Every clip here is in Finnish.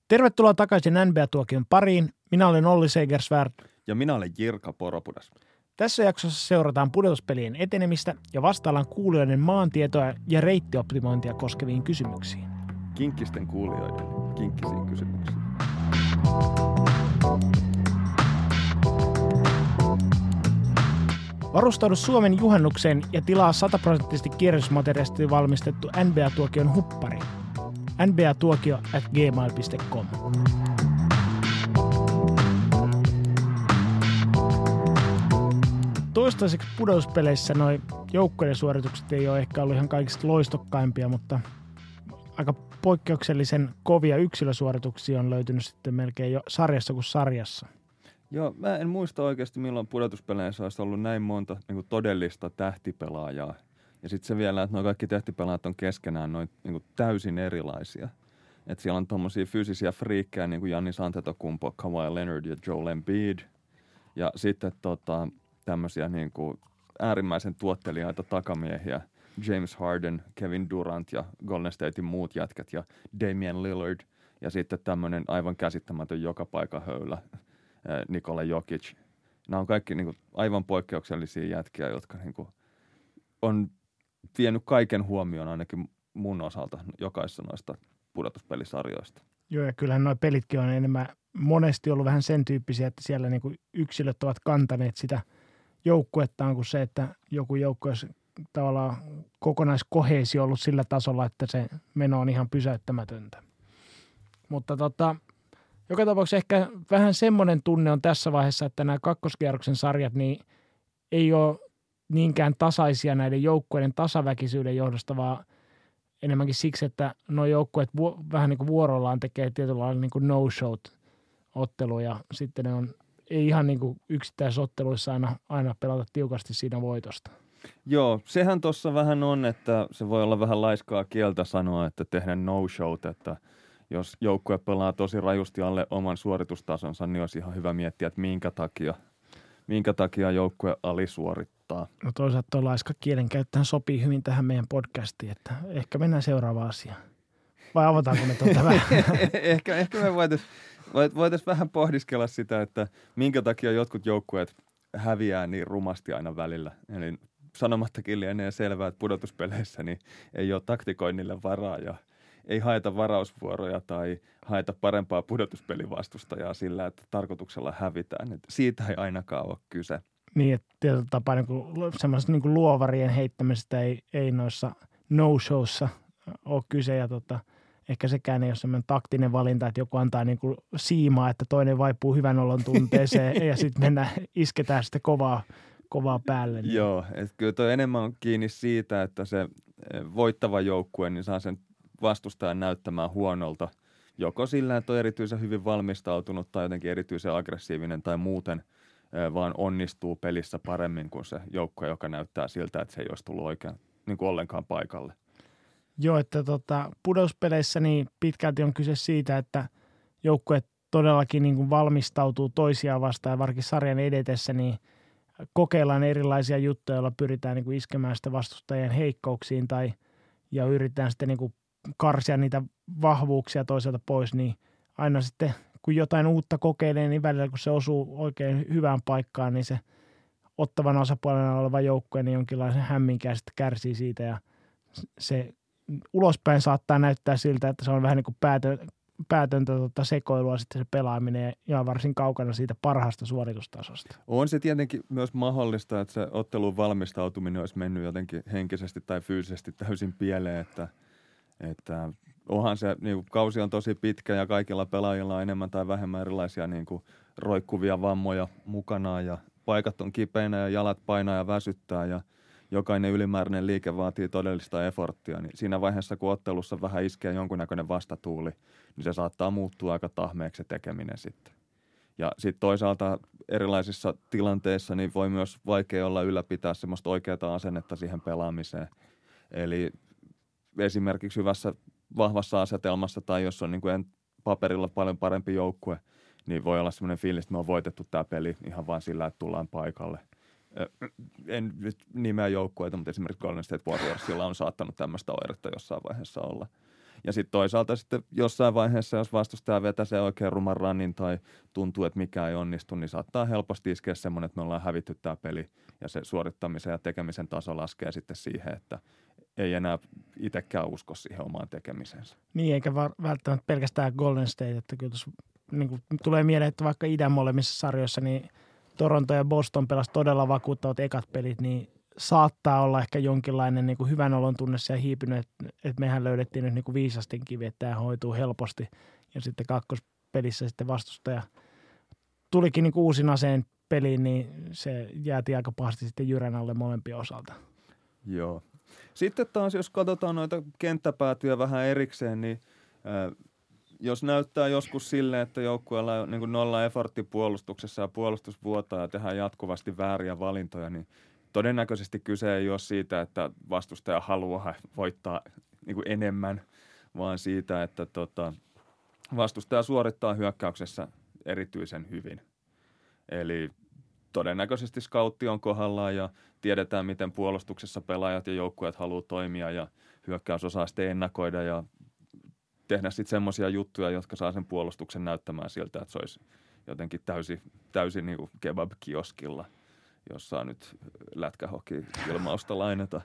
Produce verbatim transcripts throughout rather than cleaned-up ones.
Tervetuloa takaisin N B A-tuokion pariin. Minä olen Olli Segersvärd. Ja minä olen Jirka Poropudas. Tässä jaksossa seurataan pudotuspelien etenemistä ja vastaillaan kuulijoiden maantietoa ja reittioptimointia koskeviin kysymyksiin. Kinkkisten kuulijoiden kinkkisiin kysymyksiin. Varustaudu Suomen juhannukseen ja tilaa sataprosenttisesti kierrätysmateriaalisesti valmistettu N B A-tuokion huppari. N B A tuokio at gmail piste com. Toistaiseksi pudotuspeleissä noi joukkueiden suoritukset ei ole ehkä ollut ihan kaikista loistokkaimpia, mutta aika poikkeuksellisen kovia yksilösuorituksia on löytynyt sitten melkein jo sarjassa kuin sarjassa. Joo, mä en muista oikeasti milloin pudotuspeleissä olisi ollut näin monta niin kuin todellista tähtipelaajaa. Ja sitten se vielä, että nuo kaikki tähtipelaajat on keskenään noin niin kuin täysin erilaisia. Että siellä on tommosia fyysisiä friikkejä niin kuin Giannis Antetokounmpo, Kawhi Leonard ja Joel Embiid. Ja sitten tota, tämmöisiä niin kuin äärimmäisen tuottelijaita takamiehiä. James Harden, Kevin Durant ja Golden Statein muut jätkät ja Damian Lillard. Ja sitten tämmöinen aivan käsittämätön joka paikan höylä, Nikola Jokic. Nämä on kaikki niin kuin aivan poikkeuksellisia jätkiä, jotka niin kuin on vienyt kaiken huomioon ainakin mun osalta jokaisessa noista pudotuspelisarjoista. Joo, ja kyllähän nuo pelitkin on enemmän monesti ollut vähän sen tyyppisiä, että siellä niin kuin yksilöt ovat kantaneet sitä joukkuettaan kuin se, että joku joukkue olisi tavallaan kokonaiskoheesio ollut sillä tasolla, että se meno on ihan pysäyttämätöntä. Mutta tota, joka tapauksessa ehkä vähän semmoinen tunne on tässä vaiheessa, että nämä kakkoskierroksen sarjat niin ei ole niinkään tasaisia näiden joukkueiden tasaväkisyyden johdosta, vaan enemmänkin siksi, että nuo joukkueet vu- vähän niin kuin vuorollaan tekee tietynlailla niin kuin no-show-otteluja. Sitten ne on ei ihan niin kuin yksittäisissä otteluissa aina, aina pelata tiukasti siinä voitosta. Joo, sehän tuossa vähän on, että se voi olla vähän laiskaa kieltä sanoa, että tehdään no-showt, että jos joukkue pelaa tosi rajusti alle oman suoritustasonsa, niin olisi ihan hyvä miettiä, että minkä takia, minkä takia joukkue alisuorittaa. No toisaalta tuo laiska kielenkäyttöhän sopii hyvin tähän meidän podcastiin, että ehkä mennään seuraavaan asiaan. Vai avataanko me tuota vähän? ehkä, ehkä me voitaisiin voitais vähän pohdiskella sitä, että minkä takia jotkut joukkueet häviää niin rumasti aina välillä. Eli sanomattakin lienee selvää, että pudotuspeleissä niin ei ole taktikoinnille varaa ja ei haeta varausvuoroja tai haeta parempaa pudotuspelivastustajaa sillä, että tarkoituksella hävitään. Että siitä ei ainakaan ole kyse. Niin, että tietyllä tapaa niin semmoisesta niin luovarien heittämisestä ei, ei noissa no-showssa ole kyse. Ja tota, ehkä sekään ei ole semmoinen taktinen valinta, että joku antaa niin kuin siimaa, että toinen vaipuu hyvän olon tunteeseen ja sitten mennään, isketään sitten kovaa, kovaa päälle. Niin. Joo, että kyllä toi enemmän on kiinni siitä, että se voittava joukkue niin saa sen vastustajan näyttämään huonolta, joko sillä, että on erityisen hyvin valmistautunut tai jotenkin erityisen aggressiivinen tai muuten vaan onnistuu pelissä paremmin kuin se joukkue, joka näyttää siltä, että se ei olisi tullut oikein niin kuin ollenkaan paikalle. Joo, että tota, pudotuspeleissä niin pitkälti on kyse siitä, että joukkueet todellakin niin kuin valmistautuu toisiaan vastaan ja varsinkin sarjan edetessä, niin kokeillaan erilaisia juttuja, joilla pyritään niin kuin iskemään sitä vastustajien heikkouksiin tai ja yritetään sitten niin kuin karsia niitä vahvuuksia toiselta pois, niin aina sitten kun jotain uutta kokeilee, niin välillä kun se osuu oikein hyvään paikkaan, niin se ottavan osapuolena oleva joukkue niin jonkinlaisen hämminkään sitten kärsii siitä ja se ulospäin saattaa näyttää siltä, että se on vähän niin kuin päätö, päätöntä tota sekoilua sitten se pelaaminen ja varsin kaukana siitä parhaasta suoritustasosta. On se tietenkin myös mahdollista, että se ottelun valmistautuminen olisi mennyt jotenkin henkisesti tai fyysisesti täysin pieleen, että, että onhan se niin kuin, kausi on tosi pitkä ja kaikilla pelaajilla on enemmän tai vähemmän erilaisia niin kuin, roikkuvia vammoja mukanaan ja paikat on kipeinä ja jalat painaa ja väsyttää ja jokainen ylimääräinen liike vaatii todellista efforttia, niin siinä vaiheessa, kun ottelussa vähän iskee jonkunnäköinen vastatuuli, niin se saattaa muuttua aika tahmeeksi se tekeminen sitten. Ja sitten toisaalta erilaisissa tilanteissa niin voi myös vaikea olla ylläpitää semmoista oikeaa asennetta siihen pelaamiseen. Eli esimerkiksi hyvässä vahvassa asetelmassa tai jos on niin kuin paperilla paljon parempi joukkue, niin voi olla semmoinen fiilis, että me on voitettu tämä peli ihan vain sillä, että tullaan paikalle. En nyt nimeä joukkueita, mutta esimerkiksi Golden State Warriorsilla on saattanut tämmöistä oiretta jossain vaiheessa olla. Ja sitten toisaalta sitten jossain vaiheessa, jos vastustaja vetäisee oikein ruman runnin tai tuntuu, että mikään ei onnistu, niin saattaa helposti iskeä semmoinen, että me ollaan hävitty tämä peli ja se suorittamisen ja tekemisen taso laskee sitten siihen, että ei enää itsekään usko siihen omaan tekemisensä. Niin, eikä välttämättä pelkästään Golden State, että kyllä tuossa niin kuin tulee mieleen, että vaikka idän molemmissa sarjoissa, niin Toronto ja Boston pelasi todella vakuuttavat ekat pelit, niin saattaa olla ehkä jonkinlainen niin kuin hyvän olon tunne siellä hiipinyt, että, että mehän löydettiin nyt niin kuin viisasten kivi, että tämä hoituu helposti. Ja sitten kakkospelissä sitten vastustaja tulikin niin kuin uusin aseen peliin, niin se jäätiin aika pahasti sitten jyrän alle molempien osalta. Joo. Sitten taas, jos katsotaan noita kenttäpäätyjä vähän erikseen, niin äh, jos näyttää joskus silleen, että joukkueella on niin kuin nolla effortti puolustuksessa ja puolustus vuotaa ja tehdään jatkuvasti vääriä valintoja, niin todennäköisesti kyse ei ole siitä, että vastustaja haluaa voittaa niin kuin enemmän, vaan siitä, että tota, vastustaja suorittaa hyökkäyksessä erityisen hyvin. Eli todennäköisesti scoutti on kohdallaan ja tiedetään, miten puolustuksessa pelaajat ja joukkueet haluaa toimia ja hyökkäys osaa sitten ennakoida ja tehdä sitten semmoisia juttuja, jotka saa sen puolustuksen näyttämään siltä, että se olisi jotenkin täysin, täysin niin kuin kebab-kioskilla, jossa nyt lätkähoki-ilmausta lainata.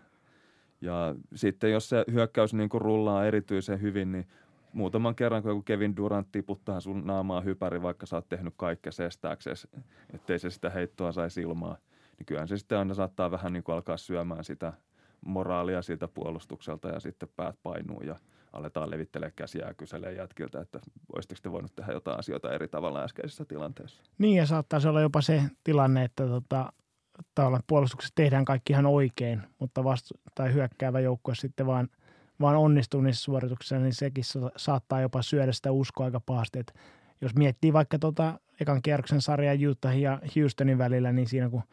Ja sitten jos se hyökkäys niin kuin rullaa erityisen hyvin, niin muutaman kerran, kun Kevin Durant tiputtaa sun naamaa hypäri, vaikka sä oot tehnyt kaikkea sestääksesi, ettei se sitä heittoa saisi ilmaa, niin kyllähän se sitten aina saattaa vähän niin kuin alkaa syömään sitä moraalia siltä puolustukselta ja sitten päät painuu ja aletaan levittelee käsiä ja kyselee jätkiltä, että olisitteko te voinut tehdä jotain asioita eri tavalla äskeisessä tilanteessa. Niin ja saattaisi olla jopa se tilanne, että tota, puolustuksessa tehdään kaikki ihan oikein, mutta vastu- tai hyökkäävä joukkue sitten vaan vaan onnistuu niissä suorituksissa, niin sekin saattaa jopa syödä sitä uskoa aika pahasti. Että jos miettii vaikka tota ekan kierroksen sarjaa Utah ja Houstonin välillä, niin siinä kun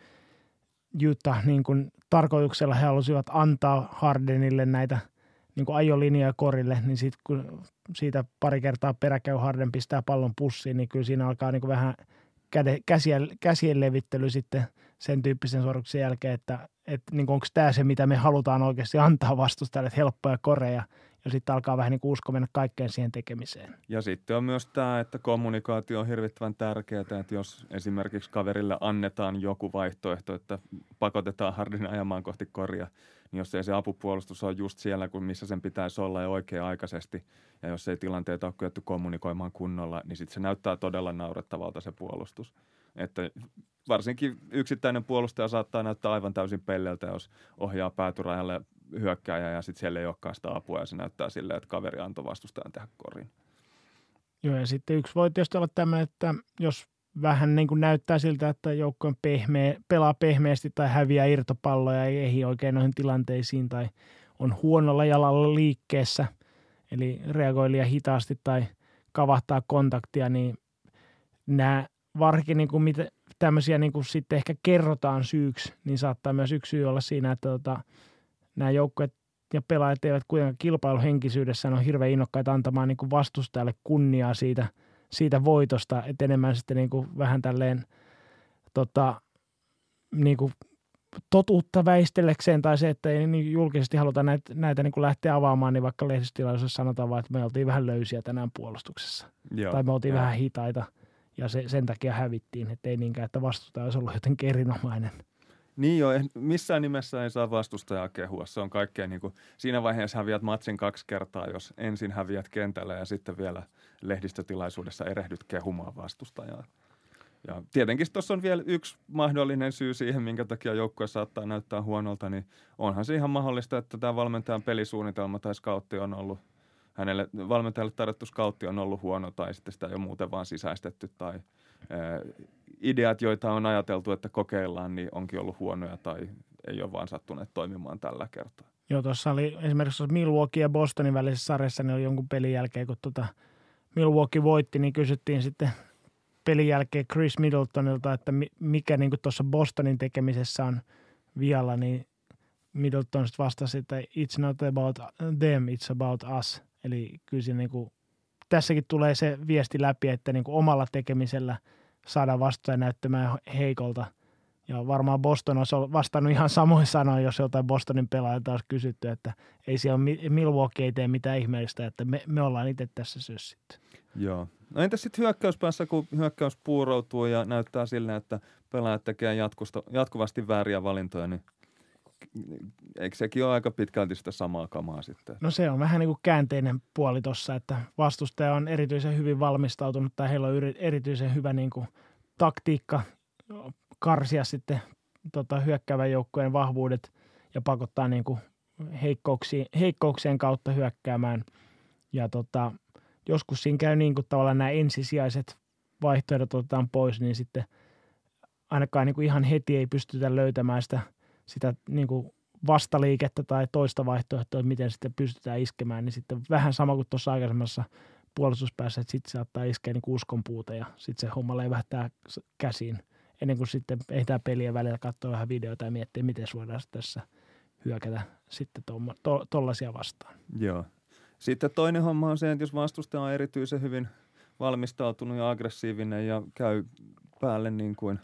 Utah niin kun tarkoituksella he halusivat antaa Hardenille näitä niin kun ajolinjoja korille, niin sit kun siitä pari kertaa peräkäy Harden pistää pallon pussiin, niin kyllä siinä alkaa niin kun vähän käde, käsiä, käsien levittely sitten sen tyyppisen suorituksen jälkeen, että että niin onko tämä se, mitä me halutaan oikeasti antaa vastustajalle, että helppoja koreja, ja sitten alkaa vähän niin kuin usko mennä kaikkeen siihen tekemiseen. Ja sitten on myös tämä, että kommunikaatio on hirvittävän tärkeää, että jos esimerkiksi kaverille annetaan joku vaihtoehto, että pakotetaan Harden ajamaan kohti koria, niin jos ei se apupuolustus ole just siellä, kuin missä sen pitäisi olla ja oikea-aikaisesti, ja jos ei tilanteita ole kyetty kommunikoimaan kunnolla, niin sitten se näyttää todella naurettavalta se puolustus. Että varsinkin yksittäinen puolustaja saattaa näyttää aivan täysin pelleltä, jos ohjaa päätyrajalle hyökkääjä ja sitten siellä ei olekaan sitä apua ja se näyttää silleen, että kaveri antoi vastustajan tehdä korin. Joo, ja sitten yksi voi tietysti olla tämmöinen, että jos vähän niin kuin näyttää siltä, että joukko on pehmeä, pelaa pehmeästi tai häviää irtopalloja ja ei ehdi oikein noihin tilanteisiin tai on huonolla jalalla liikkeessä, eli reagoi liian hitaasti tai kavahtaa kontaktia, niin nämä varsinkin niin kuin mitä tämmöisiä niin kuin sitten ehkä kerrotaan syyksi, niin saattaa myös yksi syy olla siinä, että tota, nämä joukkueet ja pelaajat eivät kuitenkaan kilpailuhenkisyydessään ole hirveän innokkaita antamaan niin kuin vastustajalle kunniaa siitä, siitä voitosta, että enemmän sitten niin kuin vähän tälleen tota, niin kuin totuutta väistellekseen tai se, että ei niin julkisesti haluta näitä, näitä niin kuin lähteä avaamaan, niin vaikka lehdistötilaisuudessa sanotaan vaan, että me oltiin vähän löysiä tänään puolustuksessa. Joo, tai me oltiin joo. vähän hitaita. Ja se, sen takia hävittiin, että ei niinkään, että vastustaja olisi ollut jotenkin erinomainen. Niin joo, missään nimessä ei saa vastustajaa kehua. Se on kaikkea niin kuin, siinä vaiheessa häviät matsin kaksi kertaa, jos ensin häviät kentällä ja sitten vielä lehdistötilaisuudessa erehdyt kehumaan vastustajaa. Ja tietenkin tuossa on vielä yksi mahdollinen syy siihen, minkä takia joukkue saattaa näyttää huonolta, niin onhan se ihan mahdollista, että tämä valmentajan pelisuunnitelma tai scoutti on ollut hänelle valmentajalle tarjottu scoutti on ollut huono tai sitten sitä ei ole muuten vaan sisäistetty tai ää, ideat, joita on ajateltu, että kokeillaan, niin onkin ollut huonoja tai ei ole vaan sattuneet toimimaan tällä kertaa. Joo, tuossa oli esimerkiksi Milwaukee ja Bostonin välisessä sarjassa, niin oli jonkun pelin jälkeen, kun tuota Milwaukee voitti, niin kysyttiin sitten pelin jälkeen Chris Middletonilta, että mikä niin tuossa Bostonin tekemisessä on vialla, niin Middleton sitten vastasi, että it's not about them, it's about us. Eli kyllä siinä niin kuin, tässäkin tulee se viesti läpi, että niin kuin omalla tekemisellä saadaan vastustaja näyttämään heikolta, Ja varmaan Boston olisi vastannut ihan samoin sanoin, jos jotain Bostonin pelaajilta olisi kysytty, että ei siellä Milwaukee ei tee mitään ihmeellistä, että me, me ollaan itse tässä sössitty. Joo. No entäs sitten hyökkäyspäässä, kun hyökkäys puuroutuu ja näyttää silleen, että pelaajat tekee jatkusta, jatkuvasti vääriä valintoja, niin eikö sekin ole aika pitkälti sitä samaa kamaa sitten? No se on vähän niin kuin käänteinen puoli tuossa, että vastustaja on erityisen hyvin valmistautunut tai heillä on erityisen hyvä niin kuin taktiikka karsia sitten tota, hyökkäävän joukkueen vahvuudet ja pakottaa niin kuin heikkouksien, heikkouksien kautta hyökkäämään. Ja tota, joskus siinä käy niin kuin tavallaan nämä ensisijaiset vaihtoehdot otetaan pois, niin sitten ainakaan niin kuin ihan heti ei pystytä löytämään sitä, sitä niin kuin vastaliikettä tai toista vaihtoehtoa, että miten sitten pystytään iskemään, niin sitten vähän sama kuin tuossa aikaisemmassa puolustuspäässä, että sitten saattaa iskeä niin kuin uskonpuuta ja sitten se homma levähtää käsiin ennen kuin sitten ehditään peliä välillä katsoa vähän videota ja miettiä, miten voidaan tässä hyökätä sitten tuollaisia to, vastaan. Joo. Sitten toinen homma on se, että jos vastustaja on erityisen hyvin valmistautunut ja aggressiivinen ja käy päälle niin kuin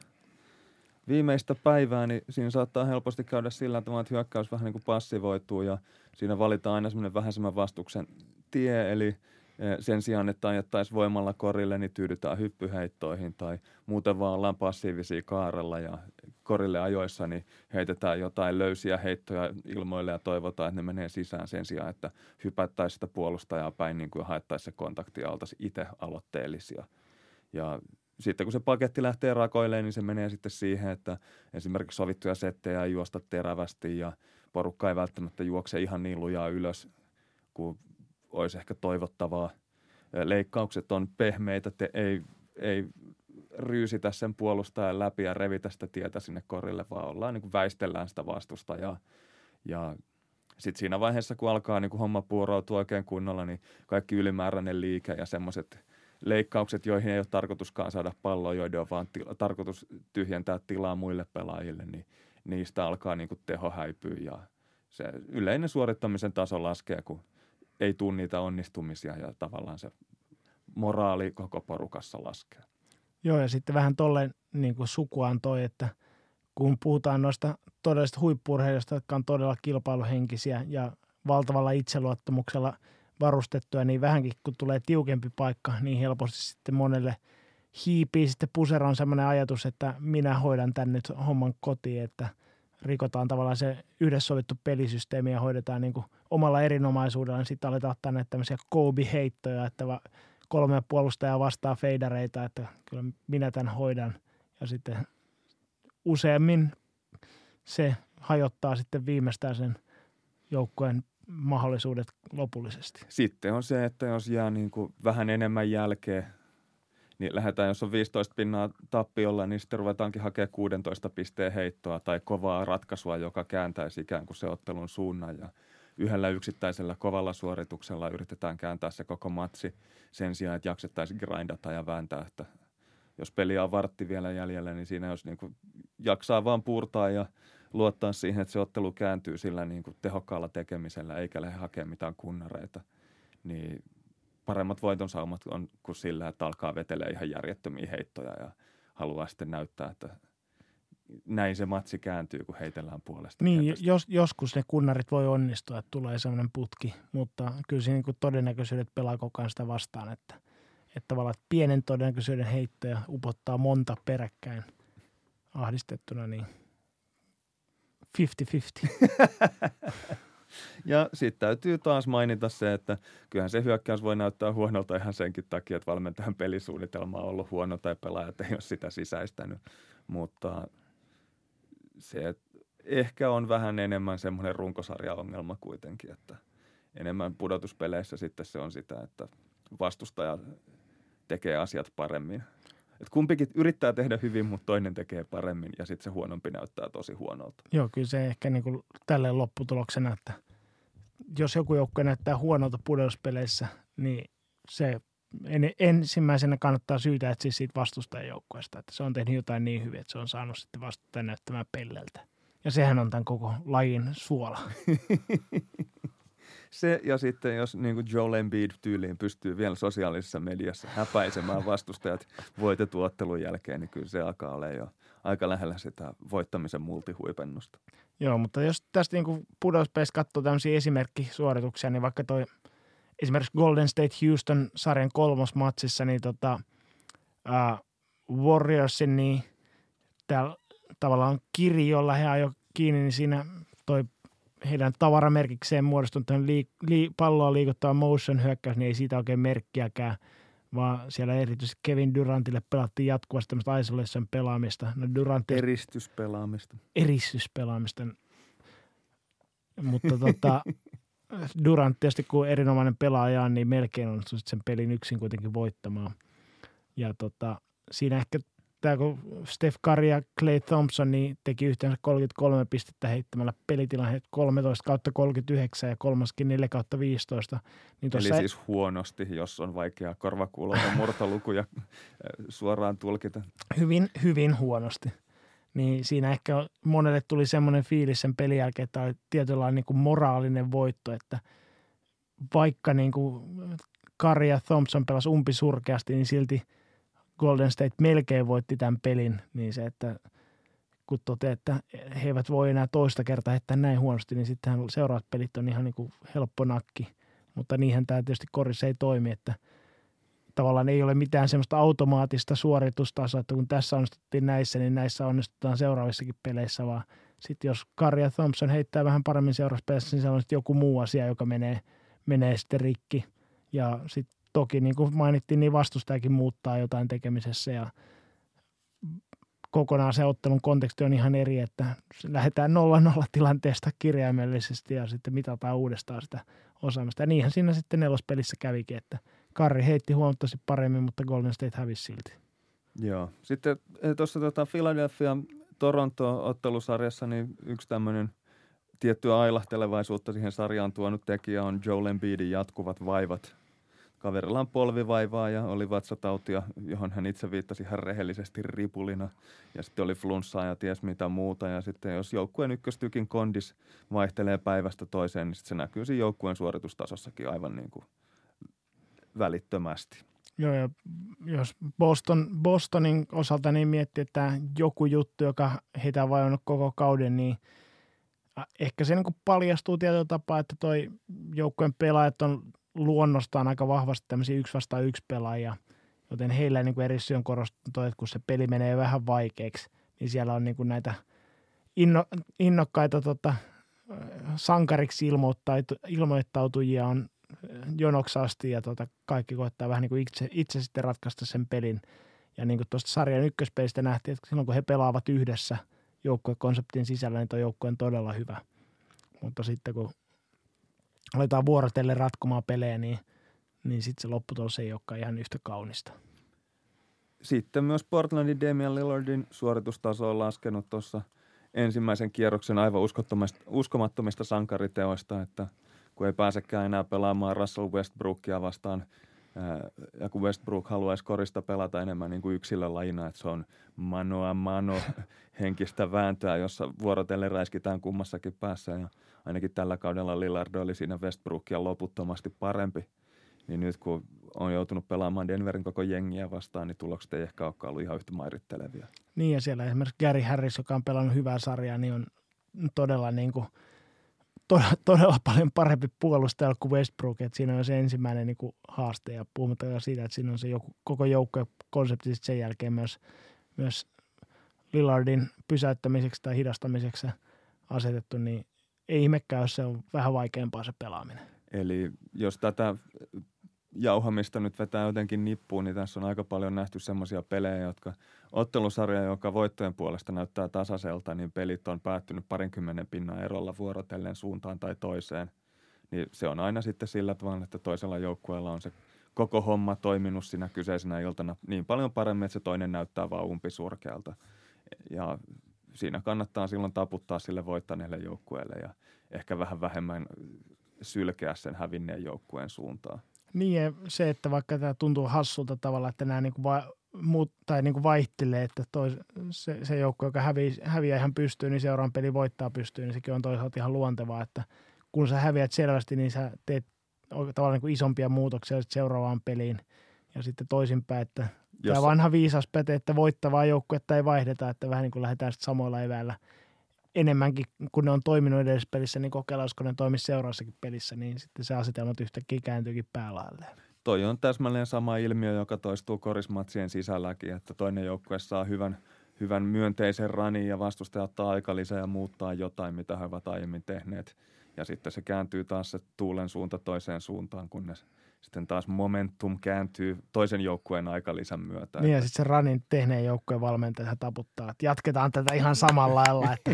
viimeistä päivää, niin siinä saattaa helposti käydä sillä tavalla, että hyökkäys vähän niin kuin passivoituu ja siinä valitaan aina semmoinen vähäisemmän vastuksen tie, eli sen sijaan, että ajettaisiin voimalla korille, niin tyydytään hyppyheittoihin tai muuten vaan ollaan passiivisia kaarella ja korille ajoissa, niin heitetään jotain löysiä heittoja ilmoille ja toivotaan, että ne menee sisään sen sijaan, että hypättäisiin sitä puolustajaa päin niin kuin haettaisiin se kontakti ja oltaisiin itse aloitteellisia. Ja sitten kun se paketti lähtee rakoilemaan, niin se menee sitten siihen, että esimerkiksi sovittuja settejä ei juosta terävästi ja porukka ei välttämättä juokse ihan niin lujaa ylös kuin olisi ehkä toivottavaa. Leikkaukset on pehmeitä, te ei, ei ryysitä sen puolustajan läpi ja revitä sitä tietä sinne korille, vaan ollaan niin kuin väistellään sitä vastusta. Ja, ja sitten siinä vaiheessa, kun alkaa niin kuin homma puuroutua oikein kunnolla, niin kaikki ylimääräinen liike ja semmoiset leikkaukset, joihin ei ole tarkoituskaan saada palloa, joiden on vaan tila, tarkoitus tyhjentää tilaa muille pelaajille, niin niistä alkaa niin kuin teho häipyä ja se yleinen suorittamisen taso laskee, kun ei tule niitä onnistumisia ja tavallaan se moraali koko porukassa laskee. Joo, ja sitten vähän tolleen niin kuin sukuaan toi, että kun puhutaan noista todellisista huippu-urheilijoista, jotka on todella kilpailuhenkisiä ja valtavalla itseluottamuksella varustettuja, niin vähänkin kun tulee tiukempi paikka, niin helposti sitten monelle hiipii sitten puseroon semmoinen ajatus, että minä hoidan tän nyt homman kotiin, että rikotaan tavallaan se yhdessä sovittu pelisysteemi ja hoidetaan niin kuin omalla erinomaisuudella, niin sitten aletaan ottaa näitä tämmöisiä Kobe-heittoja, että kolme puolustajaa vastaa feidareita, että kyllä minä tämän hoidan. Ja sitten useammin se hajottaa sitten viimeistään sen joukkueen mahdollisuudet lopullisesti. Sitten on se, että jos jää niin kuin vähän enemmän jälkeen, niin lähdetään, jos on viisitoista pinnaa tappiolla, niin sitten ruvetaankin hakemaan kuusitoista pisteen heittoa tai kovaa ratkaisua, joka kääntäisi ikään kuin se ottelun suunnan. Ja yhdellä yksittäisellä kovalla suorituksella yritetään kääntää se koko matsi sen sijaan, että jaksettaisiin grindata ja vääntää. Että jos peliä on vartti vielä jäljellä, niin siinä jos niin kuin jaksaa vaan puurtaa ja luottaa siihen, että se ottelu kääntyy sillä niin kuin tehokkaalla tekemisellä eikä lähde hakemaan mitään kunnareita, niin paremmat voitonsaumat on kuin sillä, että alkaa vetelee ihan järjettömiä heittoja ja haluaa sitten näyttää, että näin se matsi kääntyy, kun heitellään puolesta. Niin, jos, joskus ne kunnarit voi onnistua, että tulee sellainen putki, mutta kyllä siinä niin todennäköisyydet pelaa koko ajan sitä vastaan, että, että tavallaan pienen todennäköisyyden heittoja upottaa monta peräkkäin ahdistettuna, niin viisikymmentä viisikymmentä. Ja sitten täytyy taas mainita se, että kyllähän se hyökkäys voi näyttää huonolta ihan senkin takia, että valmentajan pelisuunnitelma on ollut huono tai pelaajat ei ole sitä sisäistänyt, mutta se ehkä on vähän enemmän semmoinen runkosarjaongelma kuitenkin, että enemmän pudotuspeleissä sitten se on sitä, että vastustaja tekee asiat paremmin. Et kumpikin yrittää tehdä hyvin, mutta toinen tekee paremmin ja sitten se huonompi näyttää tosi huonolta. Joo, kyllä se ehkä niin kuin tälleen lopputuloksena, että jos joku joukko näyttää huonolta pudotuspeleissä, niin se en, ensimmäisenä kannattaa syytä etsiä siitä vastustajan joukkueesta, että se on tehnyt jotain niin hyvin, että se on saanut sitten vastustajan näyttämään pelleltä. Ja sehän on tämän koko lajin suola. Se ja sitten jos niin kuin Joel Embiid tyyliin pystyy vielä sosiaalisessa mediassa häpäisemään vastustajat voitetun ottelun jälkeen, niin kyllä se alkaa olla jo aika lähellä sitä voittamisen multihuipennusta. Joo, mutta jos tästä niin pudotuspeleissä katsoo tämmöisiä esimerkkisuorituksia, niin vaikka toi esimerkiksi Golden State Houston sarjan kolmosmatsissa, niin tota, uh, Warriorsin, niin täällä tavallaan kirji, jolla he ajoi kiinni, niin siinä toi heidän tavaramerkikseen muodostunut liik- li- palloa liikuttava motion hyökkäys, niin ei siitä oikein merkkiäkään, vaan siellä erityisesti Kevin Durantille pelattiin jatkuvasti tämmöistä isolation pelaamista. No Durant... Eristyspelaamista. Eristyspelaamista. Mutta tota, Durant tietysti kun erinomainen pelaaja on, niin melkein onnistui sen pelin yksin kuitenkin voittamaan. Ja tota, siinä ehkä tämä kun Steph Curry ja Klay Thompson niin teki yhteensä kolmekymmentäkolme pistettä heittämällä pelitilan kolmetoista kautta kolmekymmentäyhdeksän ja kolmaskin neljä kautta viisitoista. Niin Eli siis huonosti, jos on vaikea korvakuulota murtolukuja suoraan tulkita. Hyvin, hyvin huonosti. Niin siinä ehkä monelle tuli semmoinen fiilis sen pelin jälkeen, että oli tietynlainen niin kuin moraalinen voitto, että vaikka niin kuin Curry ja Thompson pelasi umpisurkeasti, niin silti Golden State melkein voitti tämän pelin, niin se, että kun toteaa, että he eivät voi enää toista kertaa heittää näin huonosti, niin sittenhän seuraavat pelit on ihan niin kuin helppo nakki. Mutta niinhän tämä tietysti korissa ei toimi, että tavallaan ei ole mitään semmoista automaattista suoritustasoa, että kun tässä onnistuttiin näissä, niin näissä onnistutaan seuraavissakin peleissä, vaan sitten jos Curry ja Thompson heittää vähän paremmin seuraavassa pelissä, niin se on sitten joku muu asia, joka menee, menee sitten rikki. Ja sitten toki, niin kuin mainittiin, niin vastustajakin muuttaa jotain tekemisessä ja kokonaan se ottelun konteksti on ihan eri, että lähdetään nolla nolla tilanteesta kirjaimellisesti ja sitten mitataan uudestaan sitä osaamista. Ja niinhän siinä sitten nelospelissä kävikin, että Curry heitti huomattavasti paremmin, mutta Golden State hävisi silti. Joo. Sitten tuossa tota Philadelphia Toronto-ottelusarjassa niin yksi tämmöinen tiettyä ailahtelevaisuutta siihen sarjaan tuonut tekijä on Joel Embiidin jatkuvat vaivat. Kaverilla on polvivaivaa ja oli vatsatautia, johon hän itse viittasi ihan rehellisesti ripulina. Ja sitten oli flunssaa ja ties mitä muuta. Ja sitten jos joukkueen ykköstykin kondis vaihtelee päivästä toiseen, niin sitten se näkyy siinä joukkueen suoritustasossakin aivan niin kuin välittömästi. Joo, ja jos Boston, Bostonin osalta niin miettii, että joku juttu, joka heitä on vajonnut koko kauden, niin ehkä se niin kuin paljastuu tietyllä tapaa, että toi joukkueen pelaajat on luonnostaan aika vahvasti tämmöisiä yksi vastaan yksi pelaajia, joten heillä niin kuin eri syy on korostunut, että kun se peli menee vähän vaikeaksi, niin siellä on niin kuin näitä inno, innokkaita tota, sankariksi ilmoittautujia on jonoksi asti ja tota, kaikki koettaa vähän niin kuin itse, itse sitten ratkaista sen pelin. Ja niin kuin tuosta sarjan ykköspelistä nähtiin, että silloin kun he pelaavat yhdessä joukkuekonseptin sisällä, niin tuo joukkue on todella hyvä. Mutta sitten kun aletaan vuorotellen ratkomaan pelejä, niin, niin sitten se lopputulos ei olekaan ihan yhtä kaunista. Sitten myös Portlandin Damian Lillardin suoritustaso on laskenut tuossa ensimmäisen kierroksen aivan uskomattomista sankariteoista, että kun ei pääsekään enää pelaamaan Russell Westbrookia vastaan, ja kun Westbrook haluaisi korista pelata enemmän niin kuin yksilölajina, että se on mano a mano henkistä vääntöä, jossa vuorotellen räiskitään kummassakin päässä. Ja ainakin tällä kaudella Lillard oli siinä Westbrookia loputtomasti parempi. Niin nyt kun on joutunut pelaamaan Denverin koko jengiä vastaan, niin tulokset ei ehkä olekaan ollut ihan yhtä mairittelevia. Niin ja siellä esimerkiksi Gary Harris, joka on pelannut hyvää sarjaa, niin on todella niin kuin todella, todella paljon parempi puolustaja kuin Westbrook, että siinä on se ensimmäinen niin kuin haaste ja puhumattakaan siitä, että siinä on se joku, koko joukko konsepti sen jälkeen myös, myös Lillardin pysäyttämiseksi tai hidastamiseksi asetettu, niin ei ihmekään, jos se on vähän vaikeampaa se pelaaminen. Eli jos tätä jauhamista nyt vetää jotenkin nippuun, niin tässä on aika paljon nähty semmoisia pelejä, jotka ottelusarja, joka voittojen puolesta näyttää tasaiselta, niin pelit on päättynyt parinkymmenen pinnan erolla vuorotellen suuntaan tai toiseen. Niin se on aina sitten sillä tavalla, että toisella joukkueella on se koko homma toiminut siinä kyseisenä iltana niin paljon paremmin, että se toinen näyttää vaan umpisurkealta. Ja siinä kannattaa silloin taputtaa sille voittaneelle joukkueelle ja ehkä vähän vähemmän sylkeä sen hävinneen joukkueen suuntaan. Niin ja se, että vaikka tämä tuntuu hassulta tavalla, että nämä niinku va- muut, tai niinku vaihtelee, että toi, se, se joukko, joka hävi, häviää ihan pystyy, niin seuraavan peli voittaa pystyy, niin sekin on toisaalta ihan luontevaa, että kun sä häviät selvästi, niin sä teet tavallaan niin kuin isompia muutoksia seuraavaan peliin ja sitten toisinpäin, että Jos... tämä vanha viisas pätee, että voittavaa joukkuetta ei vaihdeta, että vähän niin kuin lähdetään sitten samoilla eväillä enemmänkin, kun ne on toiminut edellisessä pelissä, niin kokeillaan, koska ne toimisi seuraavassakin pelissä, niin sitten se asetelmat yhtäkkiä kääntyykin päälailleen. Toi on täsmälleen sama ilmiö, joka toistuu korismatsien sisälläkin, että toinen joukkue saa hyvän, hyvän myönteisen ranin ja vastustaja ottaa aika lisää ja muuttaa jotain, mitä he ovat aiemmin tehneet. Ja sitten se kääntyy taas se tuulen suunta toiseen suuntaan, kunnes sitten taas momentum kääntyy toisen joukkueen aikalisän myötä. Niin ja sitten se ranin tehneen joukkueen valmentaja taputtaa, että jatketaan tätä ihan samalla lailla. Että...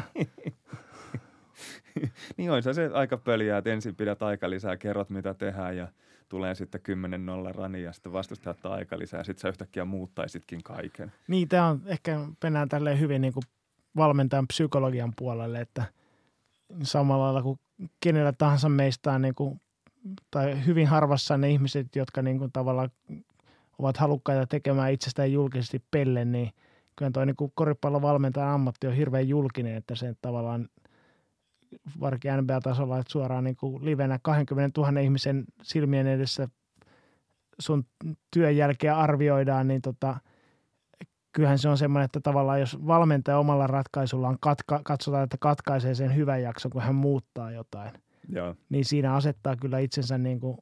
niin on se aika pöliä, että ensin pidät aikalisää, kerrot mitä tehdään ja tulee sitten kymmenen nolla rani ja sitten vastustaja ottaa aikalisää ja sitten sä yhtäkkiä muuttaisitkin kaiken. Niin, tämä on ehkä mennään tälleen hyvin niin kuin valmentajan psykologian puolelle, että samalla lailla kuin kenellä tahansa meistä on niin kuin, tai hyvin harvassa ne ihmiset, jotka niin kuin tavallaan ovat halukkaita tekemään itsestään julkisesti pelle, niin kyllä toi niin kuin koripallovalmentajan ammatti on hirveän julkinen, että se tavallaan varsinkin N B A-tasolla, että suoraan niin kuin livenä kaksikymmentätuhatta ihmisen silmien edessä sun työn jälkeen arvioidaan, niin tota, kyllähän se on semmoinen, että tavallaan jos valmentaja omalla ratkaisullaan katka, katsotaan, että katkaisee sen hyvän jakson, kun hän muuttaa jotain, Joo. niin siinä asettaa kyllä itsensä niin kuin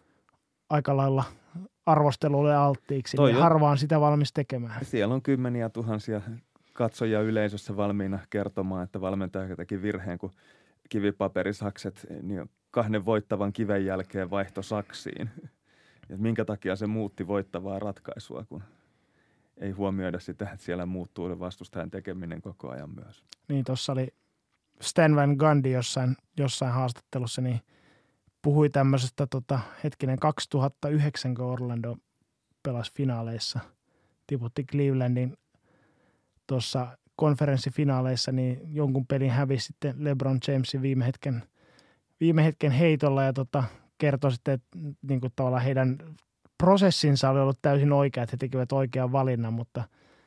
aika lailla arvostelulle alttiiksi, Toi niin on, harvaan sitä valmis tekemään. Siellä on kymmeniä tuhansia katsojia yleisössä valmiina kertomaan, että valmentaja teki virheen, kun kivipaperisakset niin kahden voittavan kiven jälkeen vaihto saksiin. Ja minkä takia se muutti voittavaa ratkaisua, kun ei huomioida sitä, että siellä muuttuu vastustajan tekeminen koko ajan myös. Niin, tuossa oli Stan Van Gundy jossain, jossain haastattelussa, niin puhui tämmöisestä tota, hetkinen kaksituhattayhdeksän, kun Orlando pelasi finaaleissa, tiputti Clevelandin tuossa konferenssifinaaleissa, niin jonkun pelin hävisi sitten LeBron Jamesin viime hetken, viime hetken heitolla ja tota, kertoi sitten, että niin kuin tavallaan heidän prosessinsa oli ollut täysin oikea, että he tekivät oikean valinnan, mutta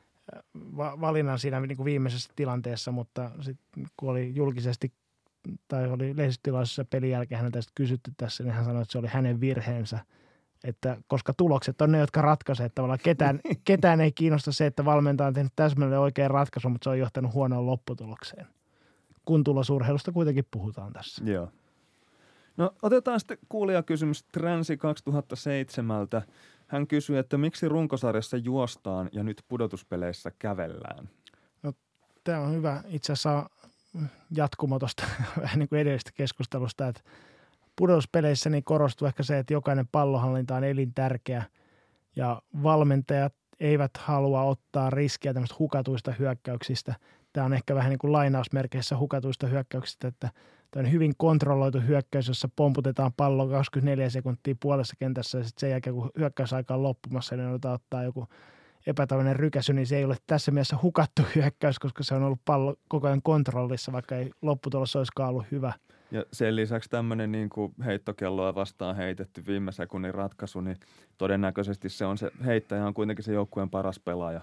va- valinnan siinä niin kuin viimeisessä tilanteessa, mutta sitten kun oli julkisesti tai oli lehdistötilaisuudessa pelin jälkeen häneltä kysytty tässä, niin hän sanoi, että se oli hänen virheensä. Että koska tulokset on ne, jotka ratkaisevat. Tavallaan ketään, ketään ei kiinnosta se, että valmentaja on tehnyt täsmälleen oikean ratkaisun, mutta se on johtanut huonoon lopputulokseen. Kun tulosurheilusta kuitenkin puhutaan tässä. Joo. No otetaan sitten kuulijakysymys Transi kaksituhattaseitsemän. Hän kysyi, että miksi runkosarjassa juostaan ja nyt pudotuspeleissä kävellään? No tämä on hyvä itse asiassa jatkumo tuosta vähän niin kuin edellisestä keskustelusta, että pudotuspeleissä niin korostuu ehkä se, että jokainen pallonhallinta on elintärkeä ja valmentajat eivät halua ottaa riskiä tämmöistä hukatuista hyökkäyksistä. Tämä on ehkä vähän niin kuin lainausmerkeissä hukatuista hyökkäyksistä, että tämä on hyvin kontrolloitu hyökkäys, jossa pomputetaan pallo kaksikymmentäneljä sekuntia puolessa kentässä ja sitten sen jälkeen, kun hyökkäysaika on loppumassa, niin otetaan ottaa joku epätavallinen rykäsy, niin se ei ole tässä mielessä hukattu hyökkäys, koska se on ollut pallo koko ajan kontrollissa, vaikka ei lopputulos olisikaan ollut hyvä. Ja sen lisäksi tämmöinen niin kuin heittokelloa vastaan heitetty viime sekunnin ratkaisu, niin todennäköisesti se on se heittäjä on kuitenkin se joukkueen paras pelaaja.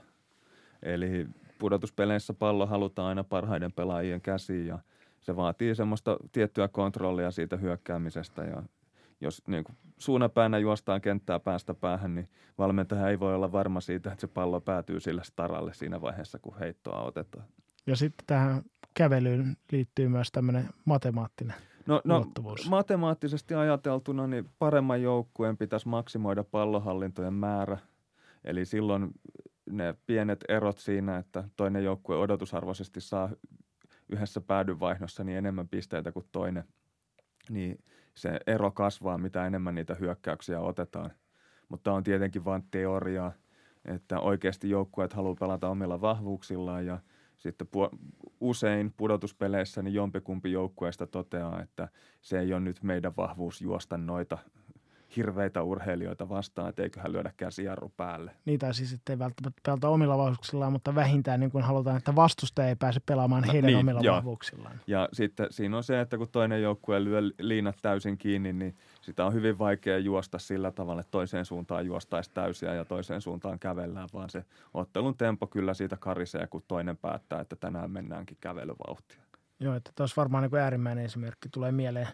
Eli pudotuspeleissä pallo halutaan aina parhaiden pelaajien käsiin ja se vaatii semmoista tiettyä kontrollia siitä hyökkäämisestä ja jos niin kuin suunapäänä juostaan kenttää päästä päähän, niin valmentaja ei voi olla varma siitä, että se pallo päätyy sille staralle siinä vaiheessa, kun heittoa otetaan. Ja sitten tähän kävelyyn liittyy myös tämmöinen matemaattinen no, no, ulottuvuus. Matemaattisesti ajateltuna niin paremman joukkueen pitäisi maksimoida pallonhallintojen määrä. Eli silloin ne pienet erot siinä, että toinen joukkue odotusarvoisesti saa yhdessä päädynvaihdossa niin enemmän pisteitä kuin toinen, niin se ero kasvaa, mitä enemmän niitä hyökkäyksiä otetaan. Mutta on tietenkin vain teoriaa, että oikeasti joukkueet haluaa pelata omilla vahvuuksillaan ja sitten pu- usein pudotuspeleissä niin jompikumpi joukkueesta toteaa, että se ei ole nyt meidän vahvuus juosta noita hirveitä urheilijoita vastaan, että eiköhän lyödä käsijarru päälle. Niitä siis ettei välttämättä pelata omilla vahvuuksillaan, mutta vähintään niin kuin halutaan, että vastustaja ei pääse pelaamaan heidän no, niin, omilla joo. vahvuuksillaan. Ja sitten siinä on se, että kun toinen joukkue lyö liinat täysin kiinni, niin sitä on hyvin vaikea juosta sillä tavalla, että toiseen suuntaan juostaisi täysiä ja toiseen suuntaan kävellään, vaan se ottelun tempo kyllä siitä karisee, kun toinen päättää, että tänään mennäänkin kävelyvauhtia. Joo, että tuossa varmaan niin kuin äärimmäinen esimerkki tulee mieleen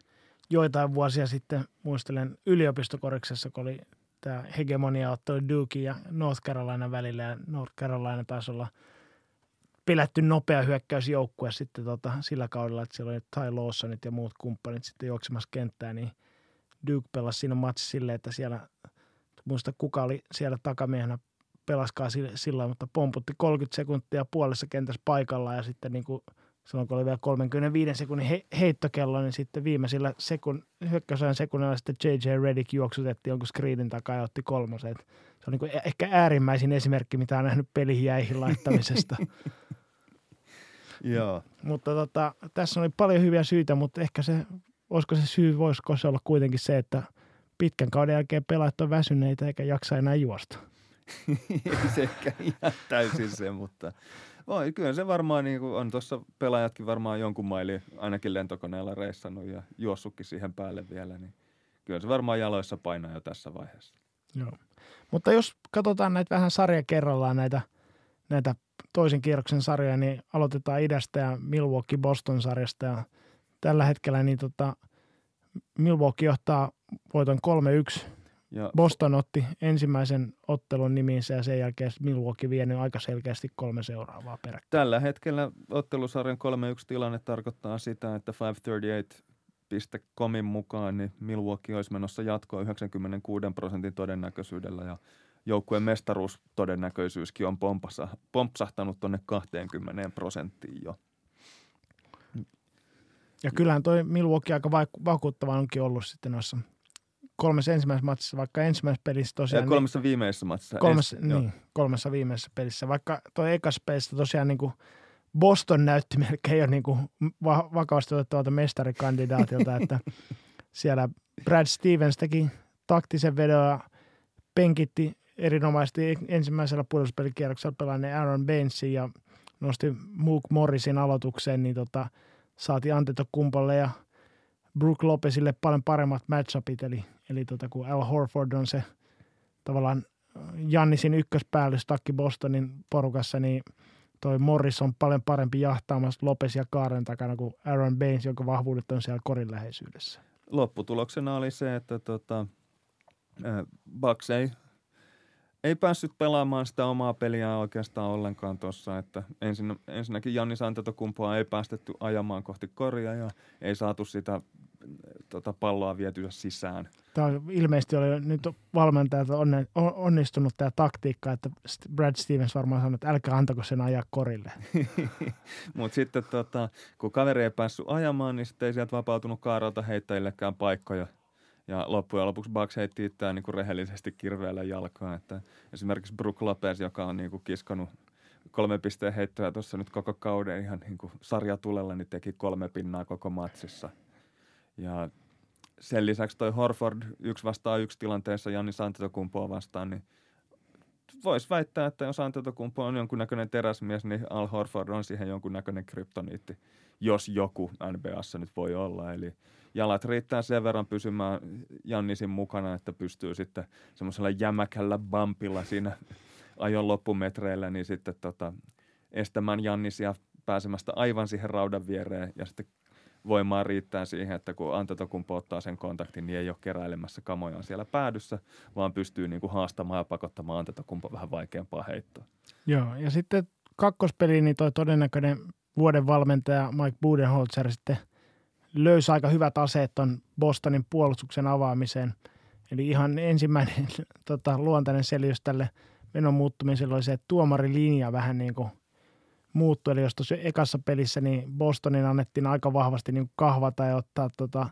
joitain vuosia sitten, muistelen yliopistokoriksessa, kun oli tämä hegemonia-ottelu Duke ja North Carolina välillä, ja North Carolina taisi olla pelätty nopea hyökkäysjoukkue sitten tota, sillä kaudella, että siellä oli Ty Lawsonit ja muut kumppanit sitten juoksemassa kenttää, niin Duke pelasi siinä matsissa silleen, että siellä, muista kuka oli siellä takamiehenä, pelaskaa sillä, mutta pomputti kolmekymmentä sekuntia puolessa kentässä paikallaan ja sitten niin kuin silloin kun oli vielä kolmekymmentäviisi sekunnin he, heittokello, niin sitten viimeisillä sekun, hyökkäysajan sekunnilla sitten J J Redick juoksutettiin jonkun screenin takaa ja otti kolmosen. Se on niin kuin ehkä äärimmäisin esimerkki, mitä on nähnyt pelin jäihin laittamisesta. Joo. Mutta tota, tässä oli paljon hyviä syitä, mutta ehkä se, olisiko se syy, voisiko se olla kuitenkin se, että pitkän kauden jälkeen pelaajat on väsyneitä eikä jaksa enää juosta. Ei se ehkä ihan täysin se, mutta voi, kyllä se varmaan niin kuin on tuossa pelaajatkin varmaan jonkun maili ainakin lentokoneella reissannut ja juossutkin siihen päälle vielä, niin kyllä se varmaan jaloissa painaa jo tässä vaiheessa. Joo. Mutta jos katsotaan näitä vähän sarja kerrallaan näitä, näitä toisen kierroksen sarjoja, niin aloitetaan idästä ja Milwaukee-Boston-sarjasta ja tällä hetkellä niin tota, Milwaukee johtaa voiton kolme yksi. Ja Boston otti ensimmäisen ottelun nimiinsä ja sen jälkeen Milwaukee vienyt aika selkeästi kolme seuraavaa peräkkäin. Tällä hetkellä ottelusarjan kolme yksi tilanne tarkoittaa sitä, että viisi kolmekymmentäkahdeksan piste comin mukaan niin Milwaukee olisi menossa jatkoa yhdeksänkymmentäkuusi prosentin todennäköisyydellä ja joukkueen mestaruustodennäköisyyskin on pompasa, pompsahtanut tuonne kaksikymmentä prosenttiin jo. Ja kyllähän toi Milwaukee aika vakuuttava onkin ollut sitten noissa kolmessa ensimmäisessä matsissa, vaikka ensimmäisessä pelissä tosiaan... Ja kolmessa viimeisessä matsissa. Kolmessa, Ens, niin, kolmessa viimeisessä pelissä. Vaikka toi ekas pelissä tosiaan niin kuin Boston näytti melkein jo niin kuin va- vakavasti otettavalta mestarikandidaatilta, että siellä Brad Stevens teki taktisen vedon ja penkitti erinomaisesti ensimmäisellä pudotuspelikierroksella pelanneen Aaron Bainesin ja nosti Mook Morrisin aloitukseen, niin tota, saatiin Antetokounmpolle ja Brook Lopezille paljon paremmat matchupit, eli, eli tota, kun Al Horford on se tavallaan Giannisin ykköspäällystakki Bostonin porukassa, niin toi Morris on paljon parempi jahtaamassa Lopez ja Kaaren takana kuin Aaron Baines, jonka vahvuudet on siellä korin läheisyydessä. Lopputuloksena oli se, että tota, äh, Bucks ei, ei päässyt pelaamaan sitä omaa peliään oikeastaan ollenkaan tuossa, että ensin, ensinnäkin Giannis Antetokounmpoa ei päästetty ajamaan kohti koria ja ei saatu sitä tota, palloa vietyä sisään. Tämä ilmeisesti oli nyt valmentajat onne, onnistunut tämä taktiikka, että Brad Stevens varmaan sanoi, että älkää antako sen ajaa korille. Mutta sitten tota, kun kaveri ei päässyt ajamaan, niin sitten ei sieltä vapautunut Kaaralta heittäjillekään paikkoja. Ja loppujen lopuksi Bucks heitti itseään niin kuin rehellisesti kirveellä jalkaan. Että esimerkiksi Brook Lopez, joka on niin kuin kiskonut kolme pisteen heittoja tuossa nyt koko kauden ihan niin kuin sarjatulella, niin teki kolme pinnaa koko matsissa. Ja sen lisäksi toi Horford yksi vastaan yksi tilanteessa Giannis Antetokounmpoa vastaan, niin voisi väittää, että jos Antetokounmpo on jonkunnäköinen teräsmies, niin Al Horford on siihen jonkunnäköinen kryptoniitti, jos joku N B A:ssa nyt voi olla. Eli jalat riittää sen verran pysymään Giannisin mukana, että pystyy sitten semmoisella jämäkällä bumpilla siinä ajon loppumetreillä, niin sitten tota, estämään Giannisia pääsemästä aivan siihen raudan viereen ja sitten voimaa riittää siihen, että kun Antetokounmpo ottaa sen kontaktin, niin ei ole keräilemässä kamojaan siellä päädyssä, vaan pystyy niin kuin haastamaan ja pakottamaan Antetokounmpo vähän vaikeampaa heittoa. Joo, ja sitten kakkospeliin niin toi todennäköinen vuoden valmentaja Mike Budenholzer sitten löysi aika hyvät aseet ton Bostonin puolustuksen avaamiseen. Eli ihan ensimmäinen tota, luontainen selitys tälle menon muuttumiselle oli se, että tuomarilinja vähän niin kuin muuttui. Eli jos tuossa ekassa pelissä niin Bostonin annettiin aika vahvasti niin kahvata ja ottaa tota,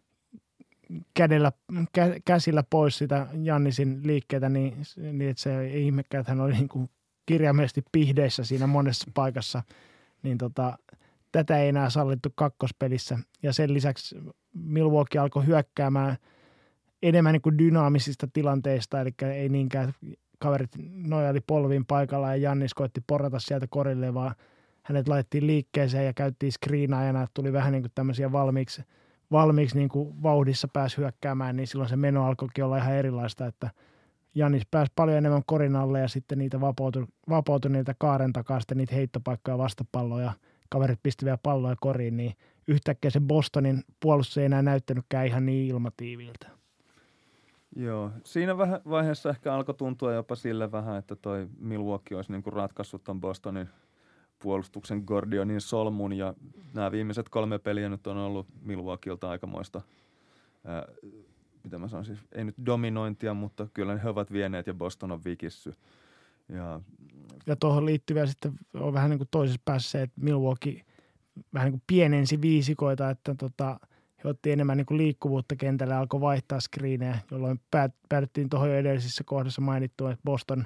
kädellä, kä, käsillä pois sitä Giannisin liikkeitä, niin, niin että se ei ihmekään, että hän oli niin kuin kirjaimellisesti pihdeissä siinä monessa paikassa. Niin tota, tätä ei enää sallittu kakkospelissä. Ja sen lisäksi Milwaukee alkoi hyökkäämään enemmän niin kuin dynaamisista tilanteista, eli ei niinkään kaverit nojaili polviin paikalla ja Giannis koitti porrata sieltä korille, vaan hänet laitettiin liikkeeseen ja käyttiin screenaajana, että tuli vähän niin kuin tämmöisiä valmiiksi, valmiiksi niin kuin vauhdissa pääsi hyökkäämään, niin silloin se meno alkoikin olla ihan erilaista, että Giannis pääsi paljon enemmän korin alle ja sitten niitä vapautui, vapautui niitä kaaren takaa sitten niitä heittopaikkoja vastapalloja, kaverit pisti vielä palloja koriin, niin yhtäkkiä se Bostonin puolustus ei enää näyttänytkään ihan niin ilmatiiviltä. Joo, siinä vähän vaiheessa ehkä alkoi tuntua jopa sille vähän, että toi Milwaukee olisi niin kuin ratkaissut ton Bostonin puolustuksen Gordionin solmun, ja nämä viimeiset kolme peliä nyt on ollut Milwaukeelta aikamoista, ää, mitä mä sanon siis, ei nyt dominointia, mutta kyllä he ovat vieneet ja Boston on vikissy. Ja, ja tuohon liittyy vielä sitten on vähän niin kuin toisessa päässä se, että Milwaukee vähän niin kuin pienensi viisikoita, että tota, he otti enemmän niin kuin liikkuvuutta kentällä ja alkoi vaihtaa screenejä, jolloin päädyttiin tuohon jo edellisissä kohdassa mainittua, että Boston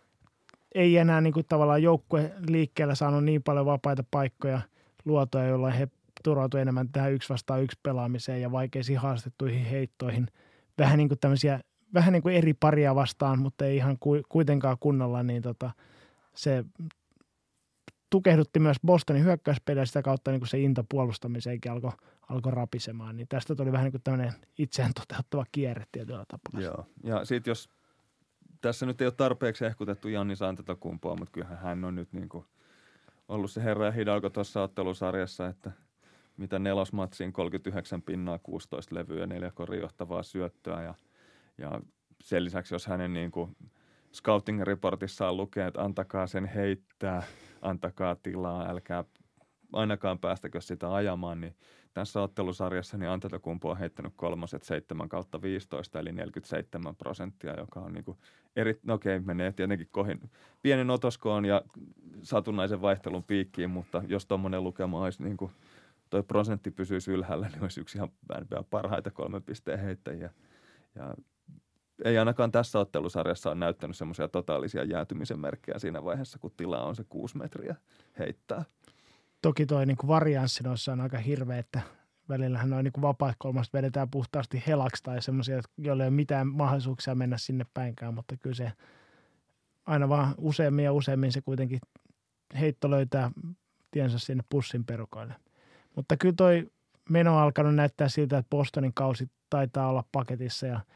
ei enää niin kuin tavallaan joukkue liikkeellä saanut niin paljon vapaita paikkoja luotoja, jolloin he turvautuivat enemmän tähän yksi vastaan yksi pelaamiseen ja vaikeisiin haastettuihin heittoihin. Vähän niin kuin tämmöisiä, vähän niin kuin eri paria vastaan, mutta ei ihan kuitenkaan kunnolla, niin tota, se tukehdutti myös Bostonin hyökkäyspeliä sitä kautta niin kuin se into puolustamiseenkin alkoi alko rapisemaan. Niin tästä tuli vähän niin kuin tämmöinen itseään toteuttava kierre tietyllä tapaa. Joo, ja sitten jos tässä nyt ei ole tarpeeksi ehkutettu Giannis Antetokounmpoa, mutta kyllähän hän on nyt niin kuin ollut se herra ja hidalgo tuossa ottelusarjassa, että mitä nelosmatsiin kolmekymmentäyhdeksän pinnaa, kuusitoista levyä, neljä korijohtavaa syöttöä ja, ja sen lisäksi, jos hänen niin kuin scouting-reportissaan lukee, että antakaa sen heittää, antakaa tilaa, älkää ainakaan päästäkö sitä ajamaan, niin tässä ottelusarjassa niin Antetokounmpo on heittänyt kolmoset seitsemän kautta viisitoista, eli neljäkymmentäseitsemän prosenttia, joka on niin kuin eri, no okei, menee tietenkin kohin pienen otoskoon ja satunnaisen vaihtelun piikkiin, mutta jos tuommoinen lukema olisi niin kuin toi prosentti pysyisi ylhäällä, niin olisi yksi ihan parhaita kolmen pisteen heittäjiä. Ja ei ainakaan tässä ottelusarjassa ole näyttänyt semmoisia totaalisia jäätymisen merkkejä siinä vaiheessa, kun tilaa on se kuusi metriä heittää. Toki toi niin kuin varianssi noissa on aika hirveä, että välillähän noin niin vapaat kolmasta vedetään puhtaasti helaksi tai semmoisia, joilla ei ole mitään mahdollisuuksia mennä sinne päinkään, mutta kyllä se aina vaan useammin ja useammin se kuitenkin heitto löytää tiensä sinne pussin perukoille. Mutta kyllä toi meno on alkanut näyttää siltä, että Bostonin kausi taitaa olla paketissa ja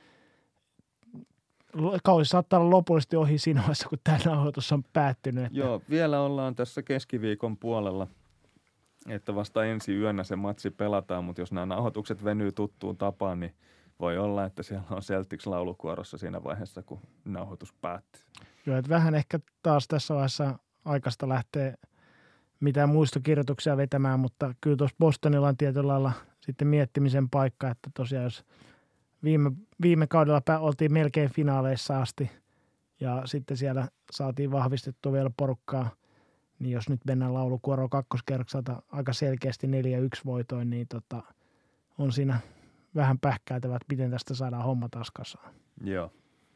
kausi saattaa olla lopullisesti ohi siinä vaiheessa, kun tämä nauhoitus on päättynyt. Että Joo, vielä ollaan tässä keskiviikon puolella, että vasta ensi yönä se matsi pelataan, mutta jos nämä nauhoitukset venyy tuttuun tapaan, niin voi olla, että siellä on Celtics laulukuorossa siinä vaiheessa, kun nauhoitus päättyy. Joo, että vähän ehkä taas tässä vaiheessa aikaista lähtee mitään muistokirjoituksia vetämään, mutta kyllä tuossa Bostonilla on tietyllä lailla sitten miettimisen paikka, että tosiaan jos viime, viime kaudella oltiin melkein finaaleissa asti ja sitten siellä saatiin vahvistettua vielä porukkaa, niin jos nyt mennään laulukuoroon kakkoskerrokselta aika selkeästi neljä yksi voitoin, niin tota, on siinä vähän pähkäiltävä, että miten tästä saadaan homma taas kasaan. Joo.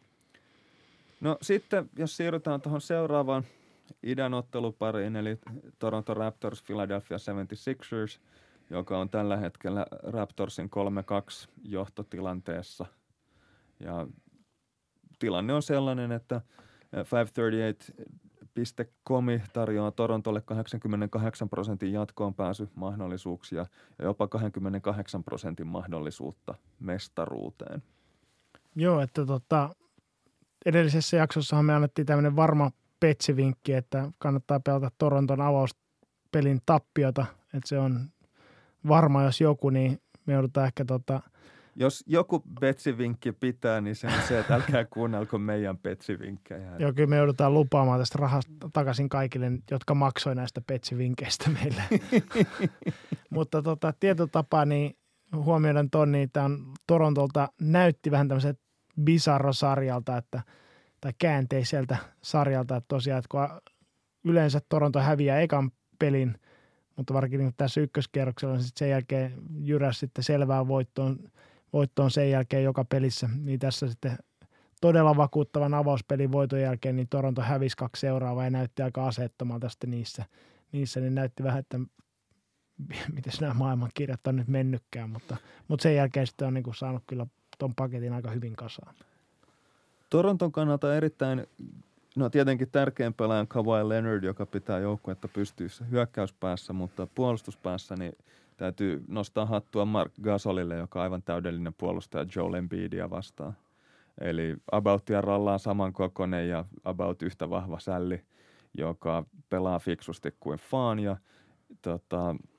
No sitten, jos siirrytään tuohon seuraavaan idän ottelupariin, eli Toronto Raptors Philadelphia seitsemänkymmentäkuusi ers, joka on tällä hetkellä Raptorsin kolme kaksi johtotilanteessa. Ja tilanne on sellainen, että viisisataakolmekymmentäkahdeksan piste com tarjoaa Torontolle kahdeksankymmentäkahdeksan prosentin jatkoon pääsymahdollisuuksia ja jopa kaksikymmentäkahdeksan prosentin mahdollisuutta mestaruuteen. Joo, että tota, edellisessä jaksossahan me annettiin tämmöinen varma petsivinkki, että kannattaa pelata Toronton avauspelin tappiota, että se on varma, jos joku, niin me joudutaan ehkä tota Jos joku betsivinkki pitää, niin se on se, että älkää kuunnelko meidän betsivinkkejä. Joo, kyllä me joudutaan lupaamaan tästä rahasta takaisin kaikille, jotka maksoi näistä betsivinkkeistä meille. Mutta tota, tietyllä tapaa niin huomioiden ton, niin tämä on Torontolta näytti vähän tämmöiseltä bizarro-sarjalta, että, tai käänteiseltä sarjalta, että tosiaan, että kun yleensä Toronto häviää ekan pelin, mutta varsinkin niin tässä ykköskierroksella, niin sitten sen jälkeen jyräsi sitten selvään voittoon, voittoon sen jälkeen joka pelissä. Niin tässä sitten todella vakuuttavan avauspelin voiton jälkeen, niin Toronto hävisi kaksi seuraavaa ja näytti aika aseettomalta sitten niissä. Niissä niin näytti vähän, että miten nämä maailmankirjat on nyt mennytkään, mutta, mutta sen jälkeen sitten on niin kuin saanut kyllä ton paketin aika hyvin kasaan. Toronton kannalta erittäin, no tietenkin tärkein pelaaja on Kawhi Leonard, joka pitää joukkuetta pystyssä hyökkäyspäässä, mutta puolustuspäässä niin täytyy nostaa hattua Marc Gasolille, joka on aivan täydellinen puolustaja Joel Embiidia vastaan. Eli aboutia rallaan samankokoinen ja about yhtä vahva sälli, joka pelaa fiksusti kuin Faan ja tota,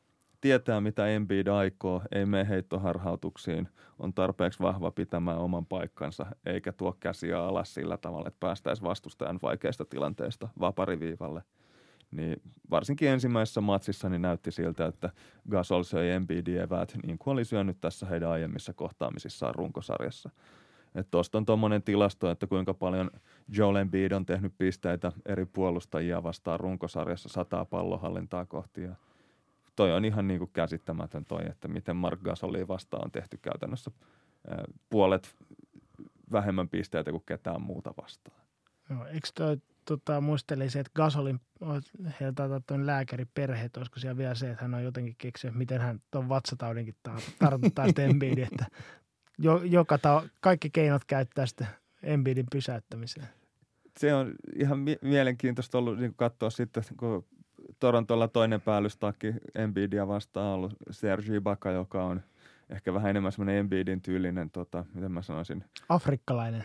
tietää, mitä Embiid aikoo, ei mene heittoharhautuksiin, on tarpeeksi vahva pitämään oman paikkansa, eikä tuo käsiä alas sillä tavalla, että päästäisiin vastustajan vaikeista tilanteista vapariviivalle. Niin varsinkin ensimmäisessä matsissa niin näytti siltä, että Gasol söi Embiidin eväät, niin kuin oli syönyt tässä heidän aiemmissa kohtaamisissaan runkosarjassa. Että tuosta on tuommoinen tilasto, että kuinka paljon Joel Embiid on tehnyt pisteitä eri puolustajia vastaan runkosarjassa sataa pallohallintaa kohti. Ja toi on ihan niin kuin käsittämätön toi, että miten Marc Gasolia vastaan on tehty käytännössä ää, puolet vähemmän pisteitä kuin ketään muuta vastaan. No, eikö toi tota, muisteli se, että Gasolin heiltä tuon lääkäriperheet, olisiko siellä vielä se, että hän on jotenkin keksinyt, miten hän tuon vatsataudinkin tartuttaa sitten Embiidin, että jo, joka ta- kaikki keinot käyttää sitten Embiidin pysäyttämiseen. Se on ihan mie- mielenkiintoista ollut niin katsoa sitten, kun Torontolla toinen päällystakki Embiidia vastaan on ollut Serge Ibaka, joka on ehkä vähän enemmän semmoinen Embiidin tyylinen, tota, miten mä sanoisin. Afrikkalainen.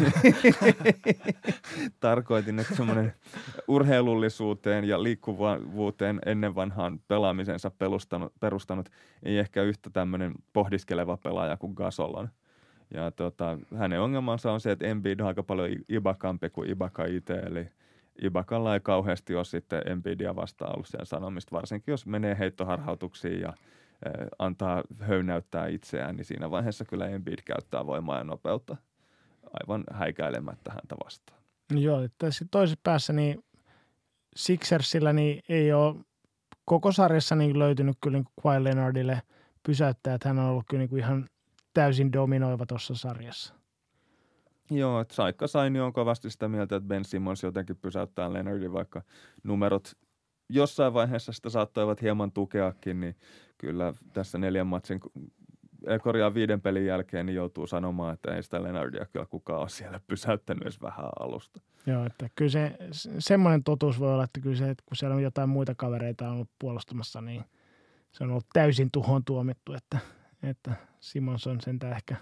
Tarkoitin, että semmoinen urheilullisuuteen ja liikkuvuuteen ennen vanhaan pelaamisensa perustanut, perustanut ei ehkä yhtä tämmöinen pohdiskeleva pelaaja kuin Gasol on. Ja tota, hänen ongelmansa on se, että Embiid on aika paljon Ibakampi kuin Ibaka itse, eli Ibakalla ei kauheasti ole sitten Embiidia vastaan ollut sen sanomista, varsinkin jos menee heittoharhautuksiin ja antaa höynäyttää itseään, niin siinä vaiheessa kyllä Embiid käyttää voimaa ja nopeutta aivan häikäilemättä häntä vastaan. Joo, että toisessa päässä niin Sixersillä niin ei ole koko sarjassa niin löytynyt kyllä niin Kawhi Leonardille pysäyttää, että hän on ollut kyllä niin ihan täysin dominoiva tuossa sarjassa. Joo, että Saikka Saini on kovasti sitä mieltä, että Ben Simmons jotenkin pysäyttää Leonardin, vaikka numerot jossain vaiheessa sitä saattoivat hieman tukeakin, niin kyllä tässä neljän matsin, korjaa viiden pelin jälkeen, niin joutuu sanomaan, että ei sitä Leonardia kyllä kukaan ole siellä pysäyttänyt edes vähän alusta. Joo, että kyllä se semmoinen totuus voi olla, että kyllä se, että kun siellä on jotain muita kavereita ollut puolustamassa, niin se on ollut täysin tuhoon tuomittu, että, että Simmons on sentään ehkä,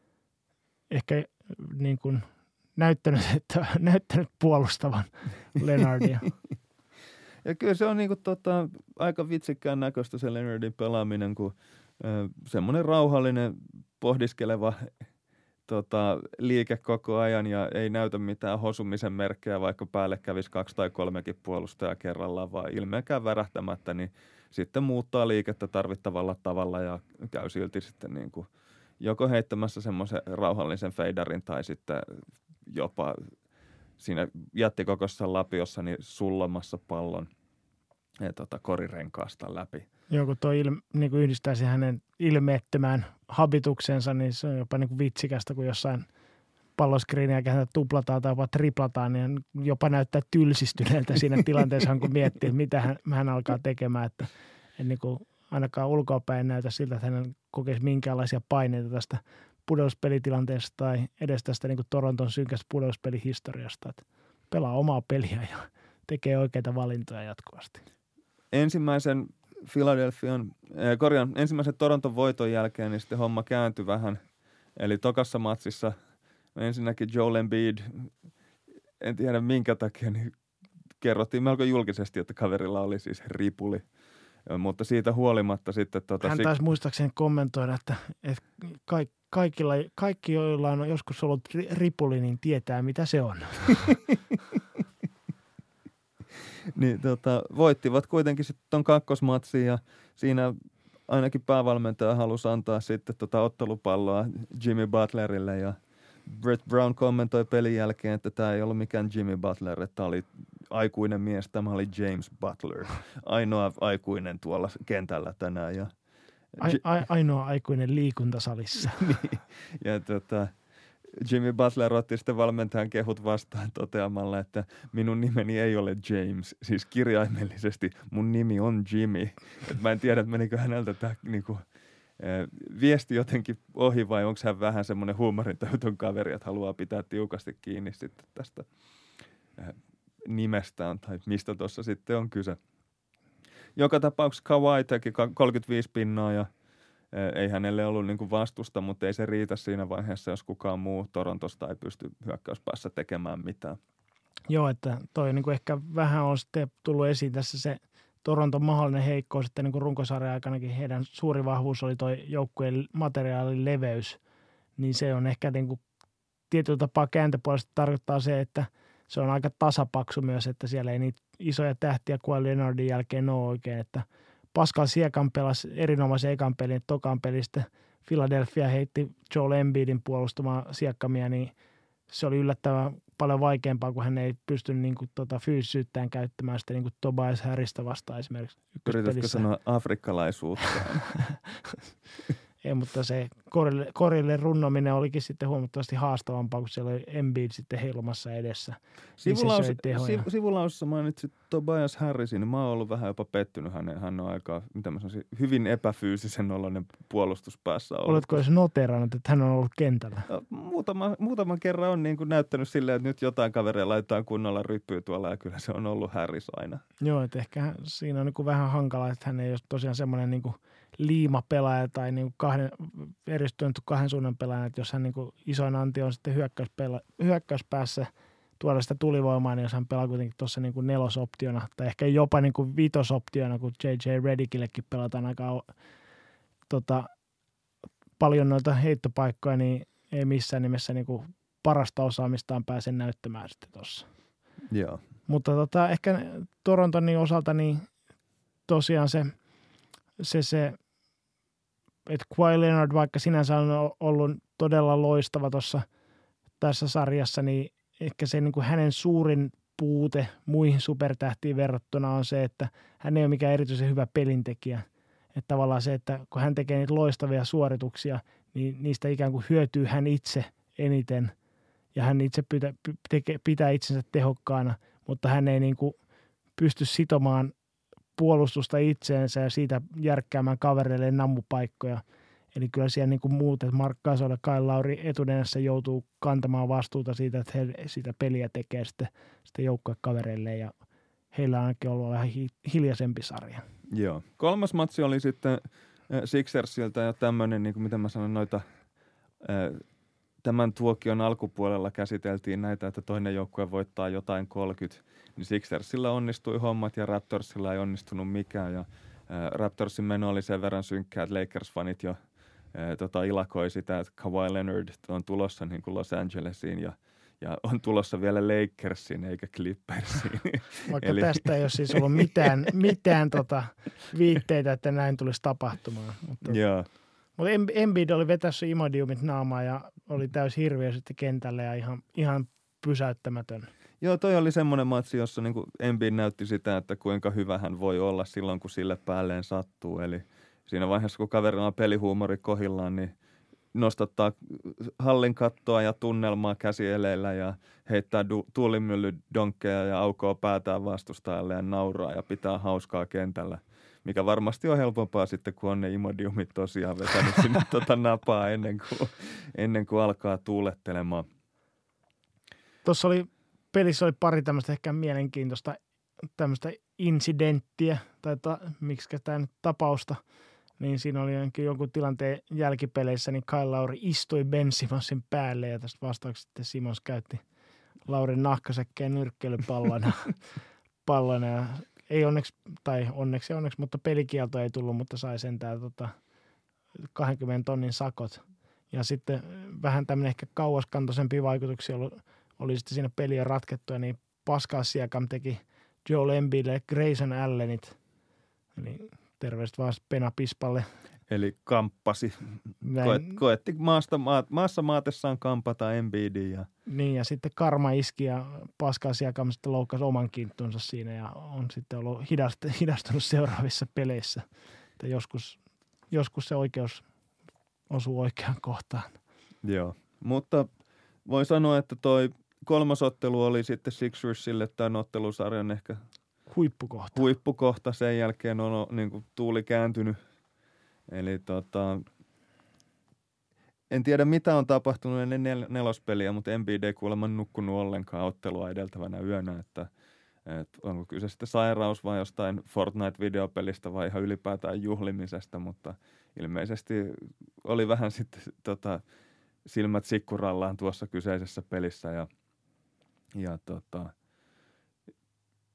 ehkä niin kuin näyttänyt, että, näyttänyt puolustavan Leonardia. Ja kyllä se on niinku tota, aika vitsikkään näköistä se Leonardin pelaaminen, kun ö, semmoinen rauhallinen, pohdiskeleva tota, liike koko ajan ja ei näytä mitään hosumisen merkkejä, vaikka päälle kävisi kaksi tai kolmekin puolustajaa kerrallaan, vaan ilmeekään värähtämättä, niin sitten muuttaa liikettä tarvittavalla tavalla ja käy silti sitten niinku joko heittämässä semmoisen rauhallisen feidarin tai sitten jopa siinä jättikokoisessa lapiossa niin sullomassa pallon ja tota, korirenkaasta läpi. Joo, kun tuo il, niin kuin yhdistää sen hänen ilmeettömään habituksensa, niin se on jopa niin kuin vitsikästä, kun jossain palloskriiniä kääntä tuplataan tai jopa triplataan, niin jopa näyttää tylsistyneeltä siinä tilanteessa, kun miettii, mitä hän, hän alkaa tekemään, että en niin kuin ainakaan ulkoapäin näytä siltä, että hän kokeisi minkäänlaisia paineita tästä pudotuspelitilanteesta tai edes tästä niin kuin Toronton synkästä pudotuspelihistoriasta, että pelaa omaa peliä ja tekee oikeita valintoja jatkuvasti. Ensimmäisen Philadelphian, äh, korjaan, ensimmäisen Toronton voiton jälkeen niin sitten homma kääntyi vähän. Eli tokassa matsissa ensinnäkin Joel Embiid, en tiedä minkä takia, niin kerrottiin melko julkisesti, että kaverilla oli siis ripuli. Mutta siitä huolimatta sitten... Tota, Hän taisi muistaakseni kommentoida, että, että kaikki, kaikilla, kaikki, joilla on joskus ollut ripuli, niin tietää, mitä se on. niin, tota, voittivat kuitenkin sitten ton kakkosmatsin ja siinä ainakin päävalmentaja halusi antaa sitten tota ottelupalloa Jimmy Butlerille ja Brett Brown kommentoi pelin jälkeen, että tämä ei ollut mikään Jimmy Butler, että tämä oli aikuinen mies, tämä oli James Butler, ainoa aikuinen tuolla kentällä tänään. Ja a, a, ainoa aikuinen liikuntasalissa. niin, ja tota, Jimmy Butler otti sitten valmentajan kehut vastaan toteamalla, että minun nimeni ei ole James, siis kirjaimellisesti mun nimi on Jimmy. Et mä en tiedä, että menikö häneltä tämä niinku, viesti jotenkin ohi vai onko hän vähän semmoinen huumorintäytön kaveri, että haluaa pitää tiukasti kiinni sitten tästä nimestään tai mistä tuossa sitten on kyse. Joka tapauksessa Kawhi teki kolmekymmentäviisi pinnaa ja ei hänelle ollut niin kuin vastusta, mutta ei se riitä siinä vaiheessa, jos kukaan muu Torontosta ei pysty hyökkäyspäässä tekemään mitään. Joo, että toi niin kuin ehkä vähän on sitten tullut esiin tässä se Toronton mahdollinen heikkous sitten niin kuin runkosarjan aikanakin heidän suuri vahvuus oli toi joukkueen materiaalin leveys, niin se on ehkä niin kuin tietyllä tapaa kääntöpuolesta tarkoittaa se, että se on aika tasapaksu myös, että siellä ei niitä isoja tähtiä Kawhi Leonardin jälkeen ole oikein, että Pascal Siakam pelasi erinomaisen ekan pelin, tokan pelistä Philadelphia heitti Joel Embiidin puolustamaan Siakamia, niin se oli yllättävän paljon vaikeampaa, kun hän ei pystynyt niin kuin, tota, fyysisyyttään käyttämään sitä niin kuin Tobias Harrista vastaan esimerkiksi ykköspelissä. Yritätkö sanoa afrikkalaisuutta? Ei, mutta se korille, korille runnominen olikin sitten huomattavasti haastavampaa, kun siellä oli Embiid sitten heilumassa edessä. Sivulaus, siv, sivulausessa mainitsit Tobias Harrisin, niin mä oon ollut vähän jopa pettynyt häneen. Hän on aika, mitä mä sanoisin, hyvin epäfyysisen oloinen puolustuspäässä ollut. Oletko edes noteerannut, että hän on ollut kentällä? No, muutama, muutaman kerran on niin kuin näyttänyt silleen, että nyt jotain kavereja laitetaan kunnolla ryppyä tuolla, ja kyllä se on ollut Harris aina. Joo, että ehkä siinä on niin kuin vähän hankala, että hän ei ole tosiaan semmoinen niin kuin liimapelaaja tai niin kuin kahden, eristynyt kahden suunnan pelaaja, että jos hän niin kuin isoin anti on sitten hyökkäyspäässä tuoda sitä tulivoimaa, niin jos hän pelaa kuitenkin tuossa niin kuin nelosoptiona tai ehkä jopa niin kuin vitosoptiona, kun J J Redickillekin pelataan aika tota, paljon noita heittopaikkoja, niin ei missään nimessä niin kuin parasta osaamistaan pääse näyttämään sitten tuossa. Joo. Mutta tota, ehkä Toronton osalta niin tosiaan se, se, se että Kawhi Leonard, vaikka sinänsä on ollut todella loistava tuossa tässä sarjassa, niin ehkä se niin kuin hänen suurin puute muihin supertähtiin verrattuna on se, että hän ei ole mikään erityisen hyvä pelintekijä. Että tavallaan se, että kun hän tekee niitä loistavia suorituksia, niin niistä ikään kuin hyötyy hän itse eniten ja hän itse pitää, pitää itsensä tehokkaana, mutta hän ei niin kuin pysty sitomaan puolustusta itseensä ja siitä järkkäämään kavereille nammupaikkoja. Eli kyllä siellä niin kuin muut, että Mark Gasol ja Kyle Lowry etunenässä joutuu kantamaan vastuuta siitä, että he sitä peliä tekee sitten, sitten joukkuekavereille ja heillä on ainakin ollut vähän hiljaisempi sarja. Joo. Kolmas matsi oli sitten Sixersiltä ja tämmöinen, niin kuin mitä mä sanon, noita tämän tuokion alkupuolella käsiteltiin näitä, että toinen joukkue voittaa jotain kolmekymmentä, niin Sixersillä onnistui hommat ja Raptorsilla ei onnistunut mikään ja Raptorsin meno oli sen verran synkkää, että Lakers-fanit jo ää, tota, ilakoi sitä, että Kawhi Leonard on tulossa niin kuin Los Angelesiin ja, ja on tulossa vielä Lakersiin eikä Clippersiin. Vaikka Eli... tästä ei ole siis ollut mitään, mitään tota viitteitä, että näin tulisi tapahtumaan. Mutta, Joo. mutta Embiid oli vetässä Imodiumit naamaa ja oli täys hirviö sitten kentälle ja ihan, ihan pysäyttämätön. Joo, toi oli semmoinen matsi, jossa niin Embiid näytti sitä, että kuinka hyvä hän voi olla silloin, kun sille päälleen sattuu. Eli siinä vaiheessa, kun kaverilla on pelihuumori kohillaan, niin nostattaa hallin kattoa ja tunnelmaa käsieleillä ja heittää du- tuulimyllydonkkeja ja aukoo päätään vastustajalle ja nauraa ja pitää hauskaa kentällä. Mikä varmasti on helpompaa sitten, kun on ne imodiumit tosiaan vetänyt sinne tota napaa ennen kuin, ennen kuin alkaa tuulettelemaan. Tuossa oli pelissä oli pari tämmöistä ehkä mielenkiintoista tämmöistä incidenttiä tai ta, miksi tämä nyt tapausta, niin siinä oli jonkun tilanteen jälkipeleissä, niin Kyle Lowry istui Ben Simonsin päälle ja tästä vastauksesta sitten Simons käytti Laurin nahkasäkkeen nyrkkeilypallona pallona ja ei onneksi, tai onneksi onneksi, mutta pelikielto ei tullut, mutta sai sentään tota kaksikymmentä tonnin sakot. Ja sitten vähän tämmöinen ehkä kauaskantoisempi vaikutuksia oli, oli sitten siinä peliä ratkettua, niin Pascal Siakam teki Joel Embiidille Grayson Allenit. Eli terveiset vaan Pena Pispalle. Eli kamppasi. Koet, koetti maasta, maassa maatessaan kampata Embiidin. Ja... Niin, ja sitten karma iski ja Pascal Siakam sitten loukkasi oman kinttunsa siinä ja on sitten ollut hidast, hidastunut seuraavissa peleissä. Että joskus, joskus se oikeus osuu oikeaan kohtaan. Joo, mutta voi sanoa, että toi kolmas ottelu oli sitten Sixersille tämän ottelusarjan ehkä huippukohta. Huippukohta. Sen jälkeen on niin kuin tuuli kääntynyt. Eli tota, en tiedä mitä on tapahtunut ennen nel- nelospeliä, mutta Embiid ei kuulemma nukkunut ollenkaan ottelua edeltävänä yönä, että, että onko kyse sitten sairaus vai jostain Fortnite-videopelistä vai ihan ylipäätään juhlimisesta, mutta ilmeisesti oli vähän sitten tota, silmät sikkurallaan tuossa kyseisessä pelissä ja, ja tota,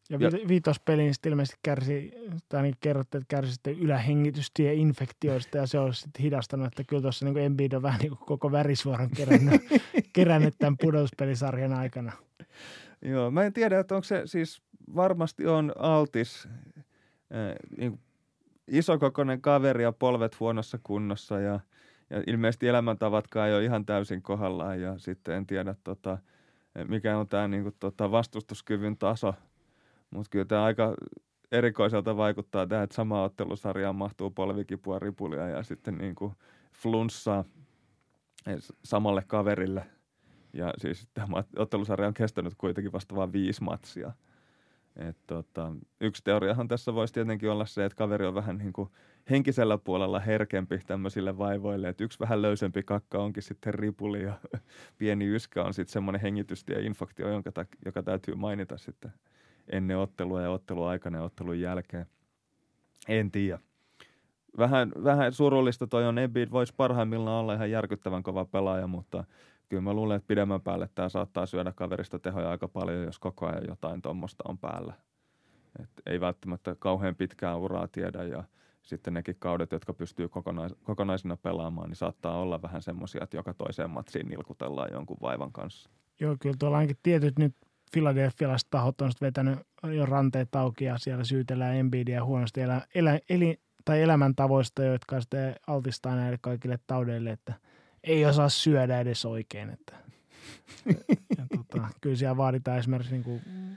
Ja, ja viitospeliin sitten ilmeisesti kärsi, tai ainakin kerrotte, että kärsi sitten ylähengitystieinfektioista, ja se olisi sitten hidastanut, että kyllä tuossa niin Embiid on vähän niin kuin koko värisvuoron kerännyt, kerännyt tämän pudotuspelisarjan aikana. Joo, mä en tiedä, että onko se siis varmasti on altis, äh, niin isokokoinen kaveri ja polvet huonossa kunnossa, ja, ja ilmeisesti elämäntavatkaan ei ole ihan täysin kohdallaan, ja sitten en tiedä, tota, mikä on tämä niin kuin, tota, vastustuskyvyn taso. Mutta kyllä tämä aika erikoiselta vaikuttaa tähän, että samaan ottelusarjaan mahtuu polvikipua, ripulia ja sitten niin kuin flunssaa samalle kaverille. Ja siis tämä ottelusarja on kestänyt kuitenkin vasta vain viisi matsia. Et tota, yksi teoriahan tässä voisi tietenkin olla se, että kaveri on vähän niin kuin henkisellä puolella herkempi tämmöisille vaivoille. Että yksi vähän löysempi kakka onkin sitten ripuli ja pieni yskä on sitten semmoinen hengitystieinfaktio, jonka ta- joka täytyy mainita sitten ennen ottelua ja ottelun aikana ja ottelun jälkeen. En tiedä. Vähän, vähän surullista toi on. Embiid voisi parhaimmillaan olla ihan järkyttävän kova pelaaja, mutta kyllä mä luulen, että pidemmän päälle tämä saattaa syödä kaverista tehoja aika paljon, jos koko ajan jotain tuommoista on päällä. Et ei välttämättä kauhean pitkää uraa tiedä ja sitten nekin kaudet, jotka pystyy kokonais- kokonaisina pelaamaan, niin saattaa olla vähän semmoisia, että joka toiseen matsiin nilkutellaan jonkun vaivan kanssa. Joo, kyllä tuolla ainakin tietyt nyt Philadelphialaiset tahot on vetänyt jo ranteet auki ja siellä syytellään Embiidia huonosti elä, elä, eli, tai elämäntavoista, jotka sitten altistaa näille kaikille taudeille, että ei osaa syödä edes oikein. Että, ja, tota, kyllä siellä vaaditaan esimerkiksi, niin kuin,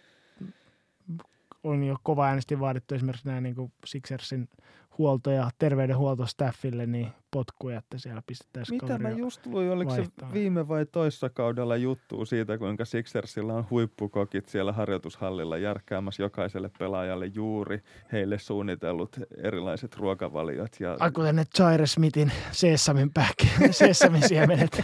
on jo kova äänesti vaadittu esimerkiksi nämä niin kuin Sixersin huolto- ja terveydenhuoltostaffille niin potkuja, että siellä pistettäisiin Mitä mä just luin, oliko vaihtaa. Se viime vai toissa kaudella juttua siitä, kuinka Sixersilla on huippukokit siellä harjoitushallilla järkkäämässä jokaiselle pelaajalle juuri heille suunnitellut erilaiset ruokavaliot. Ja... Ai kuten ne Jaire Smithin seessamin pähkä, seessamin siemenet.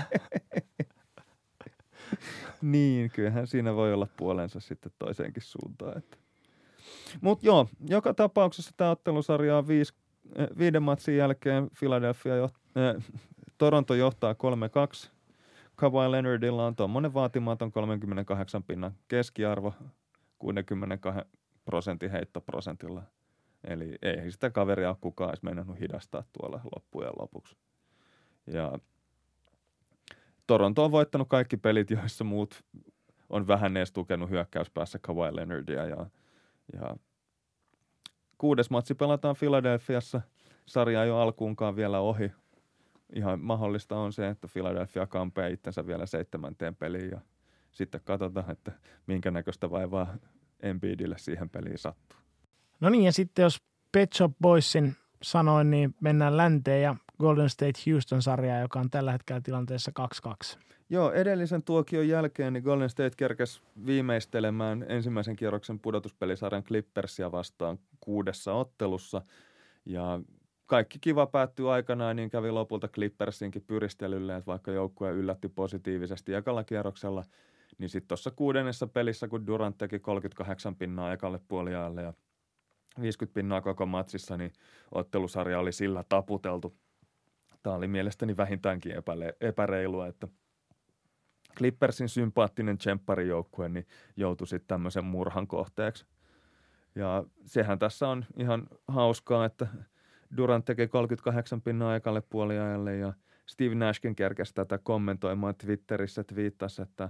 Niin, kyllähän siinä voi olla puolensa sitten toiseenkin suuntaan. Että. Mutta joo, joka tapauksessa tämä ottelusarja on viisi, äh, viiden matsin jälkeen Philadelphia jo, äh, Toronto johtaa kolme kaksi. Kawhi Leonardilla on tuommoinen vaatimaton kolmekymmentäkahdeksan pinnan keskiarvo kuusikymmentäkaksi prosentin heittoprosentilla. Eli ei sitä kaveria ole kukaan edes meinannut hidastaa tuolla loppujen lopuksi. Ja Toronto on voittanut kaikki pelit, joissa muut on vähän edes tukenut hyökkäyspäässä Kawhi Leonardia ja Ja kuudes matsi pelataan Philadelphiassa. Sarja ei ole alkuunkaan vielä ohi. Ihan mahdollista on se, että Philadelphia kampee itsensä vielä seitsemänteen peliin ja sitten katsotaan, että minkä näköistä vaivaa Embiidille siihen peliin sattuu. No niin, ja sitten jos Pet Shop Boysin sanoin, niin mennään länteen ja Golden State Houston-sarjaa, joka on tällä hetkellä tilanteessa kaksi kaksi. Joo, edellisen tuokion jälkeen niin Golden State kerkesi viimeistelemään ensimmäisen kierroksen pudotuspelisarjan Clippersia vastaan kuudessa ottelussa. Ja kaikki kiva päättyi aikanaan, niin kävi lopulta Clippersinkin pyristelylle, että vaikka joukkue yllätti positiivisesti ekalla kierroksella, niin sitten tuossa kuudennessa pelissä, kun Durant teki kolmekymmentäkahdeksan pinnaa ekalle puoliajalle ja viisikymmentä pinnaa koko matsissa, niin ottelusarja oli sillä taputeltu. Tämä oli mielestäni vähintäänkin epäle- epäreilua, että Clippersin sympaattinen tsempparijoukkue niin joutui sitten tämmöisen murhan kohteeksi. Ja sehän tässä on ihan hauskaa, että Durant teki kolmekymmentäkahdeksan pinnaa ekalle puoliajalle ja Steve Nashkin kerkesi tätä kommentoimaan Twitterissä, twiittasi, että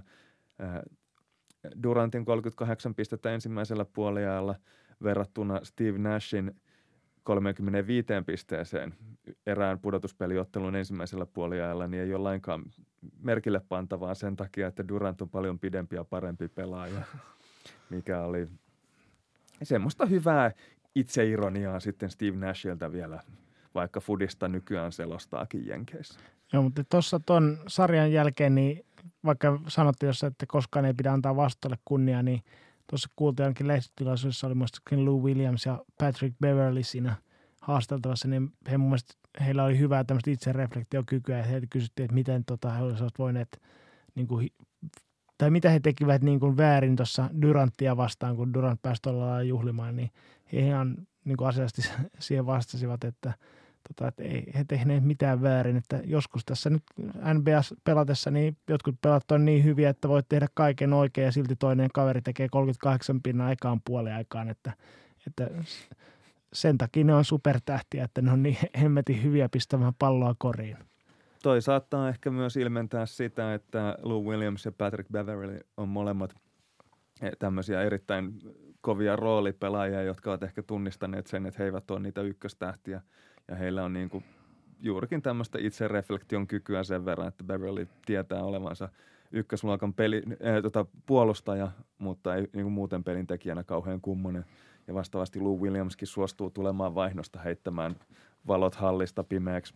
Durantin kolmekymmentäkahdeksan pistettä ensimmäisellä puoliajalla verrattuna Steve Nashin kolmekymmentäviisi pisteeseen erään pudotuspeliottelun ensimmäisellä puoliajalla, niin ei ole lainkaan merkille pantavaa sen takia, että Durant on paljon pidempi ja parempi pelaaja, mikä oli semmoista hyvää itseironiaa sitten Steve Nashilta vielä, vaikka fudista nykyään selostaakin Jenkeissä. Joo, mutta tuossa tuon sarjan jälkeen, niin vaikka sanottiin jossain, että koskaan ei pidä antaa vastuulle kunniaa, niin tuossa kuultiin ainakin lehdistötilaisuudessa oli muistaakseni Lou Williams ja Patrick Beverley siinä haasteltavassa, niin he mun mielestä, heillä oli hyvää tämmöistä itsereflektiokykyä ja heiltä kysyttiin, että miten tota, he olisivat voineet, niin kuin, tai mitä he tekivät niin kuin väärin tuossa Duranttia vastaan, kun Durant pääsi tuolla lailla juhlimaan, niin he ihan niin kuin asiallisesti siihen vastasivat, että tota, että ei he tehneet mitään väärin. Että joskus tässä nyt N B A-pelatessa niin jotkut pelat on niin hyviä, että voit tehdä kaiken oikein ja silti toinen kaveri tekee kolmekymmentäkahdeksan pinnan aikaan puoleen aikaan. Että, että sen takia ne on supertähtiä, että ne on niin hemmetin hyviä pistämään palloa koriin. Toi saattaa ehkä myös ilmentää sitä, että Lou Williams ja Patrick Beverley on molemmat tämmöisiä erittäin kovia roolipelaajia, jotka ovat ehkä tunnistaneet sen, että he eivät ole niitä ykköstähtiä. Ja heillä on niin kuin juurikin tämmöistä itsereflektion kykyä sen verran, että Beverley tietää olevansa ykkösluokan peli, äh, tota, puolustaja, mutta ei niin kuin muuten pelintekijänä kauhean kummonen. Ja vastaavasti Lou Williamskin suostuu tulemaan vaihdosta heittämään valot hallista pimeäksi,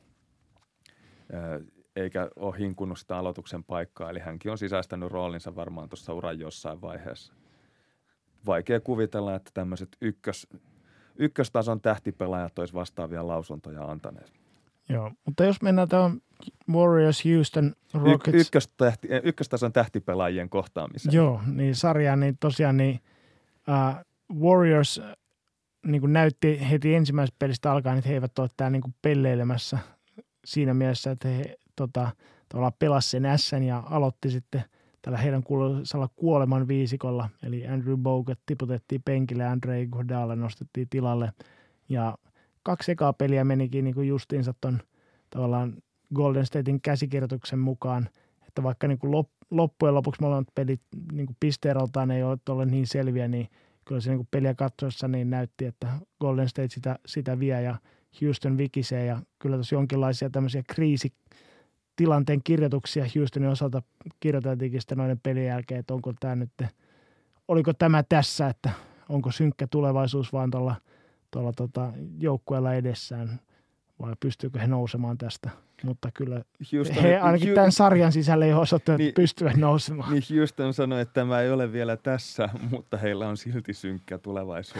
äh, eikä ole hinkunut sitä aloituksen paikkaa. Eli hänkin on sisäistänyt roolinsa varmaan tuossa uran jossain vaiheessa. Vaikea kuvitella, että tämmöiset ykkös, ykköstason tähtipelaajat olisi vastaavia lausuntoja antaneet. Joo, mutta jos mennään tuon Warriors Houston Rockets. Y- ykköstähti, ykköstason tähtipelaajien kohtaamiseen. Joo, niin sarjaan, niin tosiaan niin uh, Warriors niin kuin näytti heti ensimmäisestä pelistä alkaen, että he eivät ole täällä niin kuin pelleilemässä siinä mielessä, että he tota, tavallaan pelasivat sen ässän ja aloitti sitten tällä heidän kuuluisella kuoleman viisikolla. Eli Andrew Bogut tiputettiin penkille, Andre Iguodala nostettiin tilalle ja kaksi ekaa peliä menikin niin kuin justiinsa ton tavallaan Golden Statein käsikirjoituksen mukaan, että vaikka niin kuin loppujen lopuksi molemmat pelit niin kuin pisteeroltaan ei ole olleet niin selviä, niin kyllä se niin kuin peliä katsoessa niin näytti, että Golden State sitä, sitä vie ja Houston vikisee ja kyllä tuossa jonkinlaisia tämmöisiä kriisitilanteen kirjoituksia Houstonin osalta kirjoiteltiinkin sitten noiden pelin jälkeen, että onko tämä nyt, oliko tämä tässä, että onko synkkä tulevaisuus vaan tuolla tuolla tota, joukkueella edessään vai pystyykö he nousemaan tästä. Mutta kyllä Houston, he ainakin Houston, tämän sarjan sisällä ei osoittanut, niin, että pystyvät nousemaan. Niin Houston sanoi, että tämä ei ole vielä tässä, mutta heillä on silti synkkä tulevaisuus.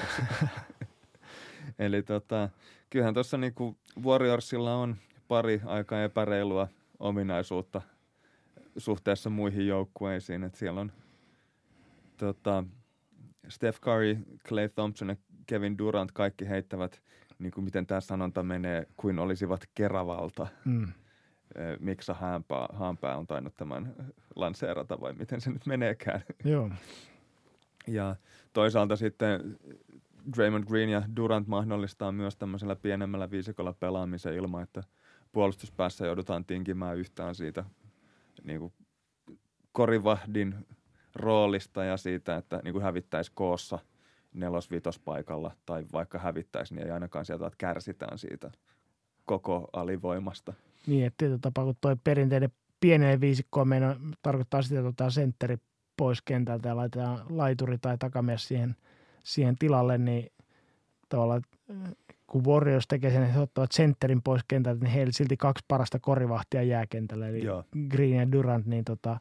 Eli tota, kyllähän tuossa niinku Warriorsilla on pari aika epäreilua ominaisuutta suhteessa muihin joukkueisiin. Että siellä on tota, Steph Curry, Klay Thompson ja Kevin Durant kaikki heittävät, niin kuin miten tämä sanonta menee, kuin olisivat Keravalta. Mm. Miksa Haanpää, Haanpää on tainnut tämän lanseerata, vai miten se nyt meneekään. Joo. Ja toisaalta sitten Draymond Green ja Durant mahdollistaa myös tämmöisellä pienemmällä viisikolla pelaamisen ilman, että puolustuspäässä joudutaan tinkimään yhtään siitä niin kuin korivahdin roolista ja siitä, että niin kuin hävittäisi koossa nelos-vitospaikalla tai vaikka hävittäisi, niin ei ainakaan sieltä kärsitään siitä koko alivoimasta. Niin, että tietyllä tapaa, kun tuo perinteinen pieneen viisikkoon meno tarkoittaa sitä, että otetaan sentteri pois kentältä ja laitetaan laituri tai takamies siihen, siihen tilalle, niin tavallaan kun Warriors tekee sen, että he ottavat sentterin pois kentältä, niin heillä silti kaksi parasta korivahtia jääkentällä, eli Joo. Green ja Durant, niin tota,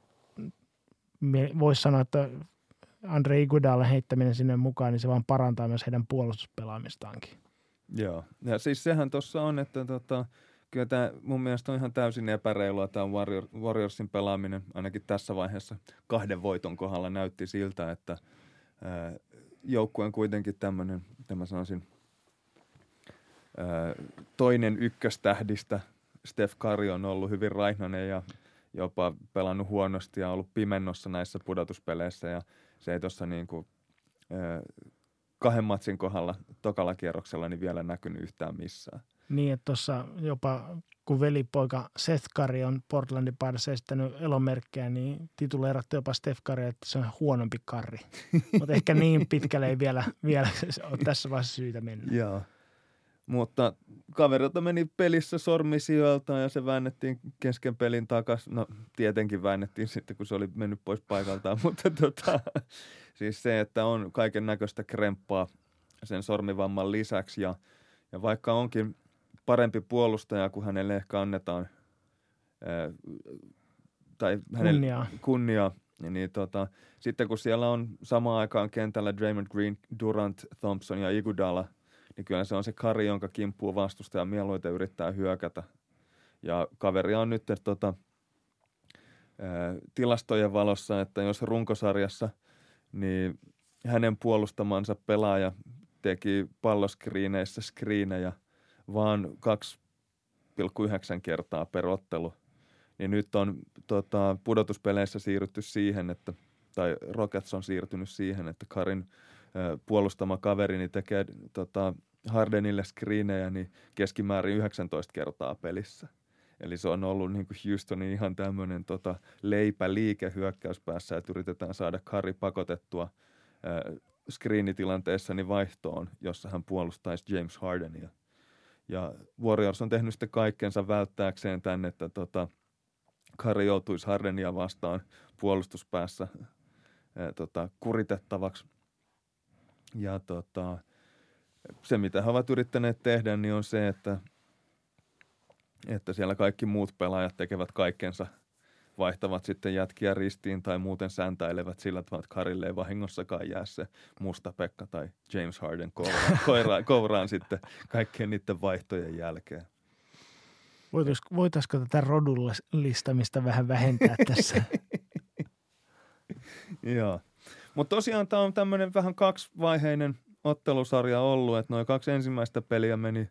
voisi sanoa, että Andre Iguodalalle heittäminen sinne mukaan, niin se vaan parantaa myös heidän puolustuspelaamistaankin. Joo, ja siis sehän tuossa on, että tota, kyllä tämä mun mielestä on ihan täysin epäreilua tämä Warrior, Warriorsin pelaaminen, ainakin tässä vaiheessa kahden voiton kohdalla näytti siltä, että ää, joukkue on kuitenkin tämmöinen, mitä mä sanoisin, ää, toinen ykköstähdistä. Steph Curry on ollut hyvin raihnainen ja jopa pelannut huonosti ja ollut pimennossa näissä pudotuspeleissä ja se ei tuossa niin kuin ää, kahden matsin kohdalla tokalla kierroksella niin vielä näkynyt yhtään missään. Niin, että tuossa jopa kun velipoika Seth Curry on Portlandin paidassa esittänyt elomerkkejä, niin tituleerattu jopa Steph Curry, että se on huonompi Curry. Mutta ehkä niin pitkälle ei vielä, vielä ole tässä vaiheessa syytä mennä. Joo, mutta kaverilta meni pelissä sormisijoilta ja se väännettiin kesken pelin takaisin. No tietenkin väännettiin sitten, kun se oli mennyt pois paikaltaan, mutta tota, siis se, että on kaiken näköistä kremppaa sen sormivamman lisäksi ja, ja vaikka onkin parempi puolustaja, kun hänelle ehkä annetaan ää, tai hänelle kunniaa, kunnia, niin, niin tota, sitten kun siellä on samaan aikaan kentällä Draymond Green, Durant, Thompson ja Iguodala, niin kyllä se on se Curry, jonka kimppuu vastustaja mieluiten yrittää hyökätä. Ja kaveri on nyt tota, ää, tilastojen valossa, että jos runkosarjassa, niin hänen puolustamansa pelaaja teki palloskriineissä skriinejä vaan kaksi pilkku yhdeksän kertaa per ottelu. Niin nyt on tota, pudotuspeleissä siirrytty siihen, että, tai Rockets on siirtynyt siihen, että Karin ö, puolustama kaveri niin tekee tota, Hardenille screenejä niin keskimäärin yhdeksäntoista kertaa pelissä. Eli se on ollut niin kuin Houstonin ihan tämmöinen tota, leipäliike hyökkäyspäässä, että yritetään saada Curry pakotettua ö, screenitilanteessa niin vaihtoon, jossa hän puolustaisi James Hardenia. Ja Warriors on tehnyt sitten kaikkensa välttääkseen tänne, että tota, Curry joutuisi Hardenia vastaan puolustuspäässä ää, tota, kuritettavaksi. Ja tota, se, mitä he ovat yrittäneet tehdä, niin on se, että, että siellä kaikki muut pelaajat tekevät kaikkensa, vaihtavat sitten jätkiä ristiin tai muuten säntäilevät sillä tavalla, että Currylle ei vahingossakaan jää se musta Pekka tai James Harden kouraan, koiraan, kouraan sitten kaikkien niiden vaihtojen jälkeen. Voitaisiko tätä rodullistamista vähän vähentää tässä? Joo. Mutta tosiaan tämä on tämmöinen vähän kaksivaiheinen ottelusarja ollut, että noin kaksi ensimmäistä peliä meni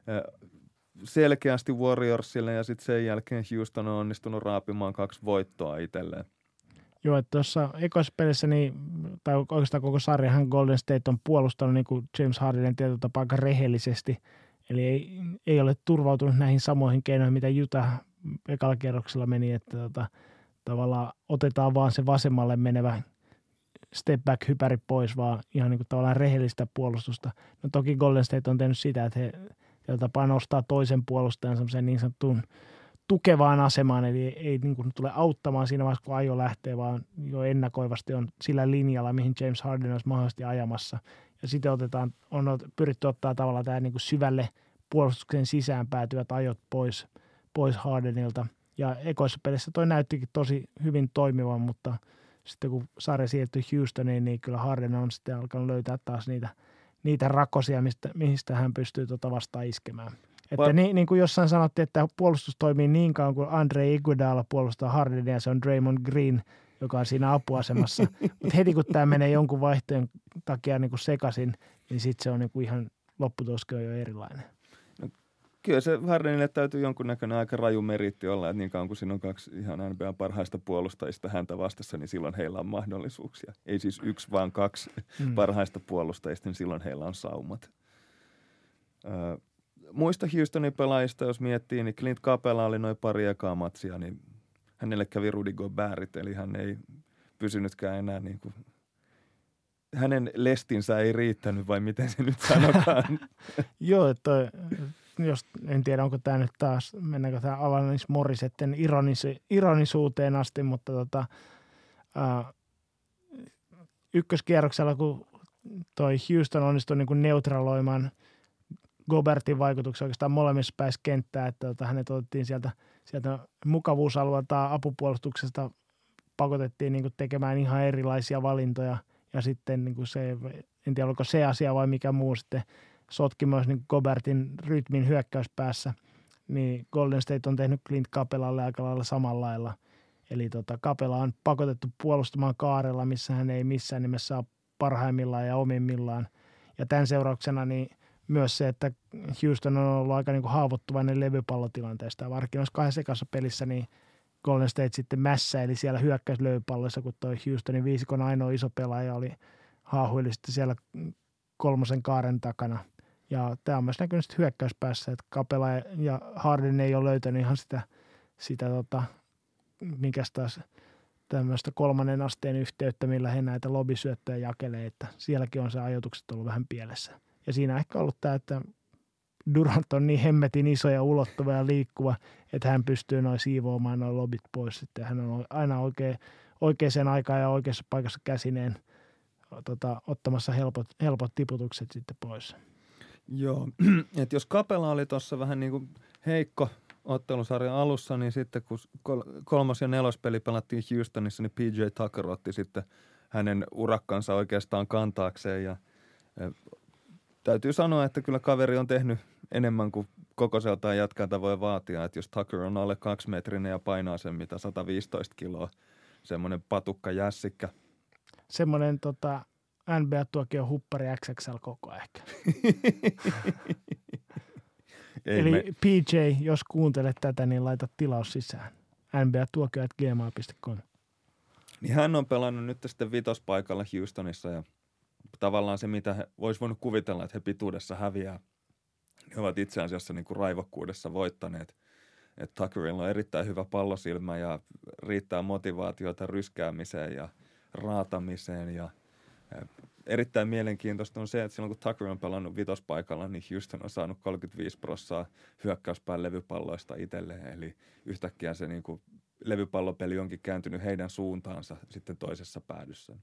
selkeästi Warriorsille ja sitten sen jälkeen Houston on onnistunut raapimaan kaksi voittoa itselleen. Joo, että tuossa ekoissa pelissä, niin, tai oikeastaan koko sarjahan Golden State on puolustanut niin kuin James Hardenin tietyllä tapaa aika rehellisesti. Eli ei, ei ole turvautunut näihin samoihin keinoihin, mitä Utah ekalla kierroksella meni, että tota, tavallaan otetaan vaan se vasemmalle menevä step back hypäri pois, vaan ihan niin kuin tavallaan rehellistä puolustusta. No toki Golden State on tehnyt sitä, että he tietyllä tapaa nostaa toisen puolustajan semmoiseen niin sanottuun tukevaan asemaan, eli ei, ei niin kuin tule auttamaan siinä vaiheessa, kun ajo lähtee, vaan jo ennakoivasti on sillä linjalla, mihin James Harden olisi mahdollisesti ajamassa. Ja sitten otetaan, on pyritty ottaa tavallaan tämä niin kuin syvälle puolustuksen sisään päätyvät ajot pois, pois Hardenilta. Ja ekoissa pelissä toi näyttikin tosi hyvin toimivan, mutta sitten kun sarja siirtyi Houstoniin, niin kyllä Harden on sitten alkanut löytää taas niitä, niitä rakosia, mistä, mistä hän pystyy tuota vastaan iskemään. Että niin, niin kuin jossain sanottiin, että puolustus toimii niin kauan kuin Andre Iguodala puolustaa Hardenia, se on Draymond Green, joka on siinä apuasemassa. Mutta heti kun tämä menee jonkun vaihteen takia niin kuin sekaisin, niin sitten se on niin kuin ihan lopputulos on jo erilainen. No, kyllä se Hardenille täytyy jonkunnäköinen aika raju meritti olla, että niin kauan kuin siinä on kaksi ihan N B A:n parhaista puolustajista häntä vastassa, niin silloin heillä on mahdollisuuksia. Ei siis yksi, vaan kaksi mm. parhaista puolustajista, niin silloin heillä on saumat. Öö, muista Houstonin pelaajista, jos miettii, niin Clint Capela oli noin pari ekaa matsia, niin hänelle kävi Rudy Gobertit, eli hän ei pysynytkään enää niin kuin, hänen lestinsä ei riittänyt, vai miten se nyt sanotaan? Joo, että jos, en tiedä, onko tämä nyt taas, mennäänkö tämä Alanis Morissetten ironisi, ironisuuteen asti, mutta tota, ää, ykköskierroksella, kun toi Houston onnistui niin kuin neutraloimaan Gobertin vaikutuksia oikeastaan molemmissa päässä kenttää, että tota, hänet otettiin sieltä, sieltä mukavuusalueelta apupuolustuksesta, pakotettiin niin kuin tekemään ihan erilaisia valintoja ja sitten niin kuin se, en tiedä oliko se asia vai mikä muu sitten sotki myös niin Gobertin rytmin hyökkäyspäässä, niin Golden State on tehnyt Clint Capelalle aika lailla samalla lailla. Eli tota, Capela on pakotettu puolustamaan kaarella, missä hän ei missään nimessä ole parhaimmillaan ja omimmillaan. Ja tämän seurauksena niin myös se, että Houston on ollut aika niin kuin haavoittuvainen levypallotilanteesta. Varsinkin noissa kahdessa ekassa pelissä niin Golden State sitten mässäili siellä hyökkäyslevypalloissa, kun toi Houstonin viisikon ainoa iso pelaaja oli haahuili sitten siellä kolmosen kaaren takana. Ja tämä on myös näkynyt sitten hyökkäyspäässä, että Capela ja Harden ei ole löytänyt ihan sitä, sitä tota, mikäs taas tämmöistä kolmannen asteen yhteyttä, millä he näitä lobisyöttöjä jakelee, että sielläkin on se ajoitukset ollut vähän pielessä. Ja siinä on ehkä ollut tämä, että Durant on niin hemmetin iso ja ulottuva ja liikkuva, että hän pystyy noin siivoamaan noin lobit pois. Sitten hän on aina oikein, oikeaan aikaan ja oikeassa paikassa käsineen tota, ottamassa helpot, helpot tiputukset sitten pois. Joo, että jos Capela oli tuossa vähän niin kuin heikko ottelusarjan alussa, niin sitten kun kolmas- ja nelospeli pelattiin Houstonissa, niin P J Tucker otti sitten hänen urakkansa oikeastaan kantaakseen ja täytyy sanoa, että kyllä kaveri on tehnyt enemmän kuin kokoiseltaan jatkalta voi vaatia. Että jos Tucker on alle kaksi metrinen ja painaa sen mitä sata viisitoista kiloa, semmoinen patukka jässikkä. Semmoinen tota, N B A-tuokio huppari X X L koko ehkä. Ei Eli me... P J, jos kuuntelet tätä, niin laita tilaus sisään. n b a tuokio at gmail piste com. Niin hän on pelannut nyt sitten vitospaikalla Houstonissa ja tavallaan se, mitä he olisi voinut kuvitella, että he pituudessa häviää, he ovat itse asiassa niin kuin raivokkuudessa voittaneet. Että Tuckerilla on erittäin hyvä pallosilmä ja riittää motivaatiota ryskäämiseen ja raatamiseen. Ja erittäin mielenkiintoista on se, että silloin kun Tucker on pelannut vitospaikalla, niin Houston on saanut kolmekymmentäviisi prosenttia hyökkäyspään levypalloista itselleen. Eli yhtäkkiä se niin kuin levypallopeli onkin kääntynyt heidän suuntaansa sitten toisessa päädyssä.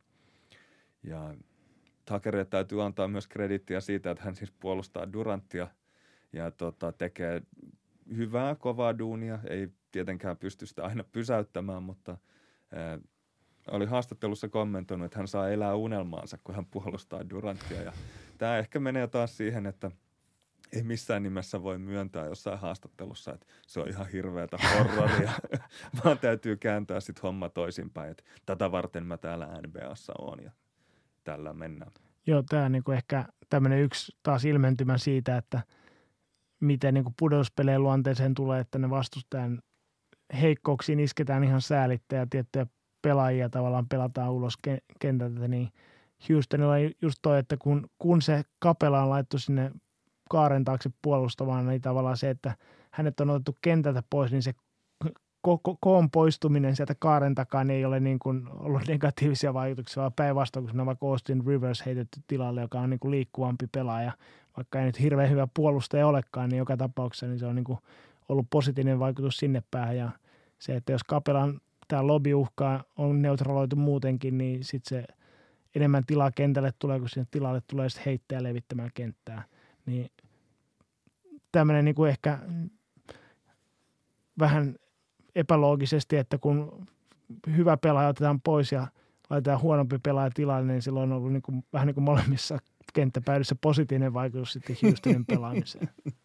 Ja Tuckerille täytyy antaa myös krediittiä siitä, että hän siis puolustaa Durantia ja tota, tekee hyvää, kovaa duunia. Ei tietenkään pysty sitä aina pysäyttämään, mutta ää, oli haastattelussa kommentoinut, että hän saa elää unelmaansa, kun hän puolustaa Durantia. Ja tämä ehkä menee taas siihen, että ei missään nimessä voi myöntää jossain haastattelussa, että se on ihan hirveätä horroria, vaan täytyy kääntää sitten homma toisinpäin, että tätä varten mä täällä N B A:ssa oon ja tällä mennään. Joo, tämä on niinku ehkä tämmöinen yksi taas ilmentymä siitä, että miten niinku pudotuspeleen luonteeseen tulee, että ne vastustajan heikkouksiin isketään ihan säälittä ja tiettyjä pelaajia tavallaan pelataan ulos kentältä, niin Houstonilla on just toi, että kun, kun se Capela on laittu sinne kaaren taakse puolustamaan, niin tavallaan se, että hänet on otettu kentältä pois, niin se ko- koon poistuminen sieltä kaaren takaa niin ei ole niin kuin ollut negatiivisia vaikutuksia, vaan päinvastoin, kun se on vaikka Austin Rivers heitetty tilalle, joka on niin kuin liikkuvampi pelaaja, vaikka ei nyt hirveän hyvä puolustaja olekaan, niin joka tapauksessa niin se on niin kuin ollut positiivinen vaikutus sinne päähän. Ja se, että jos Capelan tämä lobiuhka on neutraloitu muutenkin, niin sitten se enemmän tilaa kentälle tulee, kun sinne tilalle tulee sitten heittäjä levittämään kenttää. Niin tämmöinen niin kuin ehkä vähän epäloogisesti, että kun hyvä pelaaja otetaan pois ja laitetaan huonompi pelaaja tilalle, niin silloin on ollut niin kuin, vähän niin kuin molemmissa kenttäpäidyssä positiivinen vaikutus sitten Houstonin pelaamiseen.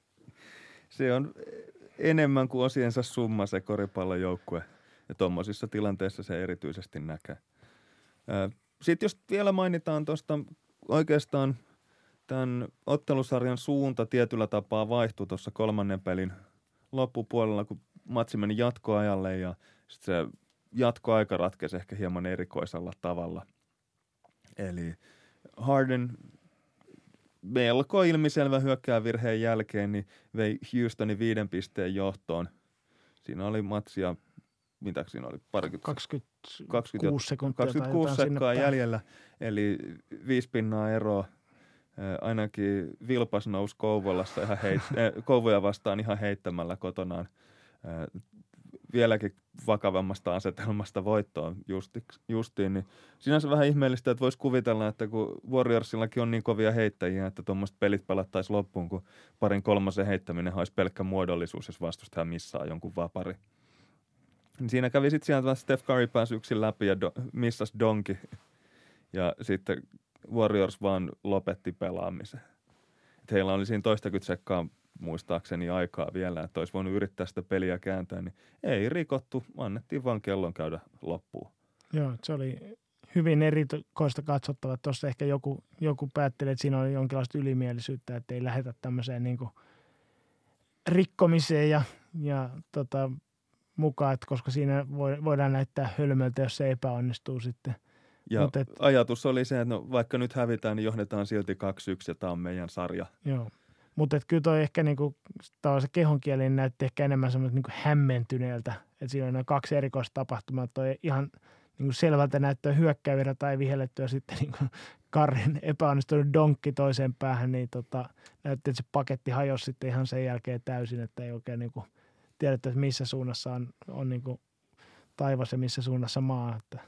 Se on enemmän kuin osiensa summa se koripallojoukkue ja tuommoisissa tilanteissa se erityisesti näkee. Sitten jos vielä mainitaan tuosta oikeastaan tämän ottelusarjan suunta tietyllä tapaa vaihtui tuossa kolmannen pelin loppupuolella, kun matsi meni jatkoajalle ja sitten se jatkoaika ratkesi ehkä hieman erikoisella tavalla. Eli Harden melko ilmiselvä hyökkäävirheen jälkeen niin vei Houstonin viiden pisteen johtoon. Siinä oli matsia, mitä siinä oli? Parikymmentä, kaksikymmentäkuusi sekuntia. kaksikymmentäkuusi sekkaa jäljellä, eli viisi pinnaa eroa. Ainakin Vilpas nousi Kouvolassa ihan heit- Kouvoja vastaan ihan heittämällä kotonaan vieläkin vakavammasta asetelmasta voittoon justi, justiin. Niin sinänsä vähän ihmeellistä, että voisi kuvitella, että kun Warriorsillakin on niin kovia heittäjiä, että tuommoiset pelit pelattaisiin loppuun, kun parin kolmosen heittäminen olisi pelkkä muodollisuus, jos vastustaja missaa jonkun vapari. Siinä kävi sitten sieltä, että Steph Curry pääsi yksin läpi ja do, missasi donki ja sitten Warriors vaan lopetti pelaamisen. Et heillä oli siinä toistakymmentä sekkaa muistaakseni aikaa vielä, että olisi voinut yrittää sitä peliä kääntää, niin ei rikottu, annettiin vaan kellon käydä loppuun. Joo, se oli hyvin erikoista katsottava. Tuossa ehkä joku, joku päätteli, että siinä oli jonkinlaista ylimielisyyttä, että ei lähdetä tämmöiseen niin kuin rikkomiseen ja, ja tota, mukaan, että koska siinä voidaan näyttää hölmöltä, jos se epäonnistuu sitten. Ja Mut et, ajatus oli se, että no, vaikka nyt hävitään, niin johdetaan silti kaksi yksi ja tämä on meidän sarja. Joo, mutta kyllä toi ehkä niinku, se kehonkieli niin näytti ehkä enemmän semmoista niinku hämmentyneeltä, että siinä on nämä kaksi erikoista tapahtumaa, toi ihan niinku selvältä näyttää hyökkäävirä tai vihellettyä sitten niinku Curryn epäonnistunut donkki toiseen päähän, niin tota, näytti, että se paketti hajosi sitten ihan sen jälkeen täysin, että ei oikein niinku tiedetty, että missä suunnassa on, on niinku taivas ja missä suunnassa maa, että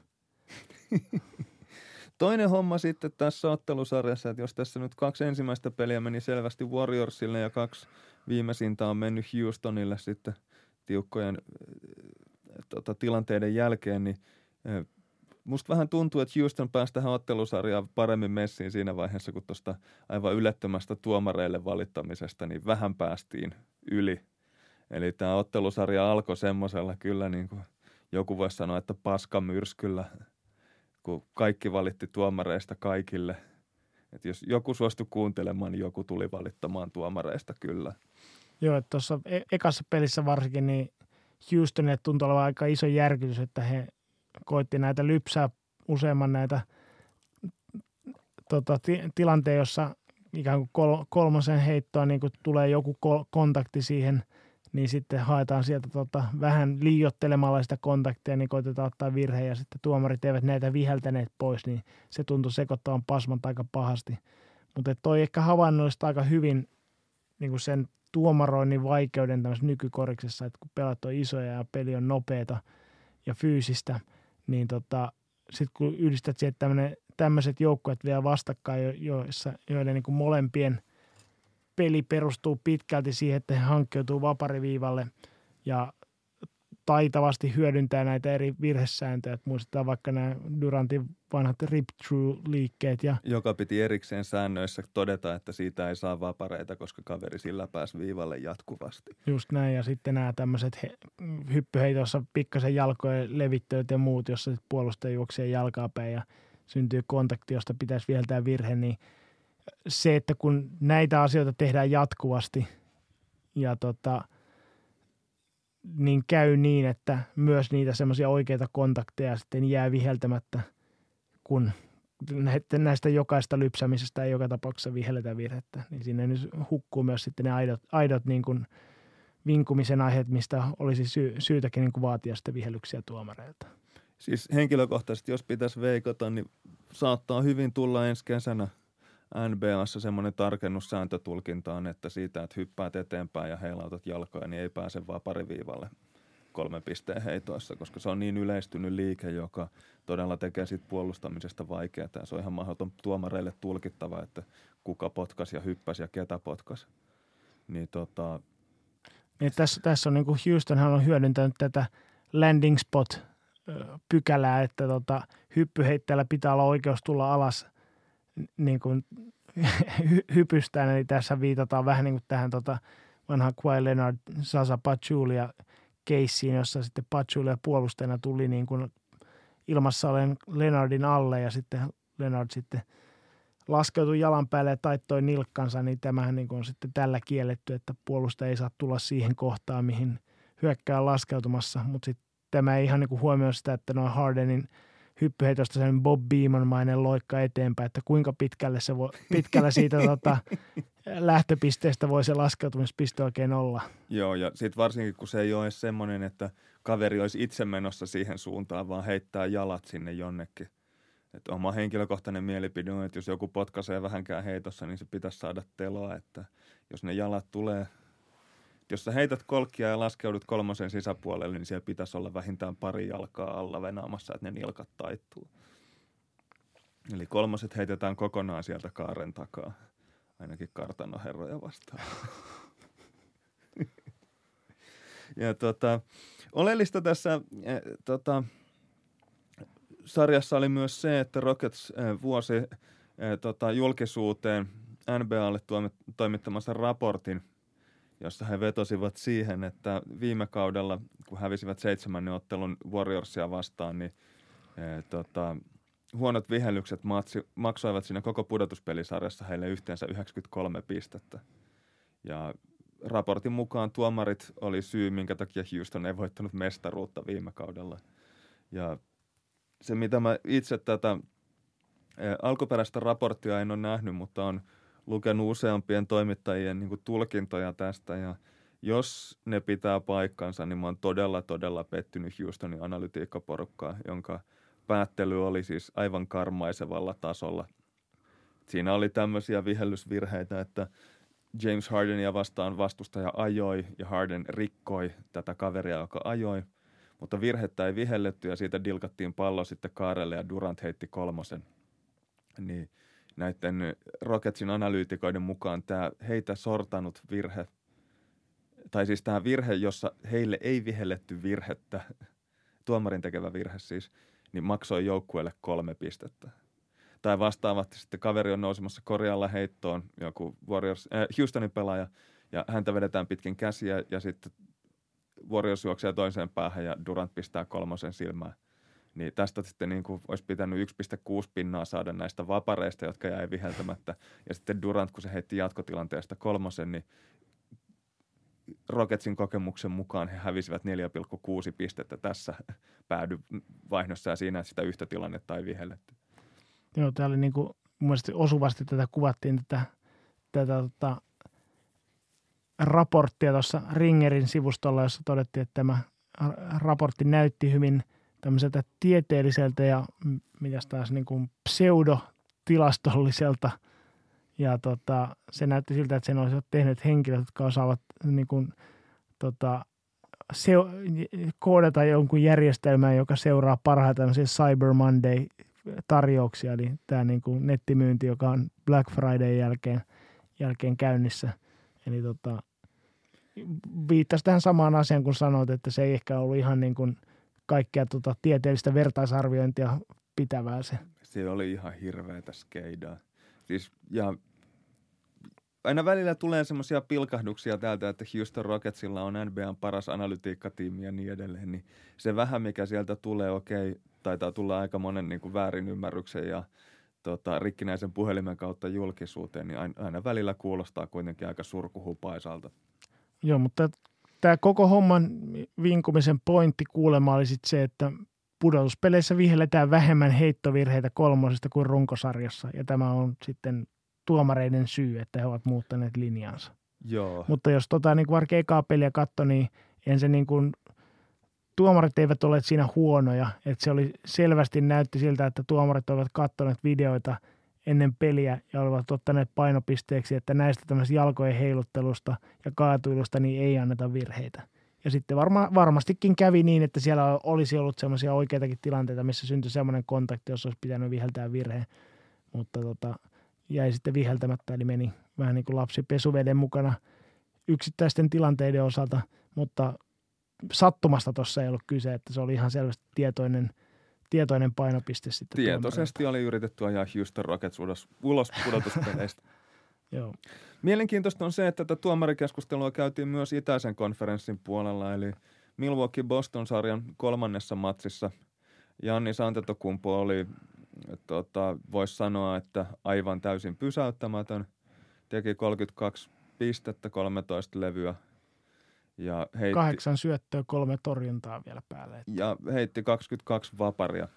Toinen homma sitten tässä ottelusarjassa, että jos tässä nyt kaksi ensimmäistä peliä meni selvästi Warriorsille ja kaksi viimeisintä on mennyt Houstonille sitten tiukkojen tota, tilanteiden jälkeen, niin musta vähän tuntuu, että Houston pääsi tähän ottelusarjaan paremmin messiin siinä vaiheessa, kun tuosta aivan ylettömästä tuomareille valittamisesta, niin vähän päästiin yli. Eli tämä ottelusarja alkoi semmoisella kyllä niin kuin joku voisi sanoa, että paskamyrskyllä, kun kaikki valitti tuomareista kaikille. Että jos joku suostui kuuntelemaan, niin joku tuli valittamaan tuomareista kyllä. Joo, että tuossa e- ekassa pelissä varsinkin niin Houstonille tuntui olevan aika iso järkytys, että he koitti näitä lypsää useamman näitä tota, ti- tilanteen, jossa ikään kuin kol- kolmosen heittoa niin kuin tulee joku ko- kontakti siihen, niin sitten haetaan sieltä tota, vähän liioittelemalla sitä kontaktia, niin koitetaan ottaa virhe ja sitten tuomarit eivät näitä viheltäneet pois, niin se tuntui sekoittavan pasmat aika pahasti. Mutta toi ehkä havainnollista aika hyvin niin kuin sen tuomaroinnin vaikeuden tämmöisessä nykykoriksessa, että kun pelat on isoja ja peli on nopeata ja fyysistä, niin tota, sitten kun yhdistät siihen tämmöinen tämmöiset joukkueet vielä vastakkain, joissa, joiden niin kuin molempien peli perustuu pitkälti siihen, että he hankkeutuu vapariviivalle ja taitavasti hyödyntää näitä eri virhesääntöjä. Että muistetaan vaikka nämä Durantin vanhat rip-through-liikkeet. Ja joka piti erikseen säännöissä todeta, että siitä ei saa vapareita, koska kaveri sillä pääsi viivalle jatkuvasti. Just näin, ja sitten nämä tämmöiset he, hyppyheitossa pikkasen jalkojen levittelyt ja muut, jossa puolustaja juoksee jalkaa päin ja syntyy kontakti, josta pitäisi viheltää virhe, niin se, että kun näitä asioita tehdään jatkuvasti ja tota, niin käy niin, että myös niitä semmoisia oikeita kontakteja sitten jää viheltämättä, kun näistä jokaista lypsämisestä ei joka tapauksessa vihelletä virhettä, niin sinne nyt hukkuu myös sitten ne aidot, aidot niin kuin vinkumisen aiheet, mistä olisi sy- syytäkin niin kuin vaatia sitten vihellyksiä tuomareilta. Siis henkilökohtaisesti, jos pitäisi veikata, niin saattaa hyvin tulla ensi kesänä N B A:ssa semmoinen tarkennus sääntötulkintaan, että siitä, että hyppäät eteenpäin ja heilautat jalkoja, niin ei pääse vaan pariviivalle kolmen pisteen heitoissa, koska se on niin yleistynyt liike, joka todella tekee siitä puolustamisesta vaikeaa. Ja se on ihan mahdoton tuomareille tulkittava, että kuka potkas ja hyppäsi ja ketä potkas. Niin tota... Niin tässä, tässä on niin kuin Houstonhan on hyödyntänyt tätä landing spot pykälää, että tota, hyppyheittäjällä pitää olla oikeus tulla alas niin kuin hypystään, eli tässä viitataan vähän niin kuin tähän tota, vanhaan Kawhi Leonard, Zaza Pachulia keissiin, jossa sitten Pachulia puolustajana tuli niin kuin ilmassa olen Leonardin alle ja sitten Leonard sitten laskeutui jalan päälle ja taittoi nilkkansa, niin tämähän niin kuin on sitten tällä kielletty, että puolustaja ei saa tulla siihen kohtaan, mihin hyökkää laskeutumassa, mutta sitten tämä ei ihan niin kuin huomioi sitä, että noin Hardenin hyppyheitosta sen Bob Beamon-mainen loikka eteenpäin, että kuinka pitkälle, se voi, pitkällä siitä tota, lähtöpisteestä voi se laskeutumispiste oikein olla. Joo, ja sitten varsinkin, kun se ei ole edes semmoinen, että kaveri olisi itse menossa siihen suuntaan, vaan heittää jalat sinne jonnekin. Että oma henkilökohtainen mielipide on, että jos joku potkaisee vähänkään heitossa, niin se pitäisi saada teloa, että jos ne jalat tulee, jos sä heität kolkkia ja laskeudut kolmosen sisäpuolelle, niin siellä pitäisi olla vähintään pari jalkaa alla venaamassa, että ne nilkat taittuu. Eli kolmoset heitetään kokonaan sieltä kaaren takaa, ainakin kartanoherroja vastaan. Ja tota, oleellista tässä äh, tota, sarjassa oli myös se, että Rockets äh, vuosi äh, tota, julkisuuteen N B A:lle toimittamassa raportin, jossa he vetosivat siihen, että viime kaudella, kun hävisivät seitsemännen ottelun Warriorsia vastaan, niin e, tota, huonot vihellykset matsi, maksoivat siinä koko pudotuspelisarjassa heille yhteensä yhdeksänkymmentäkolme pistettä. Ja raportin mukaan tuomarit oli syy, minkä takia Houston ei voittanut mestaruutta viime kaudella. Ja se, mitä mä itse tätä e, alkuperäistä raporttia en ole nähnyt, mutta on lukenut useampien toimittajien niin kuin tulkintoja tästä, ja jos ne pitää paikkansa, niin mä oon todella, todella pettynyt Houstonin analytiikkaporukkaan, jonka päättely oli siis aivan karmaisevalla tasolla. Siinä oli tämmöisiä vihellysvirheitä, että James Hardenia vastaan vastustaja ajoi, ja Harden rikkoi tätä kaveria, joka ajoi, mutta virhettä ei vihelletty, ja siitä dilkattiin pallo sitten kaarelle, ja Durant heitti kolmosen. Niin näiden Rocketsin analyytikoiden mukaan tämä heitä sortanut virhe, tai siis tämä virhe, jossa heille ei vihelletty virhettä, tuomarin tekevä virhe siis, niin maksoi joukkueelle kolme pistettä. Tai vastaavasti sitten kaveri on nousemassa korjalla heittoon, joku Warriors, äh, Houstonin pelaaja, ja häntä vedetään pitkin käsiä, ja sitten Warriors juoksee toiseen päähän, ja Durant pistää kolmosen silmään. Niin tästä sitten niin kuin olisi pitänyt yksi pilkku kuusi pinnaa saada näistä vapareista, jotka jäi viheltämättä. Ja sitten Durant, kun se heitti jatkotilanteesta kolmosen, niin Rocketsin kokemuksen mukaan he hävisivät neljä pilkku kuusi pistettä tässä päädyvaihdossa ja siinä sitä yhtä tilannetta ei vihelletty. Joo, tää oli niinku, mun mielestä osuvasti tätä kuvattiin tätä, tätä tota, raporttia tuossa Ringerin sivustolla, jossa todettiin, että tämä raportti näytti hyvin tämmöiseltä tieteelliseltä ja mitäs taas niin kuin pseudotilastolliselta. Ja tota, se näytti siltä, että sen olisivat tehneet henkilöt, jotka osaavat niin kuin, tota, seo- koodata jonkun järjestelmän, joka seuraa parhaita tämmöisiä Cyber Monday-tarjouksia. Eli tämä niin kuin nettimyynti, joka on Black Friday jälkeen, jälkeen käynnissä. Eli tota, viittasi tähän samaan asiaan, kun sanoit, että se ei ehkä ollut ihan niin kuin kaikkea tota tieteellistä vertaisarviointia pitävää se. Se oli ihan hirveätä skeidaa. Siis, ja aina välillä tulee semmoisia pilkahduksia täältä, että Houston Rocketsilla on N B A:n paras analytiikkatiimi ja niin edelleen. Niin se vähän, mikä sieltä tulee, okei, taitaa tulla aika monen niin kuin väärinymmärryksen ja tota, rikkinäisen puhelimen kautta julkisuuteen, niin aina välillä kuulostaa kuitenkin aika surkuhupaisalta. Joo, mutta tämä koko homman vinkumisen pointti kuulemma oli sit se, että pudotuspeleissä vihelletään vähemmän heittovirheitä kolmosesta kuin runkosarjassa. Ja tämä on sitten tuomareiden syy, että he ovat muuttaneet linjansa. Joo. Mutta jos tota, niin varsinkin ekaa peliä katsoi, niin en se niin kuin, tuomarit eivät ole siinä huonoja. Että se oli selvästi näytti siltä, että tuomarit ovat katsoneet videoita ennen peliä ja olivat ottaneet painopisteeksi, että näistä tämmöisestä jalkojen heiluttelusta ja kaatuilusta niin ei anneta virheitä. Ja sitten varma, varmastikin kävi niin, että siellä olisi ollut semmoisia oikeitakin tilanteita, missä syntyi semmoinen kontakti, jos olisi pitänyt viheltää virheen, mutta tota, jäi sitten viheltämättä, eli meni vähän niin kuin lapsi pesuveden mukana yksittäisten tilanteiden osalta, mutta sattumasta tuossa ei ollut kyse, että se oli ihan selvästi tietoinen Tietoinen painopiste sitten. Tietoisesti oli yritetty ajaa Houston Rockets ulos, ulos pudotuspeleistä. Joo. Mielenkiintoista on se, että tätä tuomarikeskustelua käytiin myös itäisen konferenssin puolella, eli Milwaukee-Boston-sarjan kolmannessa matsissa. Giannis Antetokounmpo oli, tota, voisi sanoa, että aivan täysin pysäyttämätön. Teki kolmekymmentäkaksi pistettä, kolmetoista levyä. Ja heitti, Kahdeksan syöttöä, kolme torjuntaa vielä päälle. Ja heitti kaksikymmentäkaksi vaparia.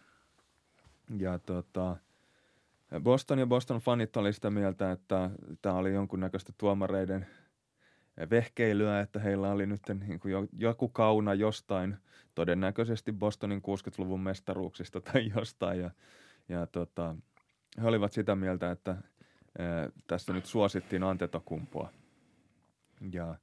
Ja tota, Boston ja Boston fanit oli sitä mieltä, että tämä oli jonkunnäköistä tuomareiden vehkeilyä, että heillä oli nyt niin kuin joku kauna jostain, todennäköisesti Bostonin kuusikymmentäluvun mestaruuksista tai jostain. Ja, ja tota, he olivat sitä mieltä, että ää, tässä nyt suosittiin Antetokounmpoa. Ja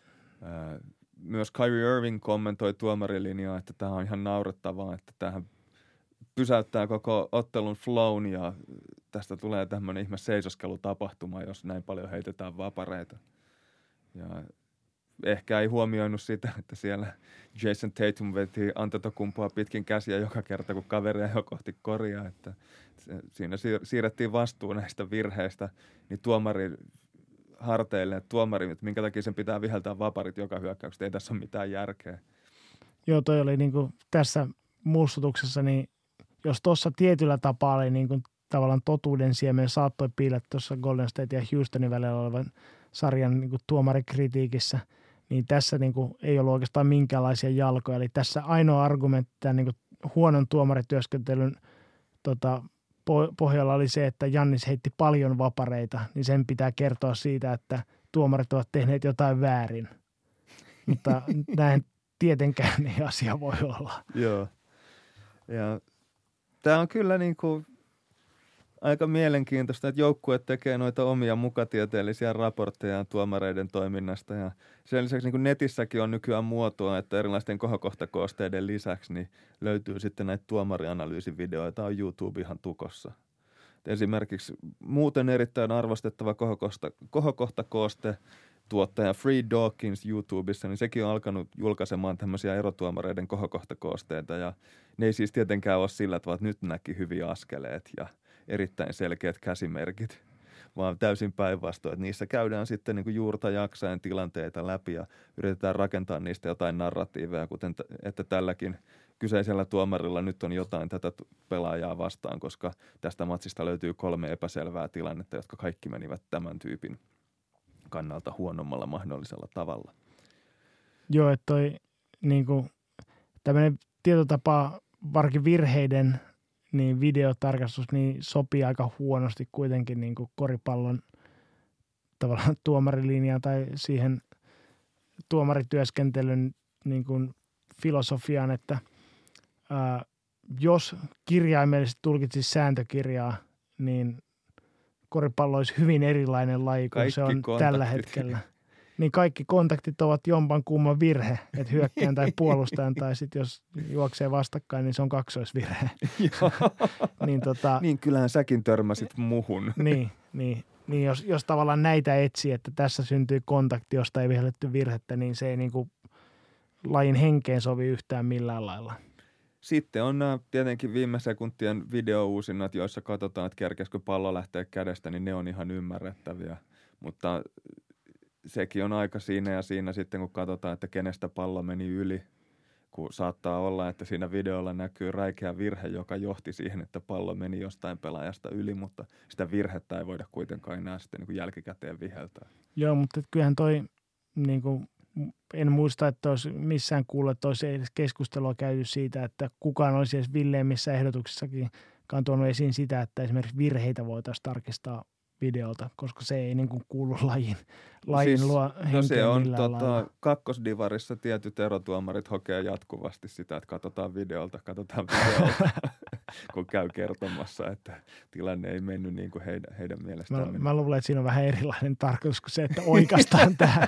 ää, myös Kyrie Irving kommentoi tuomarilinjaa, että tämä on ihan naurettavaa, että tämähän pysäyttää koko ottelun flown ja tästä tulee tämmöinen ihme seisoskelutapahtuma, jos näin paljon heitetään vapareita. Ja ehkä ei huomioinut sitä, että siellä Jason Tatum veti Antetokounmpoa pitkin käsiä joka kerta, kun kaveria jo kohti koria. Että siinä siirrettiin vastuu näistä virheistä, niin tuomari harteille, että tuomari, että minkä takia sen pitää viheltää vaparit joka hyökkäyksestä. Ei tässä ole mitään järkeä. Joo, toi oli niin kuin tässä muistutuksessa, niin jos tuossa tietyllä tapaa oli niin kuin tavallaan totuuden siemen saattoi piillä tuossa Golden State ja Houstonin välillä olevan sarjan niin kuin tuomarikritiikissä, niin tässä niin kuin ei ollut oikeastaan minkäänlaisia jalkoja. Eli tässä ainoa argumentti tämän niin kuin huonon tuomarityöskentelyn tota, pohjalla oli se, että Giannis heitti paljon vapareita, niin sen pitää kertoa siitä, että tuomarit ovat tehneet jotain väärin. Mutta näin tietenkään ei asia voi olla. Joo. Ja tämä on kyllä niin kuin aika mielenkiintoista, että joukkue tekee noita omia mukatieteellisiä raportteja tuomareiden toiminnasta. Ja sen lisäksi niin kuin netissäkin on nykyään muotoa, että erilaisten kohokohtakoosteiden lisäksi niin löytyy sitten näitä tuomarianalyysivideoita, on YouTube ihan tukossa. Esimerkiksi muuten erittäin arvostettava kohokohta, kohokohtakooste tuottaja Free Dawkins YouTubessa, niin sekin on alkanut julkaisemaan tämmöisiä erotuomareiden kohokohtakoosteita. Ja ne ei siis tietenkään ole sillä tavalla, että nyt näki hyviä askeleet ja erittäin selkeät käsimerkit, vaan täysin päinvastoin, että niissä käydään sitten niin kuin juurta jaksain tilanteita läpi ja yritetään rakentaa niistä jotain narratiiveja, kuten t- että tälläkin kyseisellä tuomarilla nyt on jotain tätä pelaajaa vastaan, koska tästä matsista löytyy kolme epäselvää tilannetta, jotka kaikki menivät tämän tyypin kannalta huonommalla mahdollisella tavalla. Joo, että toi niin kuin, tämmöinen tietotapa varkin virheiden niin videotarkastus niin sopii aika huonosti kuitenkin niin kuin koripallon tavallaan tuomarilinjaan tai siihen tuomarityöskentelyn niin kuin filosofiaan, että ää, jos kirjaimellisesti tulkitsisi sääntökirjaa, niin koripallo olisi hyvin erilainen laji kuin Kaikki se on kontaktit. tällä hetkellä. Niin kaikki kontaktit ovat jompan kumman virhe, että hyökkäjän tai puolustajan, tai sitten jos juoksee vastakkain, niin se on kaksoisvirhe. niin, tota, niin kyllähän säkin törmäsit muhun. niin, niin, niin jos, jos tavallaan näitä etsii, että tässä syntyy kontakti, josta ei vihelletty virhettä, niin se ei niinku lajin henkeen sovi yhtään millään lailla. Sitten on nämä tietenkin viime sekuntien videouusinnat, joissa katsotaan, että kerkeskö pallo lähtee kädestä, niin ne on ihan ymmärrettäviä. Mutta sekin on aika siinä ja siinä sitten, kun katsotaan, että kenestä pallo meni yli. Kun saattaa olla, että siinä videolla näkyy räikeä virhe, joka johti siihen, että pallo meni jostain pelaajasta yli, mutta sitä virhettä ei voida kuitenkaan enää sitten niin kuin jälkikäteen viheltää. Joo, mutta kyllähän toi, niin kuin, en muista, että olisi missään kuullut, että olisi edes keskustelua käyty siitä, että kukaan olisi edes villeimmissä ehdotuksissakin tuonut esiin sitä, että esimerkiksi virheitä voitaisiin tarkistaa videolta, koska se ei niin kuin kuulu lajin, lajin siis, luo henkeen no se on millään tota, lailla. kakkosdivarissa tietyt erotuomarit hokee jatkuvasti sitä, että katsotaan videolta, katsotaan videolta, kun käy kertomassa, että tilanne ei mennyt niin kuin heidän, heidän mielestään. Mä, mä luulen, että siinä on vähän erilainen tarkoitus kuin se, että oikaistaan tähän.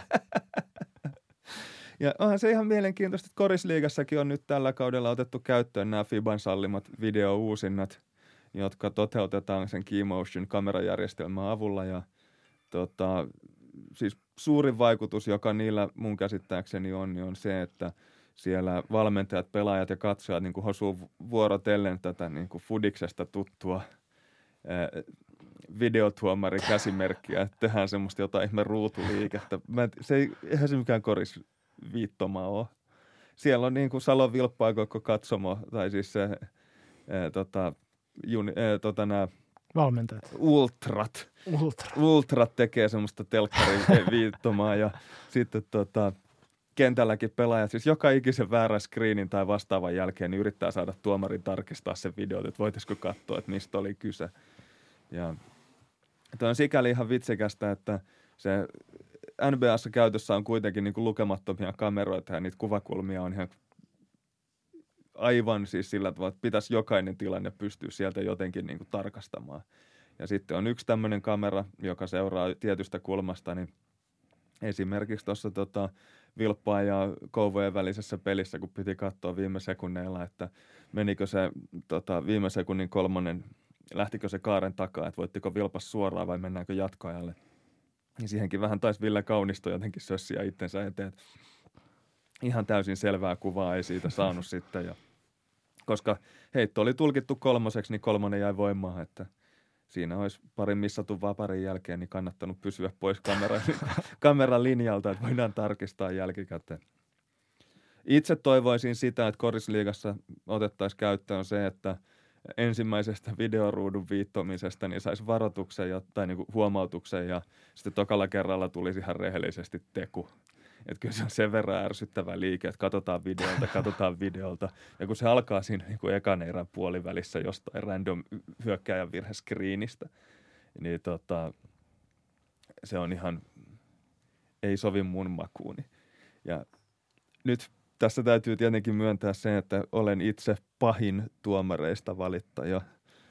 Ja onhan se ihan mielenkiintoista, että Korisliigassakin on nyt tällä kaudella otettu käyttöön nämä Fiban sallimat video-uusinnat, jotka toteutetaan sen Keymotion kamerajärjestelmän avulla. Ja tota, siis suurin vaikutus, joka niillä mun käsittääkseni on, niin on se, että siellä valmentajat, pelaajat ja katsojat niin kuin hosuu vuorotellen tätä niin kuin Fudiksesta tuttua ää, videotuomari käsimerkkiä, että tehdään semmoista jotain ihme ruutuliikettä. Mä en, se ei, eihän se mikään korisviittoma ole. Siellä on niin kuin Salon Vilppaikoko katsomo, tai siis se ää, tota, juni, ää, tota nämä Valmentajat. Ultrat. Ultra. Ultrat tekee semmoista telkkariviittomaa ja sitten tota, kentälläkin pelaajat, siis joka ikisen väärän screenin tai vastaavan jälkeen niin yrittää saada tuomarin tarkistaa sen videot, että voitaisiko katsoa, että mistä oli kyse. Ja toi on sikäli ihan vitsikästä, että se N B A:ssa käytössä on kuitenkin niin kuin lukemattomia kameroita ja niitä kuvakulmia on ihan aivan siis sillä tavalla, että pitäisi jokainen tilanne pystyä sieltä jotenkin niin kuin tarkastamaan. Ja sitten on yksi tämmöinen kamera, joka seuraa tietystä kulmasta, niin esimerkiksi tuossa tota, Vilppaan ja Kouvojen välisessä pelissä, kun piti katsoa viime sekunneilla, että menikö se tota, viime sekunnin kolmonen, lähtikö se kaaren takaa, että voittiko Vilpas suoraan vai mennäänkö jatkoajalle. Ja siihenkin vähän taisi Ville Kaunisto jotenkin sössiä itsensä eteen. Ihan täysin selvää kuvaa ei siitä saanut sitten. Ja koska heitto oli tulkittu kolmoseksi, niin kolmonen jäi voimaan, että siinä olisi parin missatun vaparin jälkeen niin kannattanut pysyä pois kameran, kameran linjalta, että voidaan tarkistaa jälkikäteen. Itse toivoisin sitä, että Korisliigassa otettaisiin käyttöön se, että ensimmäisestä videoruudun viittomisesta niin saisi varoituksen ja, tai niin kuin huomautuksen ja sitten tokalla kerralla tulisi ihan rehellisesti teku. Että kyllä se on sen verran ärsyttävä liike, että katsotaan videolta, katsotaan videolta. Ja kun se alkaa siinä niin kuin ekan erän puolivälissä jostain random hyökkääjän virheskriinistä, niin tota, se on ihan, ei sovi mun makuuni. Ja nyt tässä täytyy tietenkin myöntää se, että olen itse pahin tuomareista valittaja,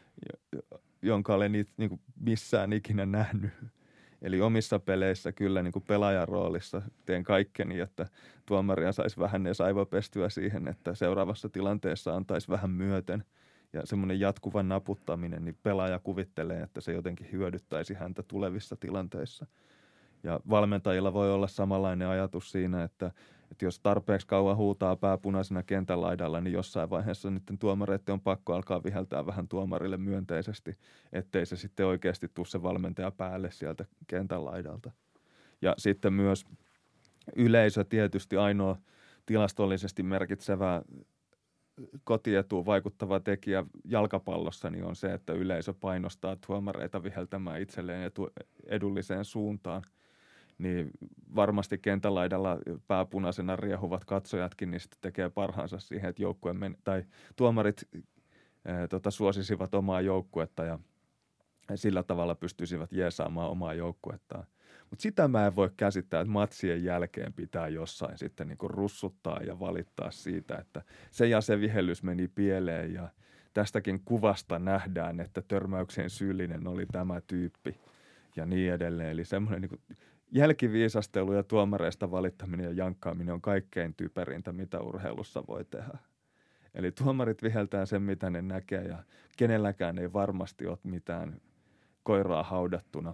jonka olen it, niin kuin missään ikinä nähnyt. Eli omissa peleissä kyllä niin kuin pelaajan roolissa teen kaikkeni, että tuomaria saisi vähän edes aivopestyä siihen, että seuraavassa tilanteessa antaisi vähän myöten. Ja semmoinen jatkuva naputtaminen, niin pelaaja kuvittelee, että se jotenkin hyödyttäisi häntä tulevissa tilanteissa. Ja valmentajilla voi olla samanlainen ajatus siinä, että, että jos tarpeeksi kauan huutaa pääpunaisena kentän laidalla, niin jossain vaiheessa niiden tuomareiden on pakko alkaa viheltää vähän tuomarille myönteisesti, ettei se sitten oikeasti tule se valmentaja päälle sieltä kentän laidalta. Ja sitten myös yleisö tietysti ainoa tilastollisesti merkitsevä kotietuun vaikuttava tekijä jalkapallossa niin on se, että yleisö painostaa tuomareita viheltämään itselleen etu, edulliseen suuntaan. niin varmasti kentälaidalla pääpunaisena riehuvat katsojatkin niin sitten tekee parhaansa siihen, että joukkue men- tai tuomarit ää, tota, suosisivat omaa joukkuetta ja sillä tavalla pystyisivät jeesaamaan omaa joukkuettaan. Mutta sitä mä en voi käsittää, että matsien jälkeen pitää jossain sitten niinku russuttaa ja valittaa siitä, että se ja se vihellys meni pieleen ja tästäkin kuvasta nähdään, että törmäykseen syyllinen oli tämä tyyppi ja niin edelleen. Eli semmoinen niinku jälkiviisastelu ja tuomareista valittaminen ja jankkaaminen on kaikkein typerintä, mitä urheilussa voi tehdä. Eli tuomarit viheltää sen, mitä ne näkee ja kenelläkään ei varmasti ole mitään koiraa haudattuna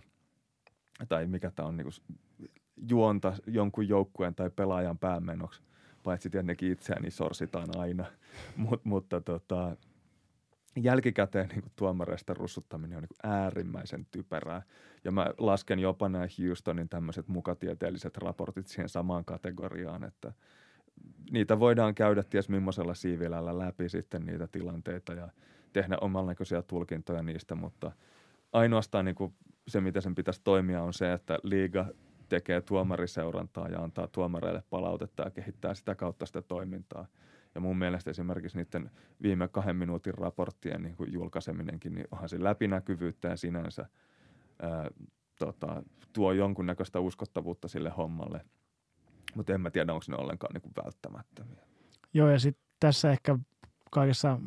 tai mikä tämä on niin kuin juonta jonkun joukkueen tai pelaajan päämenoksi, paitsi tietenkin itseään niin sorsitaan aina, Mut, mutta tota, jälkikäteen niin kuin tuomareista russuttaminen on niin kuin äärimmäisen typerää ja mä lasken jopa nämä Houstonin tämmöiset mukatieteelliset raportit siihen samaan kategoriaan, että niitä voidaan käydä ties millaisella siivilällä läpi sitten niitä tilanteita ja tehdä omannäköisiä tulkintoja niistä, mutta ainoastaan niin kuin se, mitä sen pitäisi toimia, on se, että liiga tekee tuomariseurantaa ja antaa tuomareille palautetta ja kehittää sitä kautta sitä toimintaa. Ja mun mielestä esimerkiksi niiden viime kahden minuutin raporttien niin kuin julkaiseminenkin, niin onhan se läpinäkyvyyttä ja sinänsä ää, tota, tuo jonkunnäköistä uskottavuutta sille hommalle. Mutta en mä tiedä, onko ne ollenkaan niin kuin välttämättömiä. Joo, ja sitten tässä ehkä kaikessa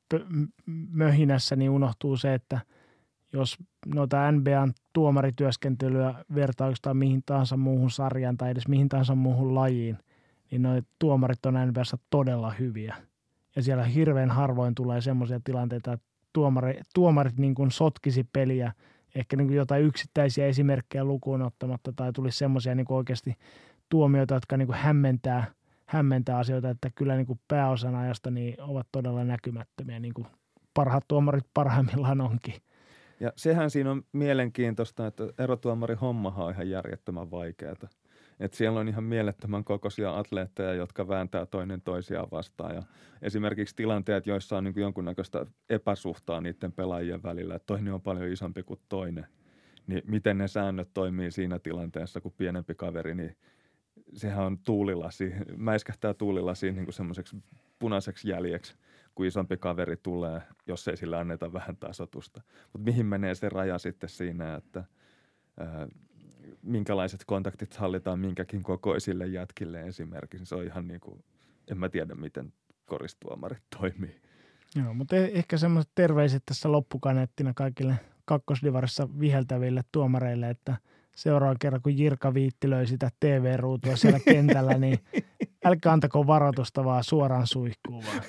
möhinässä niin unohtuu se, että jos noita N B A:n tuomarityöskentelyä vertaa oikeastaan mihin tahansa muuhun sarjaan tai edes mihin tahansa muuhun lajiin, niin nuo tuomarit on N B A:ssa todella hyviä. Ja siellä hirveän harvoin tulee semmoisia tilanteita, että tuomari, tuomarit niin kuin sotkisi peliä, ehkä niin kuin jotain yksittäisiä esimerkkejä lukuun ottamatta, tai tulisi semmoisia niin kuin oikeasti tuomioita, jotka niin kuin hämmentää, hämmentää asioita, että kyllä niin kuin pääosan ajasta niin ovat todella näkymättömiä, niin kuin parhaat tuomarit parhaimmillaan onkin. Ja sehän siinä on mielenkiintoista, että erotuomari hommahan on ihan järjettömän vaikeaa. Että siellä on ihan mielettömän kokoisia atleetteja, jotka vääntää toinen toisiaan vastaan. Ja esimerkiksi tilanteet, joissa on niin kuin jonkunnäköistä epäsuhtaa niiden pelaajien välillä, että toinen on paljon isompi kuin toinen. Niin miten ne säännöt toimii siinä tilanteessa, kun pienempi kaveri, niin sehän on tuulilasi, mäiskähtää tuulilasiin niin kuin semmoiseksi punaiseksi jäljeksi, kun isompi kaveri tulee, jos ei sillä anneta vähän tasotusta. Mutta mihin menee se raja sitten siinä, että ää, minkälaiset kontaktit hallitaan minkäkin kokoisille jätkille esimerkiksi. Se on ihan niin kuin, en mä tiedä miten koristuomarit toimii. Joo, mutta ehkä semmoiset terveiset tässä loppukaneettina kaikille kakkosdivarissa viheltäville tuomareille, että seuraavan kerran, kun Jirka viittilöi sitä T V-ruutua siellä kentällä, niin älkää antako varoitusta, vaan suoraan suihkuun vaan.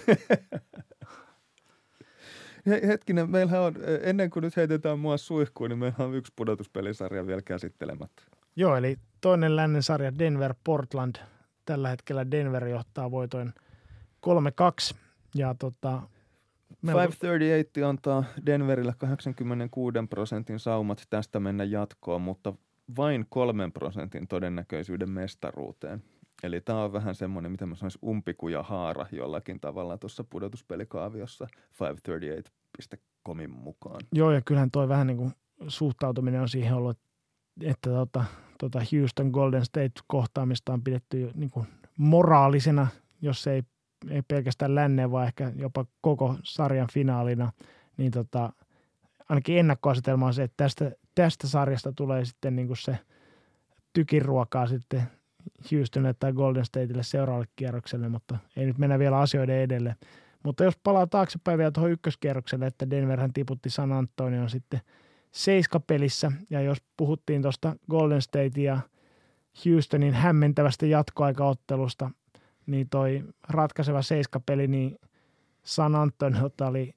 Hetkinen, meillähän on, ennen kuin nyt heitetään mua suihkuun, niin meillä on yksi pudotuspelisarja vielä käsittelemättä. Joo, eli toinen lännen sarja Denver Portland. Tällä hetkellä Denver johtaa voitoin kolme kaksi. Ja tota, melko... viisisataakolmekymmentäkahdeksan antaa Denverille kahdeksankymmentäkuusi prosentin saumat tästä mennä jatkoon, mutta vain kolmen prosentin todennäköisyyden mestaruuteen. Eli tämä on vähän semmoinen, mitä mä sanoisin, umpikuja haara jollakin tavalla tuossa pudotuspelikaaviossa viisisataakolmekymmentäkahdeksan piste comin mukaan. Joo, ja kyllähän toi vähän niin kuin suhtautuminen on siihen ollut, että tota, tota Houston Golden State kohtaamista on pidetty niin kuin moraalisena, jos ei, ei pelkästään lännen, vaan ehkä jopa koko sarjan finaalina, niin tota, ainakin ennakkoasetelma on se, että tästä, tästä sarjasta tulee sitten niin kuin se tykiruokaa sitten Houstonille tai Golden Stateille seuraavalle kierrokselle, mutta ei nyt mennä vielä asioiden edelle. Mutta jos palaa taaksepäin vielä tuohon ykköskierrokselle, että Denverhän tiputti San Antonion sitten seiskapelissä, ja jos puhuttiin tuosta Golden State ja Houstonin hämmentävästä jatkoaikaottelusta, niin toi ratkaiseva seiskapeli, niin San Antoniolta oli